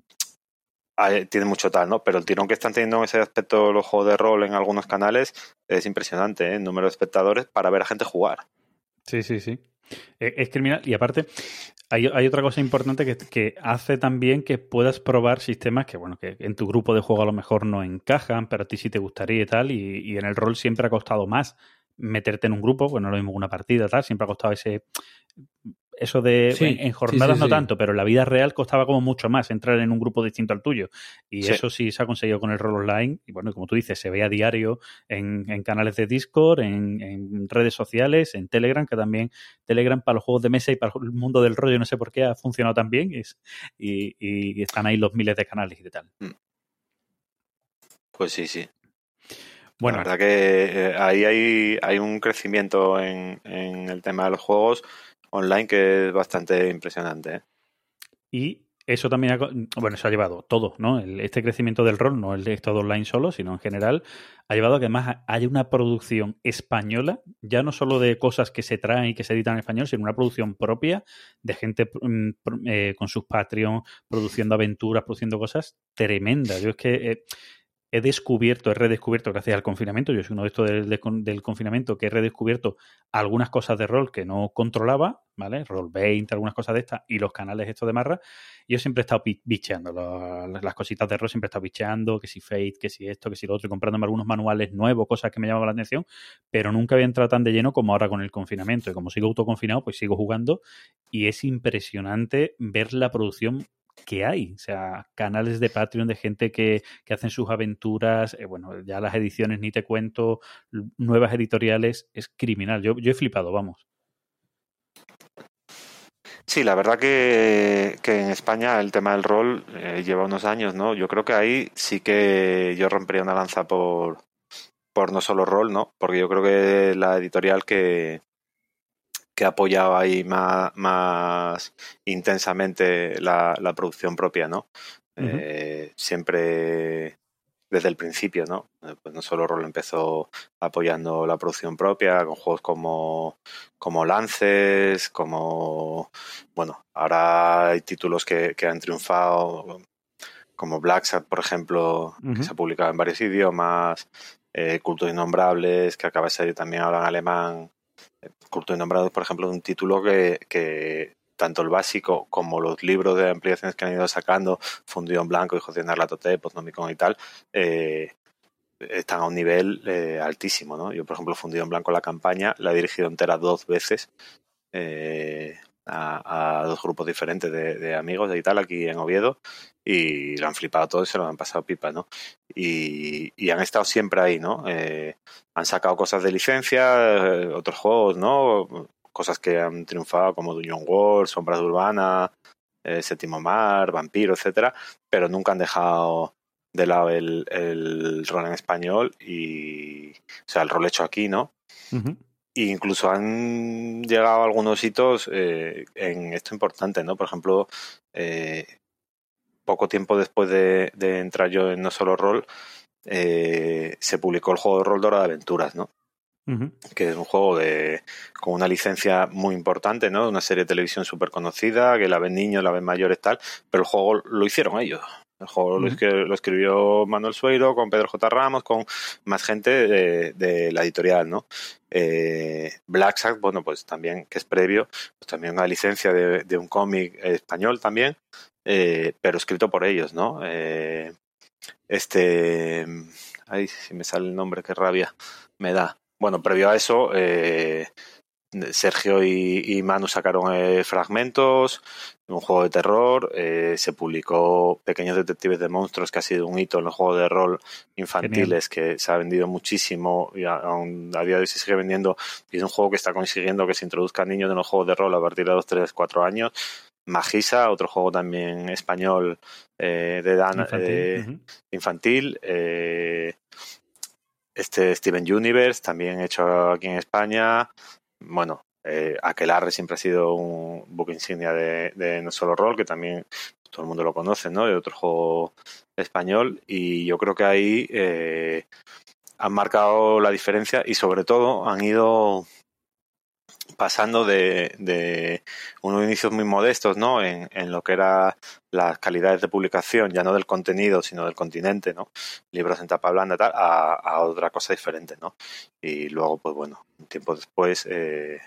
tiene mucho tal, ¿no? Pero el tirón que están teniendo en ese aspecto los juegos de rol en algunos canales es impresionante, ¿eh? El número de espectadores para ver a gente jugar. Sí, sí, sí. Es criminal. Y aparte, hay, hay otra cosa importante que, que hace también que puedas probar sistemas que, bueno, que en tu grupo de juego a lo mejor no encajan, pero a ti sí te gustaría y tal. Y, y en el rol siempre ha costado más meterte en un grupo, pues no es lo mismo que una partida, tal. Siempre ha costado ese... Eso de sí, en, en jornadas sí, sí, no sí. tanto, pero en la vida real costaba como mucho más entrar en un grupo distinto al tuyo. Y sí. eso sí se ha conseguido con el rol online. Y bueno, como tú dices, se ve a diario en, en canales de Discord, en, en redes sociales, en Telegram, que también Telegram para los juegos de mesa y para el mundo del rollo, no sé por qué ha funcionado tan bien. Y, y, y están ahí los miles de canales y de tal. Pues sí, sí. Bueno, la verdad que eh, ahí hay, hay un crecimiento en, en el tema de los juegos online que es bastante impresionante, ¿eh? Y eso también ha, bueno, se ha llevado todo, ¿no? El, este crecimiento del rol, no el de estado online solo, sino en general, ha llevado a que además haya una producción española, ya no solo de cosas que se traen y que se editan en español, sino una producción propia de gente eh, con sus Patreon, produciendo aventuras, produciendo cosas tremendas. Yo es que... Eh, he descubierto, he redescubierto gracias al confinamiento, yo soy uno de estos del, del, del confinamiento, que he redescubierto algunas cosas de rol que no controlaba, ¿vale? Roll veinte, algunas cosas de estas, y los canales estos de Marra. Y yo siempre he estado bicheando las, las cositas de rol, siempre he estado bicheando, que si Fate, que si esto, que si lo otro, y comprándome algunos manuales nuevos, cosas que me llamaban la atención, pero nunca había entrado tan de lleno como ahora con el confinamiento. Y como sigo autoconfinado, pues sigo jugando, y es impresionante ver la producción que hay, o sea, canales de Patreon de gente que, que hacen sus aventuras, eh, bueno, ya las ediciones ni te cuento, nuevas editoriales, es criminal. Yo, yo he flipado, vamos. Sí, la verdad que, que en España el tema del rol eh, lleva unos años, ¿no? Yo creo que ahí sí que yo rompería una lanza por, por no solo rol, ¿no? Porque yo creo que la editorial que que ha apoyado ahí más, más intensamente la, la producción propia, ¿no? Uh-huh. Eh, siempre desde el principio, ¿no? Eh, pues no solo Rol empezó apoyando la producción propia con juegos como, como Lances, como... Bueno, ahora hay títulos que, que han triunfado, como Black Sat, por ejemplo, uh-huh. que se ha publicado en varios idiomas, eh, Cultos Innombrables, que acaba de salir también ahora en alemán. Culto Innombrables, por ejemplo, es un título que, que tanto el básico como los libros de ampliaciones que han ido sacando, Fundido en Blanco, Hijos de Narlatote, Poznomicon y tal, eh, están a un nivel eh, altísimo, ¿no? Yo, por ejemplo, Fundido en Blanco la campaña la he dirigido entera dos veces eh, a, a dos grupos diferentes de, de amigos y tal aquí en Oviedo, y lo han flipado todo y se lo han pasado pipa, ¿no? Y, y han estado siempre ahí, ¿no? Eh, han sacado cosas de licencia, eh, otros juegos, ¿no? Cosas que han triunfado como Dungeon World, Sombras de Urbana, eh, Séptimo Mar, Vampiro, etcétera, pero nunca han dejado de lado el, el rol en español y, o sea, el rol hecho aquí, ¿no? Uh-huh. E incluso han llegado a algunos hitos eh, en esto importante, ¿no? Por ejemplo, eh, poco tiempo después de, de entrar yo en No Solo Rol, eh, se publicó el juego de rol Dora de Aventuras, ¿no? Uh-huh. Que es un juego de con una licencia muy importante, ¿no? Una serie de televisión súper conocida, que la ven niños, la ven mayores, tal, pero el juego lo hicieron ellos. El juego uh-huh. lo, escri- lo escribió Manuel Sueiro con Pedro J. Ramos, con más gente de, de la editorial, ¿no? Eh, Black Sack, bueno, pues también, que es previo, pues también una licencia de, de un cómic español también, eh, pero escrito por ellos, ¿no? Eh, este... Ay, si me sale el nombre, qué rabia me da. Bueno, previo a eso, eh, Sergio y, y Manu sacaron eh, Fragmentos, un juego de terror, eh, se publicó Pequeños Detectives de Monstruos, que ha sido un hito en los juegos de rol infantiles. Genial. Que se ha vendido muchísimo y a, aún a día de hoy se sigue vendiendo, y es un juego que está consiguiendo que se introduzcan niños en los juegos de rol a partir de los tres cuatro años. Magisa, otro juego también español eh, de edad infantil, eh, uh-huh. infantil eh, este Steven Universe, también hecho aquí en España. Bueno, eh, Aquelarre siempre ha sido un buque insignia de, de No Solo Rol, que también todo el mundo lo conoce, ¿no? De otro juego español, y yo creo que ahí eh, han marcado la diferencia y sobre todo han ido pasando de, de unos inicios muy modestos, ¿no? En, en lo que era las calidades de publicación, ya no del contenido, sino del continente, ¿no? Libros en tapa blanda, tal, a, a otra cosa diferente, ¿no? Y luego, pues bueno, un tiempo después eh,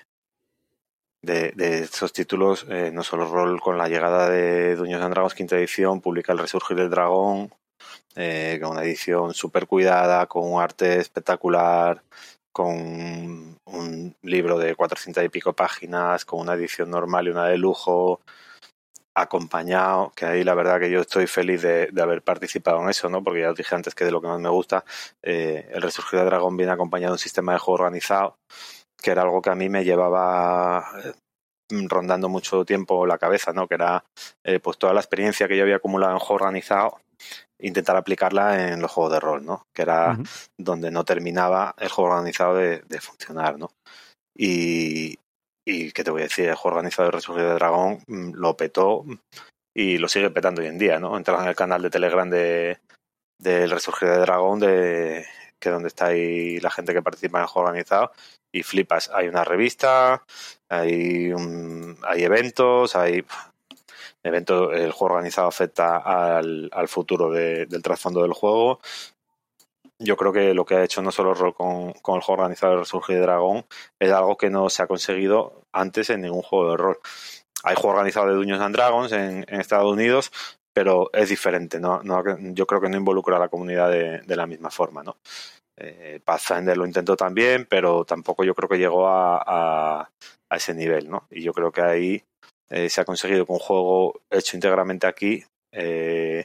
de, de estos títulos, eh, No Solo Rol, con la llegada de Dungeons and Dragons quinta edición, publica El Resurgir del Dragón, eh, con una edición súper cuidada, con un arte espectacular, con un libro de cuatrocientas y pico páginas, con una edición normal y una de lujo, acompañado, que ahí la verdad que yo estoy feliz de, de haber participado en eso, ¿no? Porque ya os dije antes que de lo que más me gusta, eh, El Resurgir del Dragón viene acompañado de un sistema de juego organizado, que era algo que a mí me llevaba eh, rondando mucho tiempo la cabeza, ¿no? Que era eh, pues toda la experiencia que yo había acumulado en juego organizado, intentar aplicarla en los juegos de rol, ¿no? Que era uh-huh. donde no terminaba el juego organizado de, de funcionar, ¿no? Y, y ¿qué te voy a decir? El juego organizado de Resurgir del Dragón mmm, lo petó y lo sigue petando hoy en día, ¿no? Entras en el canal de Telegram de del Resurgir del Dragón, de que es donde está ahí la gente que participa en el juego organizado, y flipas. Hay una revista, hay un, hay eventos, hay evento, el juego organizado afecta al, al futuro de, del trasfondo del juego. Yo creo que lo que ha hecho No Solo Rol con, con el juego organizado de Resurgir de Dragón es algo que no se ha conseguido antes en ningún juego de rol. Hay juego organizado de Dungeons and Dragons en, en Estados Unidos, pero es diferente, ¿no? No, yo creo que no involucra a la comunidad de, de la misma forma, ¿no? Eh, Pathfinder lo intentó también, pero tampoco yo creo que llegó a, a, a ese nivel, ¿no? Y yo creo que ahí Eh, se ha conseguido que un juego hecho íntegramente aquí eh,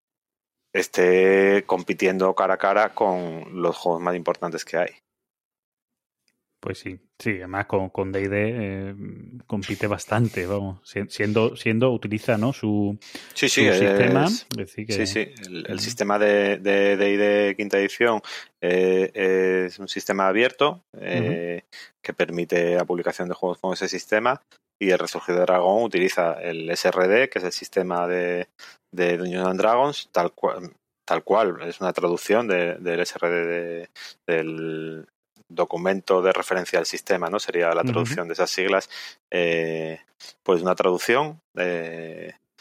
esté compitiendo cara a cara con los juegos más importantes que hay. Pues sí, sí, además con, con D and D eh, compite bastante, vamos, siendo, siendo utiliza, ¿no? Su, sí, sí, su es, sistema. Es decir que, sí, sí, el, el uh-huh. sistema de D and D quinta edición eh, es un sistema abierto eh, uh-huh. que permite la publicación de juegos con ese sistema. Y el Resurgir de Dragón utiliza el S R D, que es el sistema de, de Dungeons and Dragons, tal cual, tal cual, es una traducción de, del S R D de, del documento de referencia al sistema, ¿no? Sería la traducción uh-huh. de esas siglas, eh, pues una traducción eh,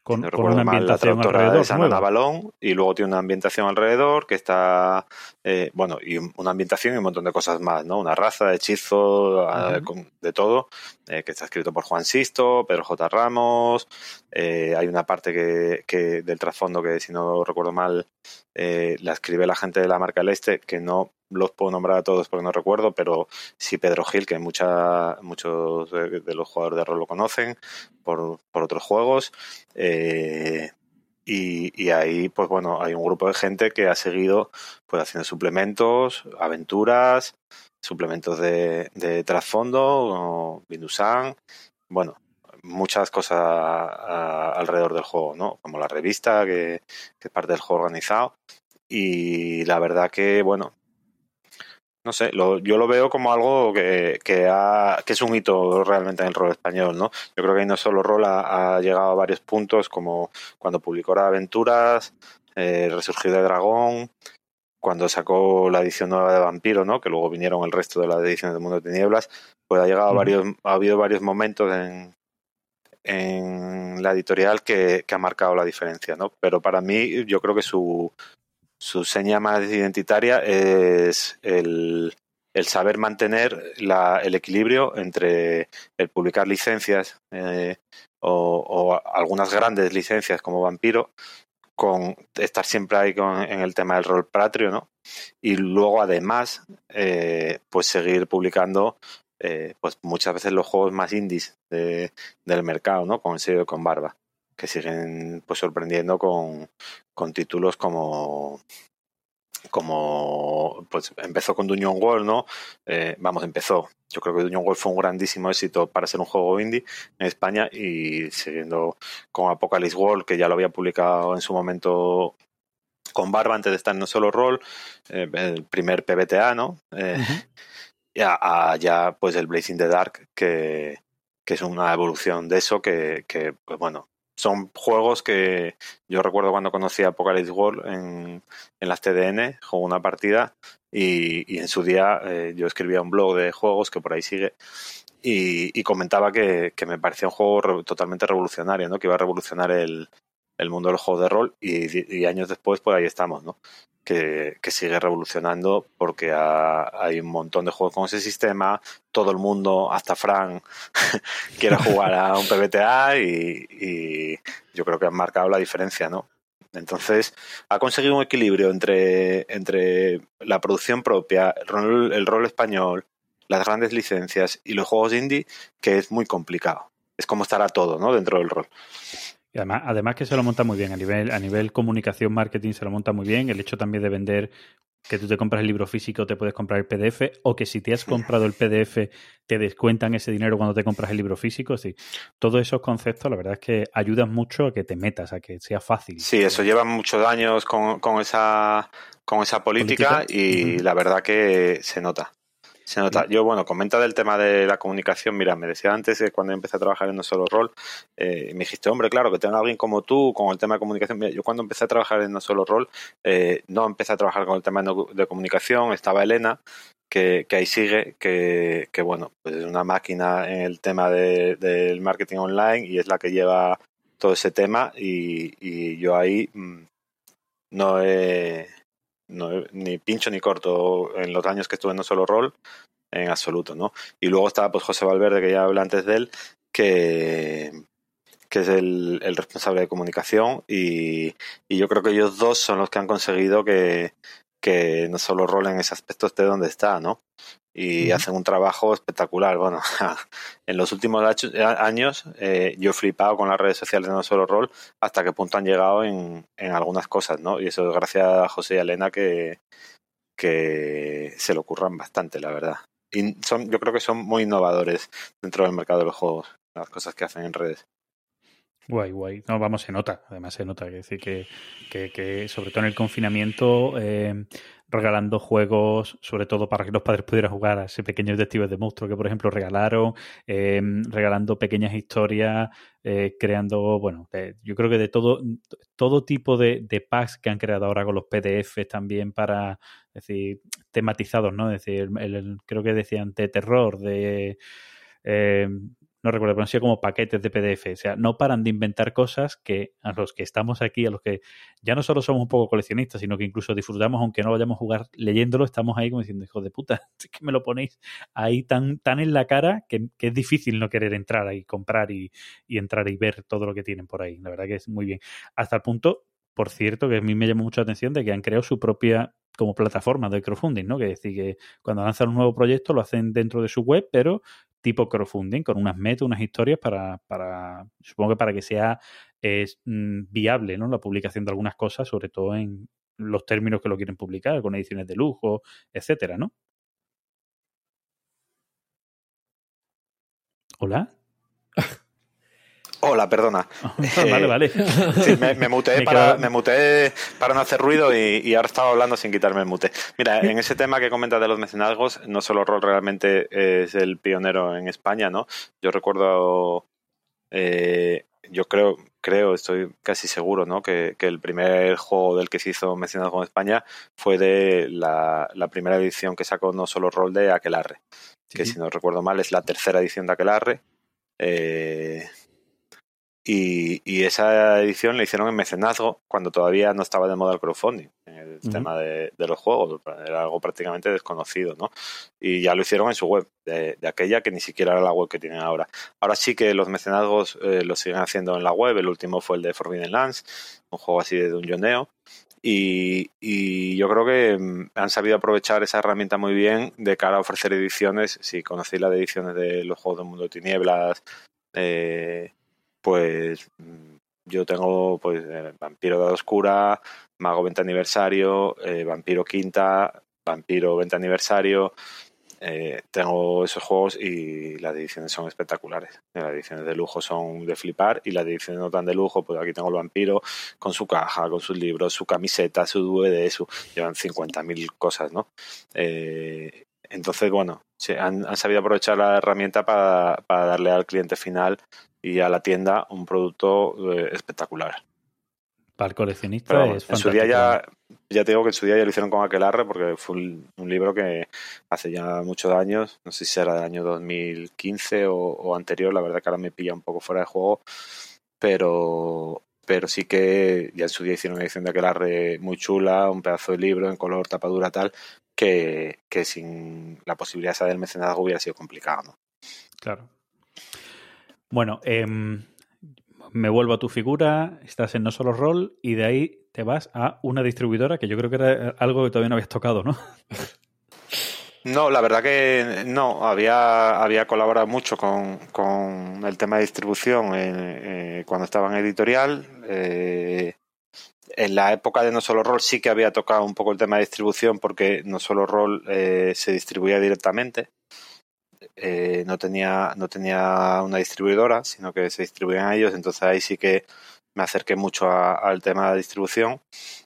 con, no con una recuerdo mal, la ambientación traductora alrededor. es Ana nueva. Navalón, y luego tiene una ambientación alrededor que está, eh, bueno, y un- una ambientación y un montón de cosas más, ¿no? Una raza, hechizo, uh, Ujú. con- de todo, eh, que está escrito por Juan Sisto, Pedro J. Ramos, eh, hay una parte que, que del trasfondo que, si no recuerdo mal, eh, la escribe la gente de la marca El Este, que no los puedo nombrar a todos porque no recuerdo, pero sí Pedro Gil, que mucha, muchos de, de los jugadores de rol lo conocen por, por otros juegos. Eh, y, y ahí, pues bueno, hay un grupo de gente que ha seguido pues haciendo suplementos, aventuras, suplementos de, de trasfondo, Bindusan, bueno, muchas cosas a, a, alrededor del juego, ¿no? Como la revista, que, que es parte del juego organizado. Y la verdad que, bueno, no sé, lo, yo lo veo como algo que, que, ha, que es un hito realmente en el rol español, ¿no? Yo creo que ahí No Solo Rol ha, ha llegado a varios puntos, como cuando publicó Hora de Aventuras, eh, Resurgir de Dragón, cuando sacó la edición nueva de Vampiro, ¿no? Que luego vinieron el resto de las ediciones de Mundo de Tinieblas, pues ha llegado uh-huh. varios, ha habido varios momentos en, en la editorial que, que ha marcado la diferencia, ¿no? Pero para mí, yo creo que su su seña más identitaria es el, el saber mantener la, el equilibrio entre el publicar licencias eh, o, o algunas grandes licencias como Vampiro, con estar siempre ahí con, en el tema del rol patrio, ¿no? Y luego además eh, pues seguir publicando eh, pues muchas veces los juegos más indies de, del mercado, ¿no? Con el sello Con Barba, que siguen pues sorprendiendo con, con títulos como como pues empezó con Dungeon World, ¿no? Eh, vamos, empezó. Yo creo que Dungeon World fue un grandísimo éxito para ser un juego indie en España, y siguiendo con Apocalypse World, que ya lo había publicado en su momento Con Barba antes de estar en No Solo Rol, eh, el primer P B T A, ¿no? Eh, uh-huh. Ya, a, ya pues el Blazing the Dark, que, que es una evolución de eso, que, que pues bueno, son juegos que yo recuerdo cuando conocí a Apocalypse World en, en las T D N, jugué una partida y, y en su día eh, yo escribía un blog de juegos que por ahí sigue y, y comentaba que, que me parecía un juego re, totalmente revolucionario, ¿no? Que iba a revolucionar el, el mundo de los juegos de rol, y, y años después pues ahí estamos, ¿no? Que, que sigue revolucionando porque ha, hay un montón de juegos con ese sistema, todo el mundo, hasta Fran, quiere jugar a un P B T A y, y yo creo que han marcado la diferencia, ¿no? Entonces, ha conseguido un equilibrio entre, entre la producción propia, el rol, el rol español, las grandes licencias y los juegos indie, que es muy complicado. Es como estará todo, ¿no? Dentro del rol. Y además, además que se lo monta muy bien, a nivel, a nivel comunicación, marketing se lo monta muy bien. El hecho también de vender, que tú te compras el libro físico, te puedes comprar el P D F, o que si te has comprado el P D F te descuentan ese dinero cuando te compras el libro físico. Sí, todos esos conceptos la verdad es que ayudan mucho a que te metas, a que sea fácil. Sí, eso lleva muchos años con, con, esa, con esa política, ¿política? Y uh-huh. la verdad que se nota. Se nota. Yo, bueno, comenta del tema de la comunicación. Mira, me decía antes que cuando empecé a trabajar en No Solo Rol, eh, me dijiste, hombre, claro, que tenga alguien como tú con el tema de comunicación. Mira, yo cuando empecé a trabajar en No Solo Rol, eh, no empecé a trabajar con el tema de, de comunicación. Estaba Elena, que, que ahí sigue, que, que bueno, pues es una máquina en el tema de, del marketing online y es la que lleva todo ese tema, y, y yo ahí mmm, no he... No, ni pincho ni corto en los años que estuve en No Solo Rol, en absoluto, ¿no? Y luego estaba pues José Valverde, que ya hablé antes de él, que, que es el, el responsable de comunicación, y, y yo creo que ellos dos son los que han conseguido que, que No Solo Rol en ese aspecto esté donde está, ¿no? Y uh-huh. hacen un trabajo espectacular. Bueno, en los últimos años eh, yo he flipado con las redes sociales de No Solo Rol hasta qué punto han llegado en, en algunas cosas, ¿no? Y eso es gracias a José y a Elena, que, que se lo curran bastante, la verdad. Y son, yo creo que son muy innovadores dentro del mercado de los juegos, las cosas que hacen en redes. Guay, guay. No, vamos, se nota. Además se nota. Es decir, que, que, que sobre todo en el confinamiento, eh, regalando juegos, sobre todo para que los padres pudieran jugar a ese pequeño detective de monstruos que, por ejemplo, regalaron, eh, regalando pequeñas historias, eh, creando, bueno, de, yo creo que de todo todo tipo de, de packs que han creado ahora con los P D Fs también para, es decir, tematizados, ¿no? Es decir, el, el, creo que decían de terror, de... Eh, no recuerdo, pero han sido como paquetes de P D F. O sea, no paran de inventar cosas que a los que estamos aquí, a los que ya no solo somos un poco coleccionistas, sino que incluso disfrutamos, aunque no vayamos a jugar leyéndolo, estamos ahí como diciendo, hijos de puta, es que me lo ponéis ahí tan, tan en la cara que, que es difícil no querer entrar ahí, comprar y, y entrar y ver todo lo que tienen por ahí. La verdad que es muy bien. Hasta el punto, por cierto, que a mí me llamó mucho la atención de que han creado su propia como plataforma de crowdfunding, ¿no? Que es decir, que cuando lanzan un nuevo proyecto lo hacen dentro de su web, pero tipo crowdfunding, con unas metas, unas historias para, para supongo que para que sea eh, viable, ¿no? La publicación de algunas cosas, sobre todo en los términos que lo quieren publicar, con ediciones de lujo, etcétera, ¿no? ¿Hola? Hola, perdona. vale, vale. Sí, me, me, muteé me, para, queda... me muteé para no hacer ruido y, y ahora estaba hablando sin quitarme el mute. Mira, en ese tema que comentas de los mecenazgos, No Solo Roll realmente es el pionero en España, ¿no? Yo recuerdo, eh, yo creo, creo, estoy casi seguro, ¿no? Que, que el primer juego del que se hizo mecenazgo en España fue de la, la primera edición que sacó No Solo Roll de Aquelarre, sí. Que si no recuerdo mal es la tercera edición de Aquelarre. Eh... Y, y esa edición la hicieron en mecenazgo cuando todavía no estaba de moda el crowdfunding, el uh-huh. tema de, de los juegos, era algo prácticamente desconocido, ¿no? Y ya lo hicieron en su web, de, de aquella que ni siquiera era la web que tienen ahora. Ahora sí que los mecenazgos eh, lo siguen haciendo en la web, el último fue el de Forbidden Lands, un juego así de dungeoneo, y, y yo creo que han sabido aprovechar esa herramienta muy bien de cara a ofrecer ediciones. Si conocéis las ediciones de los juegos del Mundo de Tinieblas, eh, pues yo tengo pues eh, Vampiro Edad Oscura, Mago veinte aniversario, eh, Vampiro Quinta, Vampiro veinte aniversario, eh, tengo esos juegos y las ediciones son espectaculares. Las ediciones de lujo son de flipar y las ediciones no tan de lujo, pues aquí tengo el Vampiro con su caja, con sus libros, su camiseta, su D V D, su... llevan cincuenta mil cosas, ¿no? Eh, entonces, bueno, sí, han, han sabido aprovechar la herramienta para, para darle al cliente final y a la tienda un producto eh, espectacular. Para el coleccionista Pero, es en su día ya, ya te digo que en su día ya lo hicieron con Aquelarre porque fue un, un libro que hace ya muchos años, no sé si será del año dos mil quince o, o anterior, la verdad que ahora me pilla un poco fuera de juego, pero, pero sí que ya en su día hicieron una edición de Aquelarre muy chula, un pedazo de libro en color, tapadura tal, que, que sin la posibilidad esa del mecenazgo hubiera sido complicado, ¿no? Claro. Bueno, eh, me vuelvo a tu figura, estás en No Solo Roll y de ahí te vas a una distribuidora que yo creo que era algo que todavía no habías tocado, ¿no? No, la verdad que no, había, había colaborado mucho con, con el tema de distribución eh, eh, cuando estaba en editorial. Eh, en la época de No Solo Roll sí que había tocado un poco el tema de distribución porque No Solo Roll eh, se distribuía directamente. Eh, no tenía no tenía una distribuidora, sino que se distribuían ellos, entonces ahí sí que me acerqué mucho a, al tema de distribución,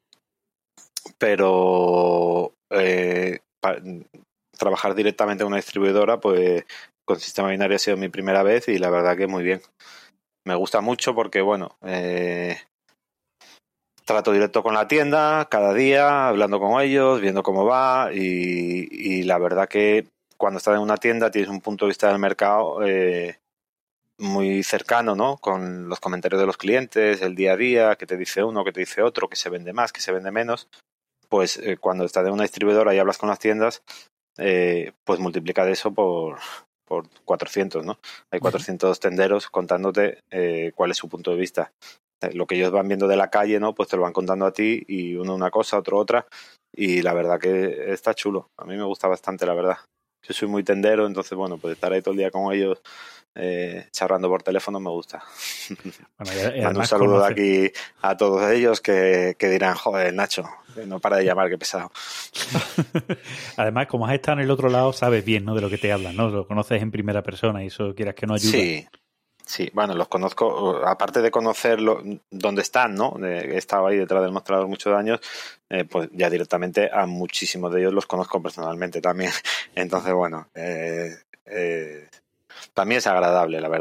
pero eh, para trabajar directamente en una distribuidora pues con Sistema Binario ha sido mi primera vez y la verdad que muy bien, me gusta mucho porque bueno, eh, trato directo con la tienda cada día, hablando con ellos, viendo cómo va y, y la verdad que cuando estás en una tienda tienes un punto de vista del mercado eh, muy cercano, ¿no? Con los comentarios de los clientes, el día a día, que te dice uno, que te dice otro, que se vende más, que se vende menos. Pues eh, cuando estás en una distribuidora y hablas con las tiendas, eh, pues multiplica eso por, por cuatrocientos, ¿no? Hay cuatrocientos tenderos contándote eh, cuál es su punto de vista. Eh, lo que ellos van viendo de la calle, ¿no? Pues te lo van contando a ti y uno una cosa, otro otra. Y la verdad que está chulo. A mí me gusta bastante, la verdad. Yo soy muy tendero, entonces, bueno, pues estar ahí todo el día con ellos eh, charlando por teléfono me gusta. Bueno, y, y Mando un saludo conoce... de aquí a todos ellos que, que dirán, joder, Nacho, que no para de llamar, qué pesado. Además, como has estado en el otro lado, sabes bien, ¿no? De lo que te hablan, ¿no? Lo conoces en primera persona y eso quieras que no ayude. Sí. Sí, bueno, los conozco, aparte de conocerlo dónde están, ¿no? He estado ahí detrás del mostrador muchos años, eh, pues ya directamente a muchísimos de ellos los conozco personalmente también. Entonces, bueno, eh, eh, también es agradable, la verdad.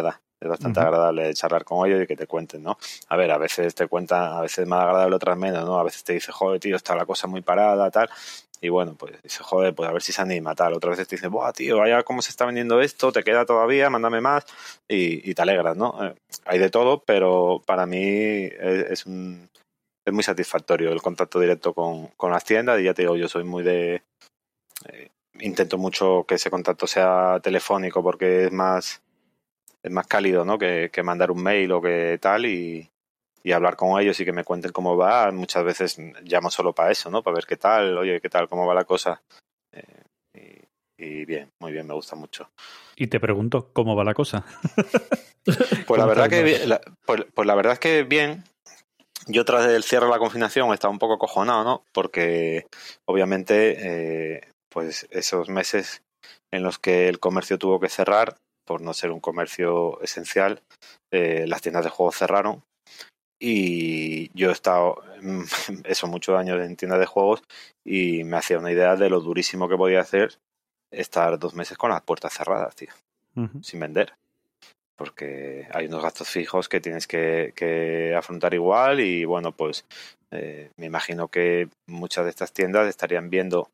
Es bastante Ujú. agradable charlar con ellos y que te cuenten, ¿no? A ver, a veces te cuentan, a veces más agradable, otras menos, ¿no? A veces te dice, joder, tío, está la cosa muy parada, tal. Y bueno, pues dice, joder, pues a ver si se anima, tal. Otras veces te dicen, buah, tío, vaya cómo se está vendiendo esto, te queda todavía, mándame más. Y, y te alegras, ¿no? Eh, hay de todo, pero para mí es, es un... es muy satisfactorio el contacto directo con, con las tiendas. Y ya te digo, yo soy muy de... Eh, intento mucho que ese contacto sea telefónico porque es más... es más cálido, ¿no? Que, que mandar un mail o que tal y, y hablar con ellos y que me cuenten cómo va. Muchas veces llamo solo para eso, ¿no? Para ver qué tal, oye, qué tal, cómo va la cosa. Eh, y, y bien, muy bien, me gusta mucho. Y te pregunto, ¿cómo va la cosa? Pues la verdad que bien, la, pues, pues la verdad es que bien. Yo tras el cierre de la confinación he estado un poco acojonado, ¿no? Porque obviamente eh, pues esos meses en los que el comercio tuvo que cerrar por no ser un comercio esencial, eh, las tiendas de juegos cerraron y yo he estado eso muchos años en tiendas de juegos y me hacía una idea de lo durísimo que podía hacer estar dos meses con las puertas cerradas, tío, uh-huh. sin vender, porque hay unos gastos fijos que tienes que, que afrontar igual y bueno, pues eh, me imagino que muchas de estas tiendas estarían viendo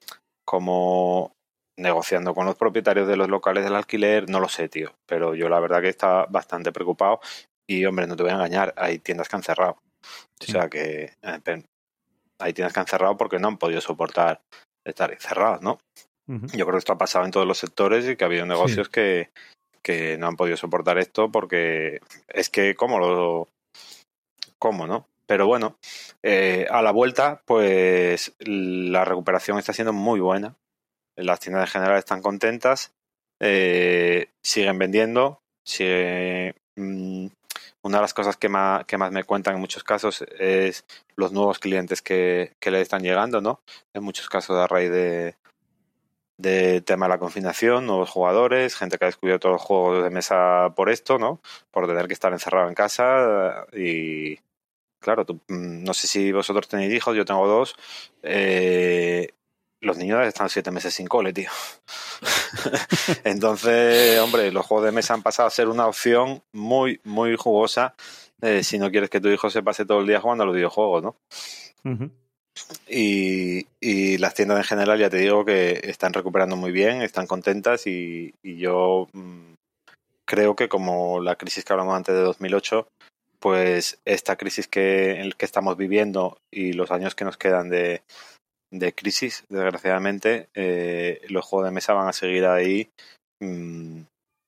cómo negociando con los propietarios de los locales del alquiler, no lo sé, tío, pero yo la verdad que estaba bastante preocupado y, hombre, no te voy a engañar, hay tiendas que han cerrado. Sí. O sea que eh, hay tiendas que han cerrado porque no han podido soportar estar encerrados, ¿no? Uh-huh. Yo creo que esto ha pasado en todos los sectores y que ha habido negocios sí. que, que no han podido soportar esto porque es que, ¿cómo lo...? ¿Cómo, no? Pero bueno, eh, a la vuelta, pues la recuperación está siendo muy buena. Las tiendas en general están contentas, eh, siguen vendiendo. Sigue, mmm, una de las cosas que más, que más me cuentan en muchos casos es los nuevos clientes que, que le están llegando, ¿no? En muchos casos a raíz de, de tema de la confinación, nuevos jugadores, gente que ha descubierto los juegos de mesa por esto, ¿no? Por tener que estar encerrado en casa y... Claro, tú, no sé si vosotros tenéis hijos, yo tengo dos. Eh, los niños están siete meses sin cole, tío. Entonces, hombre, los juegos de mesa han pasado a ser una opción muy, muy jugosa eh, si no quieres que tu hijo se pase todo el día jugando a los videojuegos, ¿no? Uh-huh. Y, y las tiendas en general, ya te digo que están recuperando muy bien, están contentas y, y yo mmm, creo que como la crisis que hablamos antes de dos mil ocho, pues esta crisis que, que estamos viviendo y los años que nos quedan de, de crisis, desgraciadamente, eh, los juegos de mesa van a seguir ahí mmm,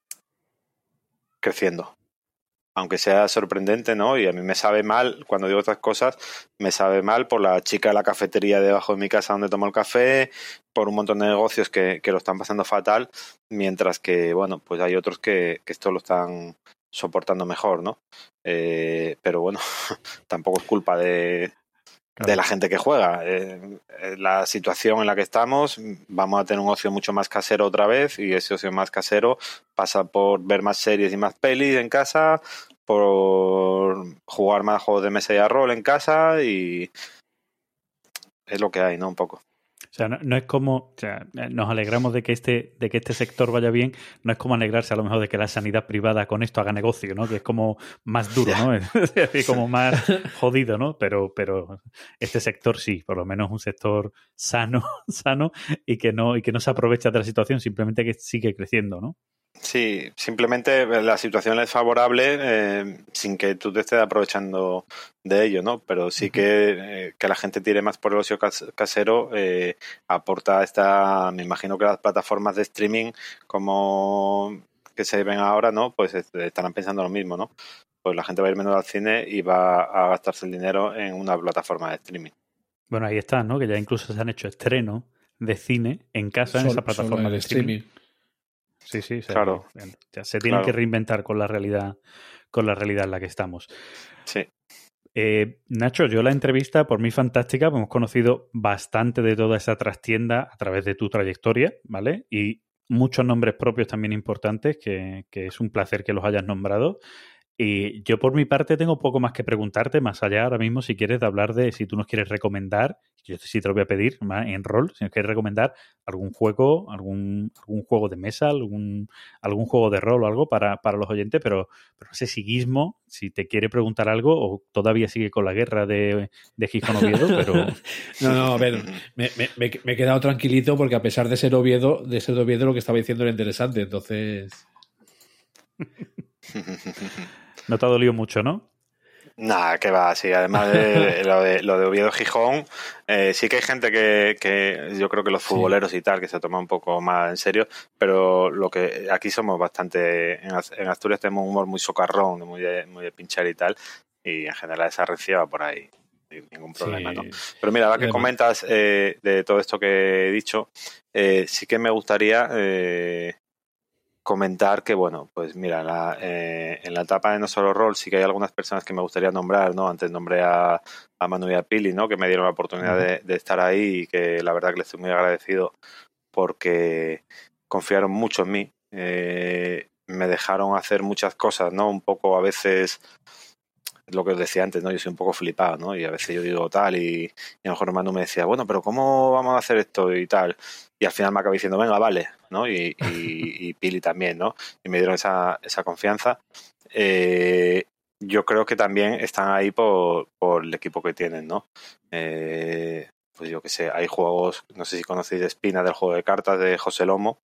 creciendo. Aunque sea sorprendente, ¿no? Y a mí me sabe mal, cuando digo estas cosas, me sabe mal por la chica de la cafetería debajo de mi casa donde tomo el café, por un montón de negocios que, que lo están pasando fatal, mientras que, bueno, pues hay otros que, que esto lo están soportando mejor, ¿no? Eh, pero bueno, tampoco es culpa de, de la gente que juega. Eh, la situación en la que estamos, vamos a tener un ocio mucho más casero otra vez y ese ocio más casero pasa por ver más series y más pelis en casa, por jugar más juegos de mesa y a rol en casa y es lo que hay, ¿no? Un poco. O sea, no, no es como, o sea, nos alegramos de que este de que este sector vaya bien, no es como alegrarse a lo mejor de que la sanidad privada con esto haga negocio, ¿no? Que es como más duro, ¿no? Es decir, como más jodido, ¿no? Pero, pero este sector sí, por lo menos un sector sano, sano y que no y que no se aprovecha de la situación, simplemente que sigue creciendo, ¿no? Sí, simplemente la situación es favorable eh, sin que tú te estés aprovechando de ello, ¿no? Pero sí uh-huh. que, eh, que la gente tire más por el ocio casero eh, aporta esta, me imagino que las plataformas de streaming como que se ven ahora, ¿no? Pues estarán pensando lo mismo, ¿no? Pues la gente va a ir menos al cine y va a gastarse el dinero en una plataforma de streaming. Bueno, ahí está, ¿no? Que ya incluso se han hecho estrenos de cine en casa, en esa plataforma de streaming. streaming. Sí, sí, se, claro. Ya se tienen claro. que reinventar con la realidad, con la realidad en la que estamos. Sí. Eh, Nacho, yo la entrevista, por mí fantástica, hemos conocido bastante de toda esa trastienda a través de tu trayectoria, ¿vale? Y muchos nombres propios también importantes, que, que es un placer que los hayas nombrado. Y yo por mi parte tengo poco más que preguntarte, más allá ahora mismo si quieres de hablar de si tú nos quieres recomendar, yo sí te lo voy a pedir más en rol, si nos quieres recomendar algún juego, algún, algún juego de mesa, algún, algún juego de rol o algo para, para los oyentes, pero, pero no sé si Gizmo, si te quiere preguntar algo o todavía sigue con la guerra de, de Gijón Oviedo, pero... No, no, a ver, me, me, me he quedado tranquilito porque a pesar de ser Oviedo, de ser de Oviedo lo que estaba diciendo era interesante, entonces... No te ha dolido mucho, ¿no? Nada, que va, sí. Además de lo de, lo de Oviedo Gijón, eh, sí que hay gente que, que yo creo que los futboleros sí. y tal, que se toma un poco más en serio, pero lo que aquí somos bastante, en, en Asturias tenemos un humor muy socarrón, muy de, muy de pinchar y tal, y en general esa recia va por ahí, sin ningún problema, sí. ¿no? Pero mira, ahora que comentas eh, de todo esto que he dicho, eh, sí que me gustaría... Eh, comentar que, bueno, pues mira, la, eh, en la etapa de No Solo Rol sí que hay algunas personas que me gustaría nombrar, ¿no? Antes nombré a, a Manu y a Pili, ¿no? Que me dieron la oportunidad de, de estar ahí y que la verdad que les estoy muy agradecido porque confiaron mucho en mí. Eh, me dejaron hacer muchas cosas, ¿no? Un poco a veces... lo que os decía antes, ¿no? Yo soy un poco flipado, ¿no? Y a veces yo digo tal y, y a lo mejor Manu me decía, bueno, pero ¿cómo vamos a hacer esto y tal? Y al final me acabé diciendo, venga, vale, ¿no? Y, y, y Pili también, ¿no? Y me dieron esa, esa confianza. Eh, yo creo que también están ahí por, por el equipo que tienen, ¿no? Eh, pues yo qué sé, hay juegos, no sé si conocéis Espina, del juego de cartas de José Lomo,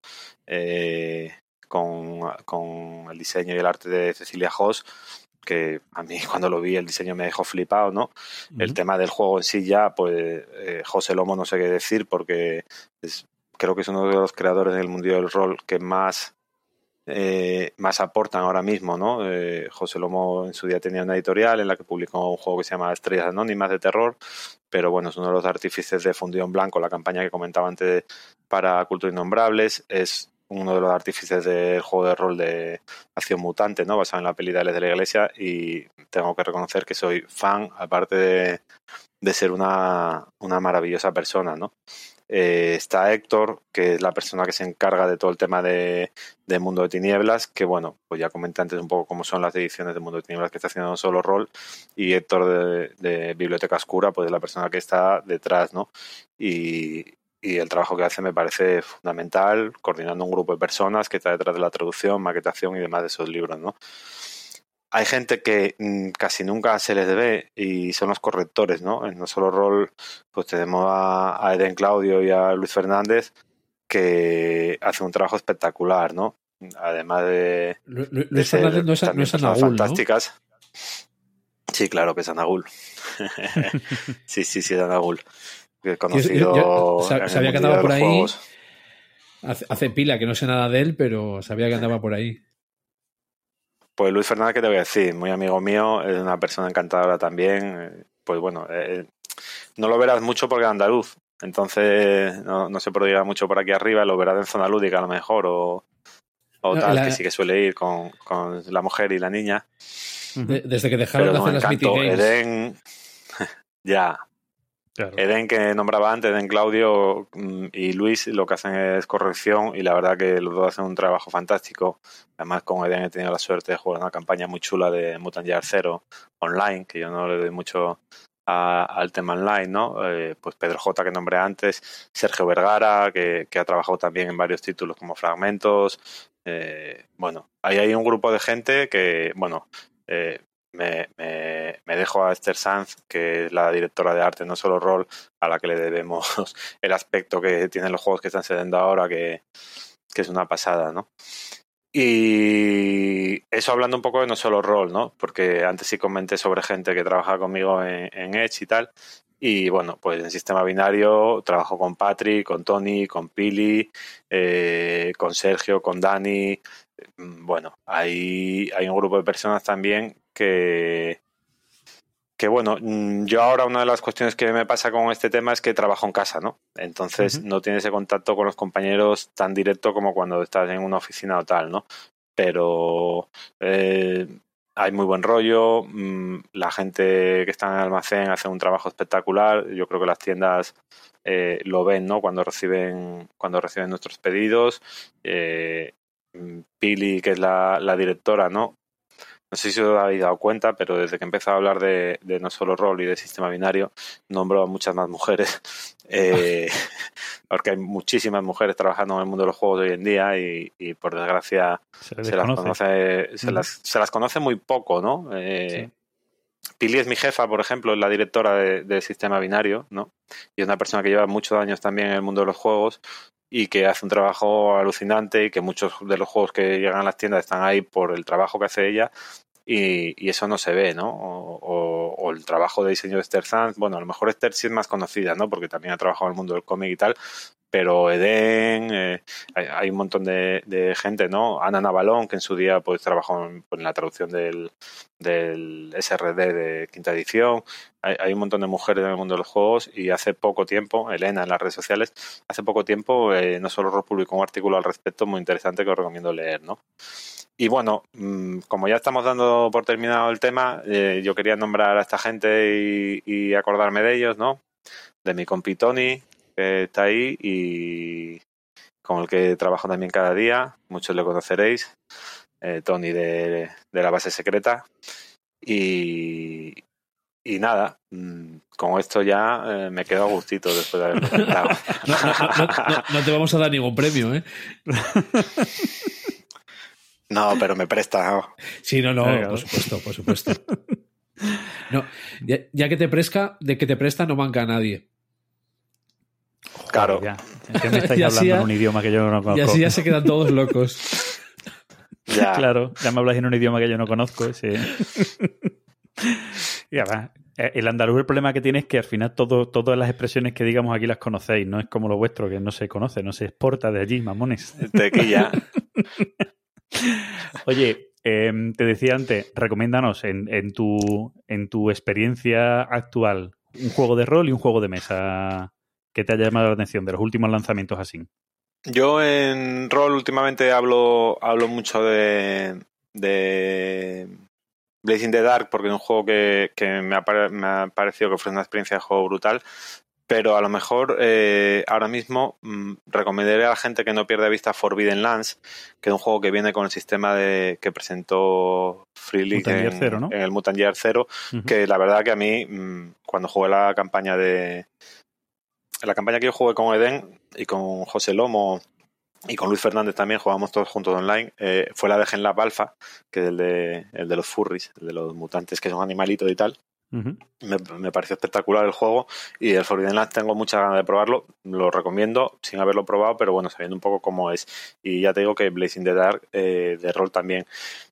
eh, con, con el diseño y el arte de Cecilia Jos, que a mí cuando lo vi el diseño me dejó flipado, ¿no? Uh-huh. El tema del juego en sí ya, pues eh, José Lomo no sé qué decir porque es, creo que es uno de los creadores del mundo del rol que más eh, más aportan ahora mismo, ¿no? Eh, José Lomo en su día tenía una editorial en la que publicó un juego que se llama Estrellas Anónimas de terror, pero bueno, es uno de los artífices de Fundido en Blanco, la campaña que comentaba antes para Cultura Innombrables, es uno de los artífices del juego de rol de Acción Mutante, ¿no? Basado en la peli de Ales de la Iglesia, y tengo que reconocer que soy fan, aparte de, de ser una, una maravillosa persona, ¿no? Eh, está Héctor, que es la persona que se encarga de todo el tema de, de Mundo de Tinieblas, que bueno, pues ya comenté antes un poco cómo son las ediciones de Mundo de Tinieblas que está haciendo No Solo Rol, y Héctor de, de Biblioteca Oscura, pues es la persona que está detrás, ¿no? Y Y el trabajo que hace me parece fundamental, coordinando un grupo de personas que está detrás de la traducción, maquetación y demás de esos libros, ¿no? Hay gente que mmm, casi nunca se les ve y son los correctores, ¿no? En No Solo Rol, pues tenemos a, a Eden Claudio y a Luis Fernández que hacen un trabajo espectacular, ¿no? Además de... Lu, Lu, Luis de Fernández no es, no es Anagul, fantásticas. ¿No? Sí, claro que es Anagul. sí, sí, sí, es Anagul. Conocido yo, yo, sabía que andaba por ahí hace, hace pila que no sé nada de él, pero sabía que andaba por ahí. Pues Luis Fernández, ¿qué te voy a decir? Muy amigo mío, es una persona encantadora también. Pues bueno, eh, no lo verás mucho porque es andaluz, entonces no, no se prodiga mucho por aquí arriba, lo verás en zona lúdica a lo mejor o, o no, tal, la... que sí que suele ir con, con la mujer y la niña. De, desde que dejaron de hacer las meeting games. Eden, ya. Claro. Eden, que nombraba antes, Eden Claudio y Luis, lo que hacen es corrección y la verdad que los dos hacen un trabajo fantástico. Además, con Eden he tenido la suerte de jugar una campaña muy chula de Mutant Year Zero online, que yo no le doy mucho a, al tema online, ¿no? Eh, pues Pedro J, que nombré antes, Sergio Vergara, que, que ha trabajado también en varios títulos como Fragmentos. Eh, bueno, ahí hay un grupo de gente que, bueno... Eh, Me, me, me dejo a Esther Sanz, que es la directora de arte No Solo Rol, a la que le debemos el aspecto que tienen los juegos que están saliendo ahora, que, que es una pasada, ¿no? Y eso hablando un poco de No Solo Rol, ¿no? Porque antes sí comenté sobre gente que trabaja conmigo en, en Edge y tal. Y bueno, pues en Sistema Binario trabajo con Patrick, con Tony, con Pili, eh, con Sergio, con Dani. Bueno, hay, hay un grupo de personas también que, que bueno, yo ahora una de las cuestiones que me pasa con este tema es que trabajo en casa, ¿no? Entonces uh-huh. no tienes ese contacto con los compañeros tan directo como cuando estás en una oficina o tal, ¿no? Pero eh, hay muy buen rollo, la gente que está en el almacén hace un trabajo espectacular, yo creo que las tiendas eh, lo ven, ¿no? Cuando reciben, cuando reciben nuestros pedidos. Eh, Pili, que es la, la directora, ¿no? no sé si os habéis dado cuenta, pero desde que he empezado a hablar de, de no solo rol y de sistema binario, nombro a muchas más mujeres. Eh, porque hay muchísimas mujeres trabajando en el mundo de los juegos de hoy en día y, y por desgracia Se, se las, conoce, se, mm. las, se las conoce muy poco, ¿no? Eh, sí. Pili es mi jefa, por ejemplo, es la directora de, de sistema binario, ¿no? Y es una persona que lleva muchos años también en el mundo de los juegos y que hace un trabajo alucinante y que muchos de los juegos que llegan a las tiendas están ahí por el trabajo que hace ella y, y eso no se ve, ¿no? O, o, o el trabajo de diseño de Esther Sanz, bueno, a lo mejor Esther sí es más conocida, ¿no? Porque también ha trabajado en el mundo del cómic y tal, pero Eden, eh, hay, hay un montón de, de gente, ¿no? Ana Navalón, que en su día pues trabajó en, en la traducción del, del S R D de quinta edición. Hay, hay un montón de mujeres en el mundo de los juegos y hace poco tiempo, Elena en las redes sociales, hace poco tiempo eh, No Solo Roll publicó un artículo al respecto muy interesante que os recomiendo leer, ¿no? Y bueno, como ya estamos dando por terminado el tema, eh, yo quería nombrar a esta gente y, y acordarme de ellos, ¿no? De mi compi Tony, que está ahí y con el que trabajo también cada día, muchos lo conoceréis, eh, Tony de, de la base secreta y, y nada, con esto ya eh, me quedo a gustito después de haberlo contado. no, no, no, no, no te vamos a dar ningún premio, ¿eh? No, pero me presta, ¿no? Sí, no, no, por supuesto, por supuesto. No, ya, ya que te presta, de que te presta no manca a nadie. Claro. Ya. Es que me estáis hablando ya, en un idioma que yo no conozco. Y así ya se quedan todos locos. Ya. Claro, ya me habláis en un idioma que yo no conozco. Sí. Ya va. El andaluz, el problema que tiene es que al final todo, todas las expresiones que digamos aquí las conocéis. No es como lo vuestro, que no se conoce, no se exporta de allí, mamones. Tequilla. Oye, eh, te decía antes, recomiéndanos en, en, tu, en tu experiencia actual un juego de rol y un juego de mesa que te haya llamado la atención de los últimos lanzamientos así. Yo en rol últimamente hablo, hablo mucho de, de Blazing the Dark porque es un juego que, que me, ha, me ha parecido que fue una experiencia de juego brutal. Pero a lo mejor eh, ahora mismo mmm, recomendaría a la gente que no pierda de vista Forbidden Lands, que es un juego que viene con el sistema de que presentó Free League en, Zero, ¿no? en el Mutant Year Zero, uh-huh. que la verdad que a mí, mmm, cuando jugué la campaña de... La campaña que yo jugué con Eden y con José Lomo y con Luis Fernández también, jugábamos todos juntos online, eh, fue la de Genlab Alpha, que es el de, el de los furries, el de los mutantes que son animalitos y tal. Uh-huh. Me, me pareció espectacular el juego y el Forbidden Lands tengo muchas ganas de probarlo, lo recomiendo sin haberlo probado, pero bueno, sabiendo un poco cómo es. Y ya te digo que Blazing the Dark eh, de rol también.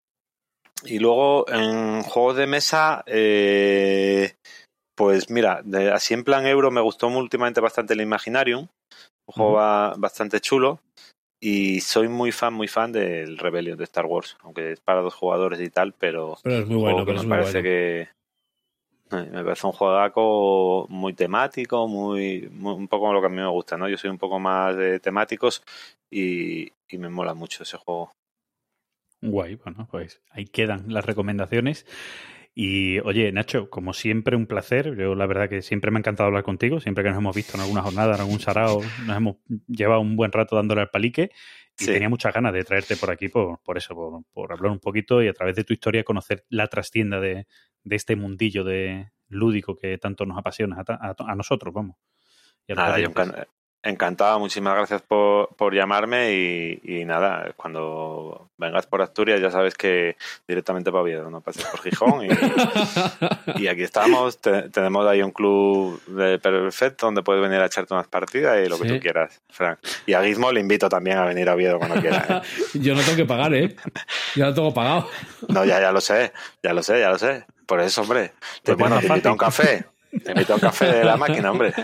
Y luego en juegos de mesa, eh, pues mira, de, así en plan euro me gustó últimamente bastante el Imaginarium, un juego uh-huh. bastante chulo. Y soy muy fan, muy fan del Rebellion de Star Wars, aunque es para dos jugadores y tal, pero, pero es muy bueno, pero me es parece muy bueno. que me parece un juegaco muy temático, muy, muy un poco lo que a mí me gusta, ¿no? Yo soy un poco más de temáticos y, y me mola mucho ese juego. Guay, bueno, pues ahí quedan las recomendaciones. Y oye, Nacho, como siempre, un placer. Yo la verdad que siempre me ha encantado hablar contigo. Siempre que nos hemos visto en alguna jornada, en algún sarao, nos hemos llevado un buen rato dándole al palique. Y sí. tenía muchas ganas de traerte por aquí por, por eso, por, por hablar un poquito y a través de tu historia conocer la trastienda de, de este mundillo de lúdico que tanto nos apasiona a, a, a nosotros, vamos. Y a nada, yo encan- encantado, muchísimas gracias por, por llamarme y, y nada, cuando vengas por Asturias ya sabes que directamente para Oviedo, no pases por Gijón y, y aquí estamos, te, tenemos ahí un club de perfecto donde puedes venir a echarte unas partidas y lo sí. que tú quieras, Frank. Y a Gizmo le invito también a venir a Oviedo cuando quiera. ¿eh? Yo no tengo que pagar, ¿eh? Yo no tengo pagado. No, ya, ya lo sé, ya lo sé, ya lo sé. Por eso, hombre, te, bueno, te invito a un café. Te invito a un café de la máquina, hombre.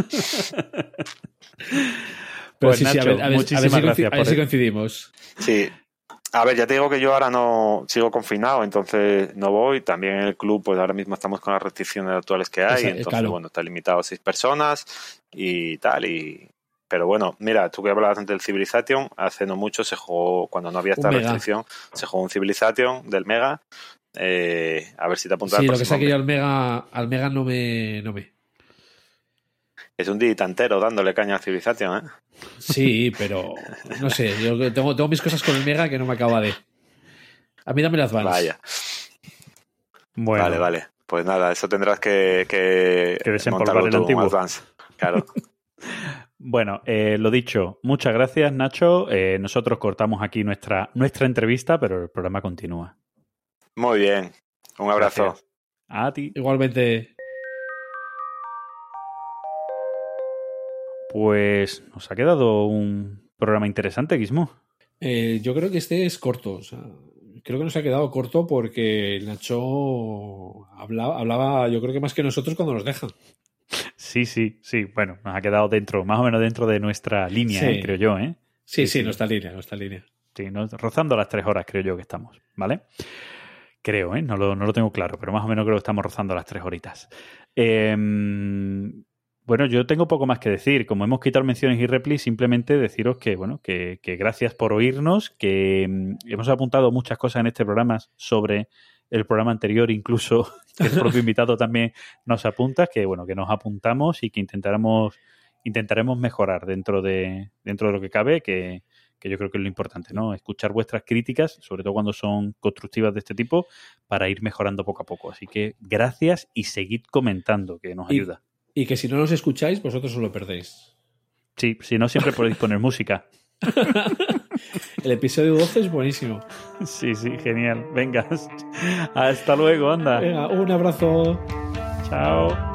Pero pues sí, Nacho, sí, a ver, a ver, muchísimas a ver si gracias. A ver si coincidimos. Sí. A ver, ya te digo que yo ahora no sigo confinado, entonces no voy. También en el club, pues ahora mismo estamos con las restricciones actuales que hay. Esa, entonces, claro. bueno, está limitado a seis personas y tal. Y pero bueno, mira, tú que hablabas antes del Civilization, hace no mucho se jugó, cuando no había esta un restricción, mega. se jugó un Civilization del Mega. Eh, a ver si te apuntas. Sí, lo que sé que yo al Mega, al Mega no me, no me. Es un digitantero dándole caña a Civilization, ¿eh? Sí, pero no sé, yo tengo, tengo mis cosas con el Mega que no me acaba de. A mí dame las balas. Vaya. Bueno, Vale, vale. Pues nada, eso tendrás que, que, Que desempolvar montarlo el tú, antiguo. un Advance. Claro. Bueno, eh, lo dicho, muchas gracias, Nacho. Eh, nosotros cortamos aquí nuestra, nuestra entrevista, pero el programa continúa. Muy bien. Un abrazo. Gracias. A ti. Igualmente. Pues nos ha quedado un programa interesante, Gizmo. Eh, yo creo que este es corto. O sea, creo que nos ha quedado corto porque Nacho hablaba, hablaba, yo creo que más que nosotros cuando nos dejan. Sí, sí, sí. Bueno, nos ha quedado dentro, más o menos dentro de nuestra línea, Sí. eh, creo yo, ¿eh? Sí, sí, Sí, sí. no está en línea, no está en línea. Sí, no, rozando las tres horas, creo yo que estamos, ¿vale? Creo, ¿eh? No lo, no lo tengo claro, pero más o menos creo que estamos rozando las tres horitas. Eh, bueno, yo tengo poco más que decir. Como hemos quitado menciones y replis, simplemente deciros que, bueno, que, que gracias por oírnos, que mm, hemos apuntado muchas cosas en este programa sobre el programa anterior, incluso que el propio invitado también nos apunta, que bueno, que nos apuntamos y que intentaremos, intentaremos mejorar dentro de, dentro de lo que cabe, que, que yo creo que es lo importante, ¿no? Escuchar vuestras críticas, sobre todo cuando son constructivas de este tipo, para ir mejorando poco a poco. Así que gracias y seguid comentando, que nos Y- ayuda. Y que si no nos escucháis, vosotros os lo perdéis. Sí, si no, siempre podéis poner música. El episodio doce es buenísimo. Sí, sí, genial. Venga, hasta luego, anda. Venga, un abrazo. Chao.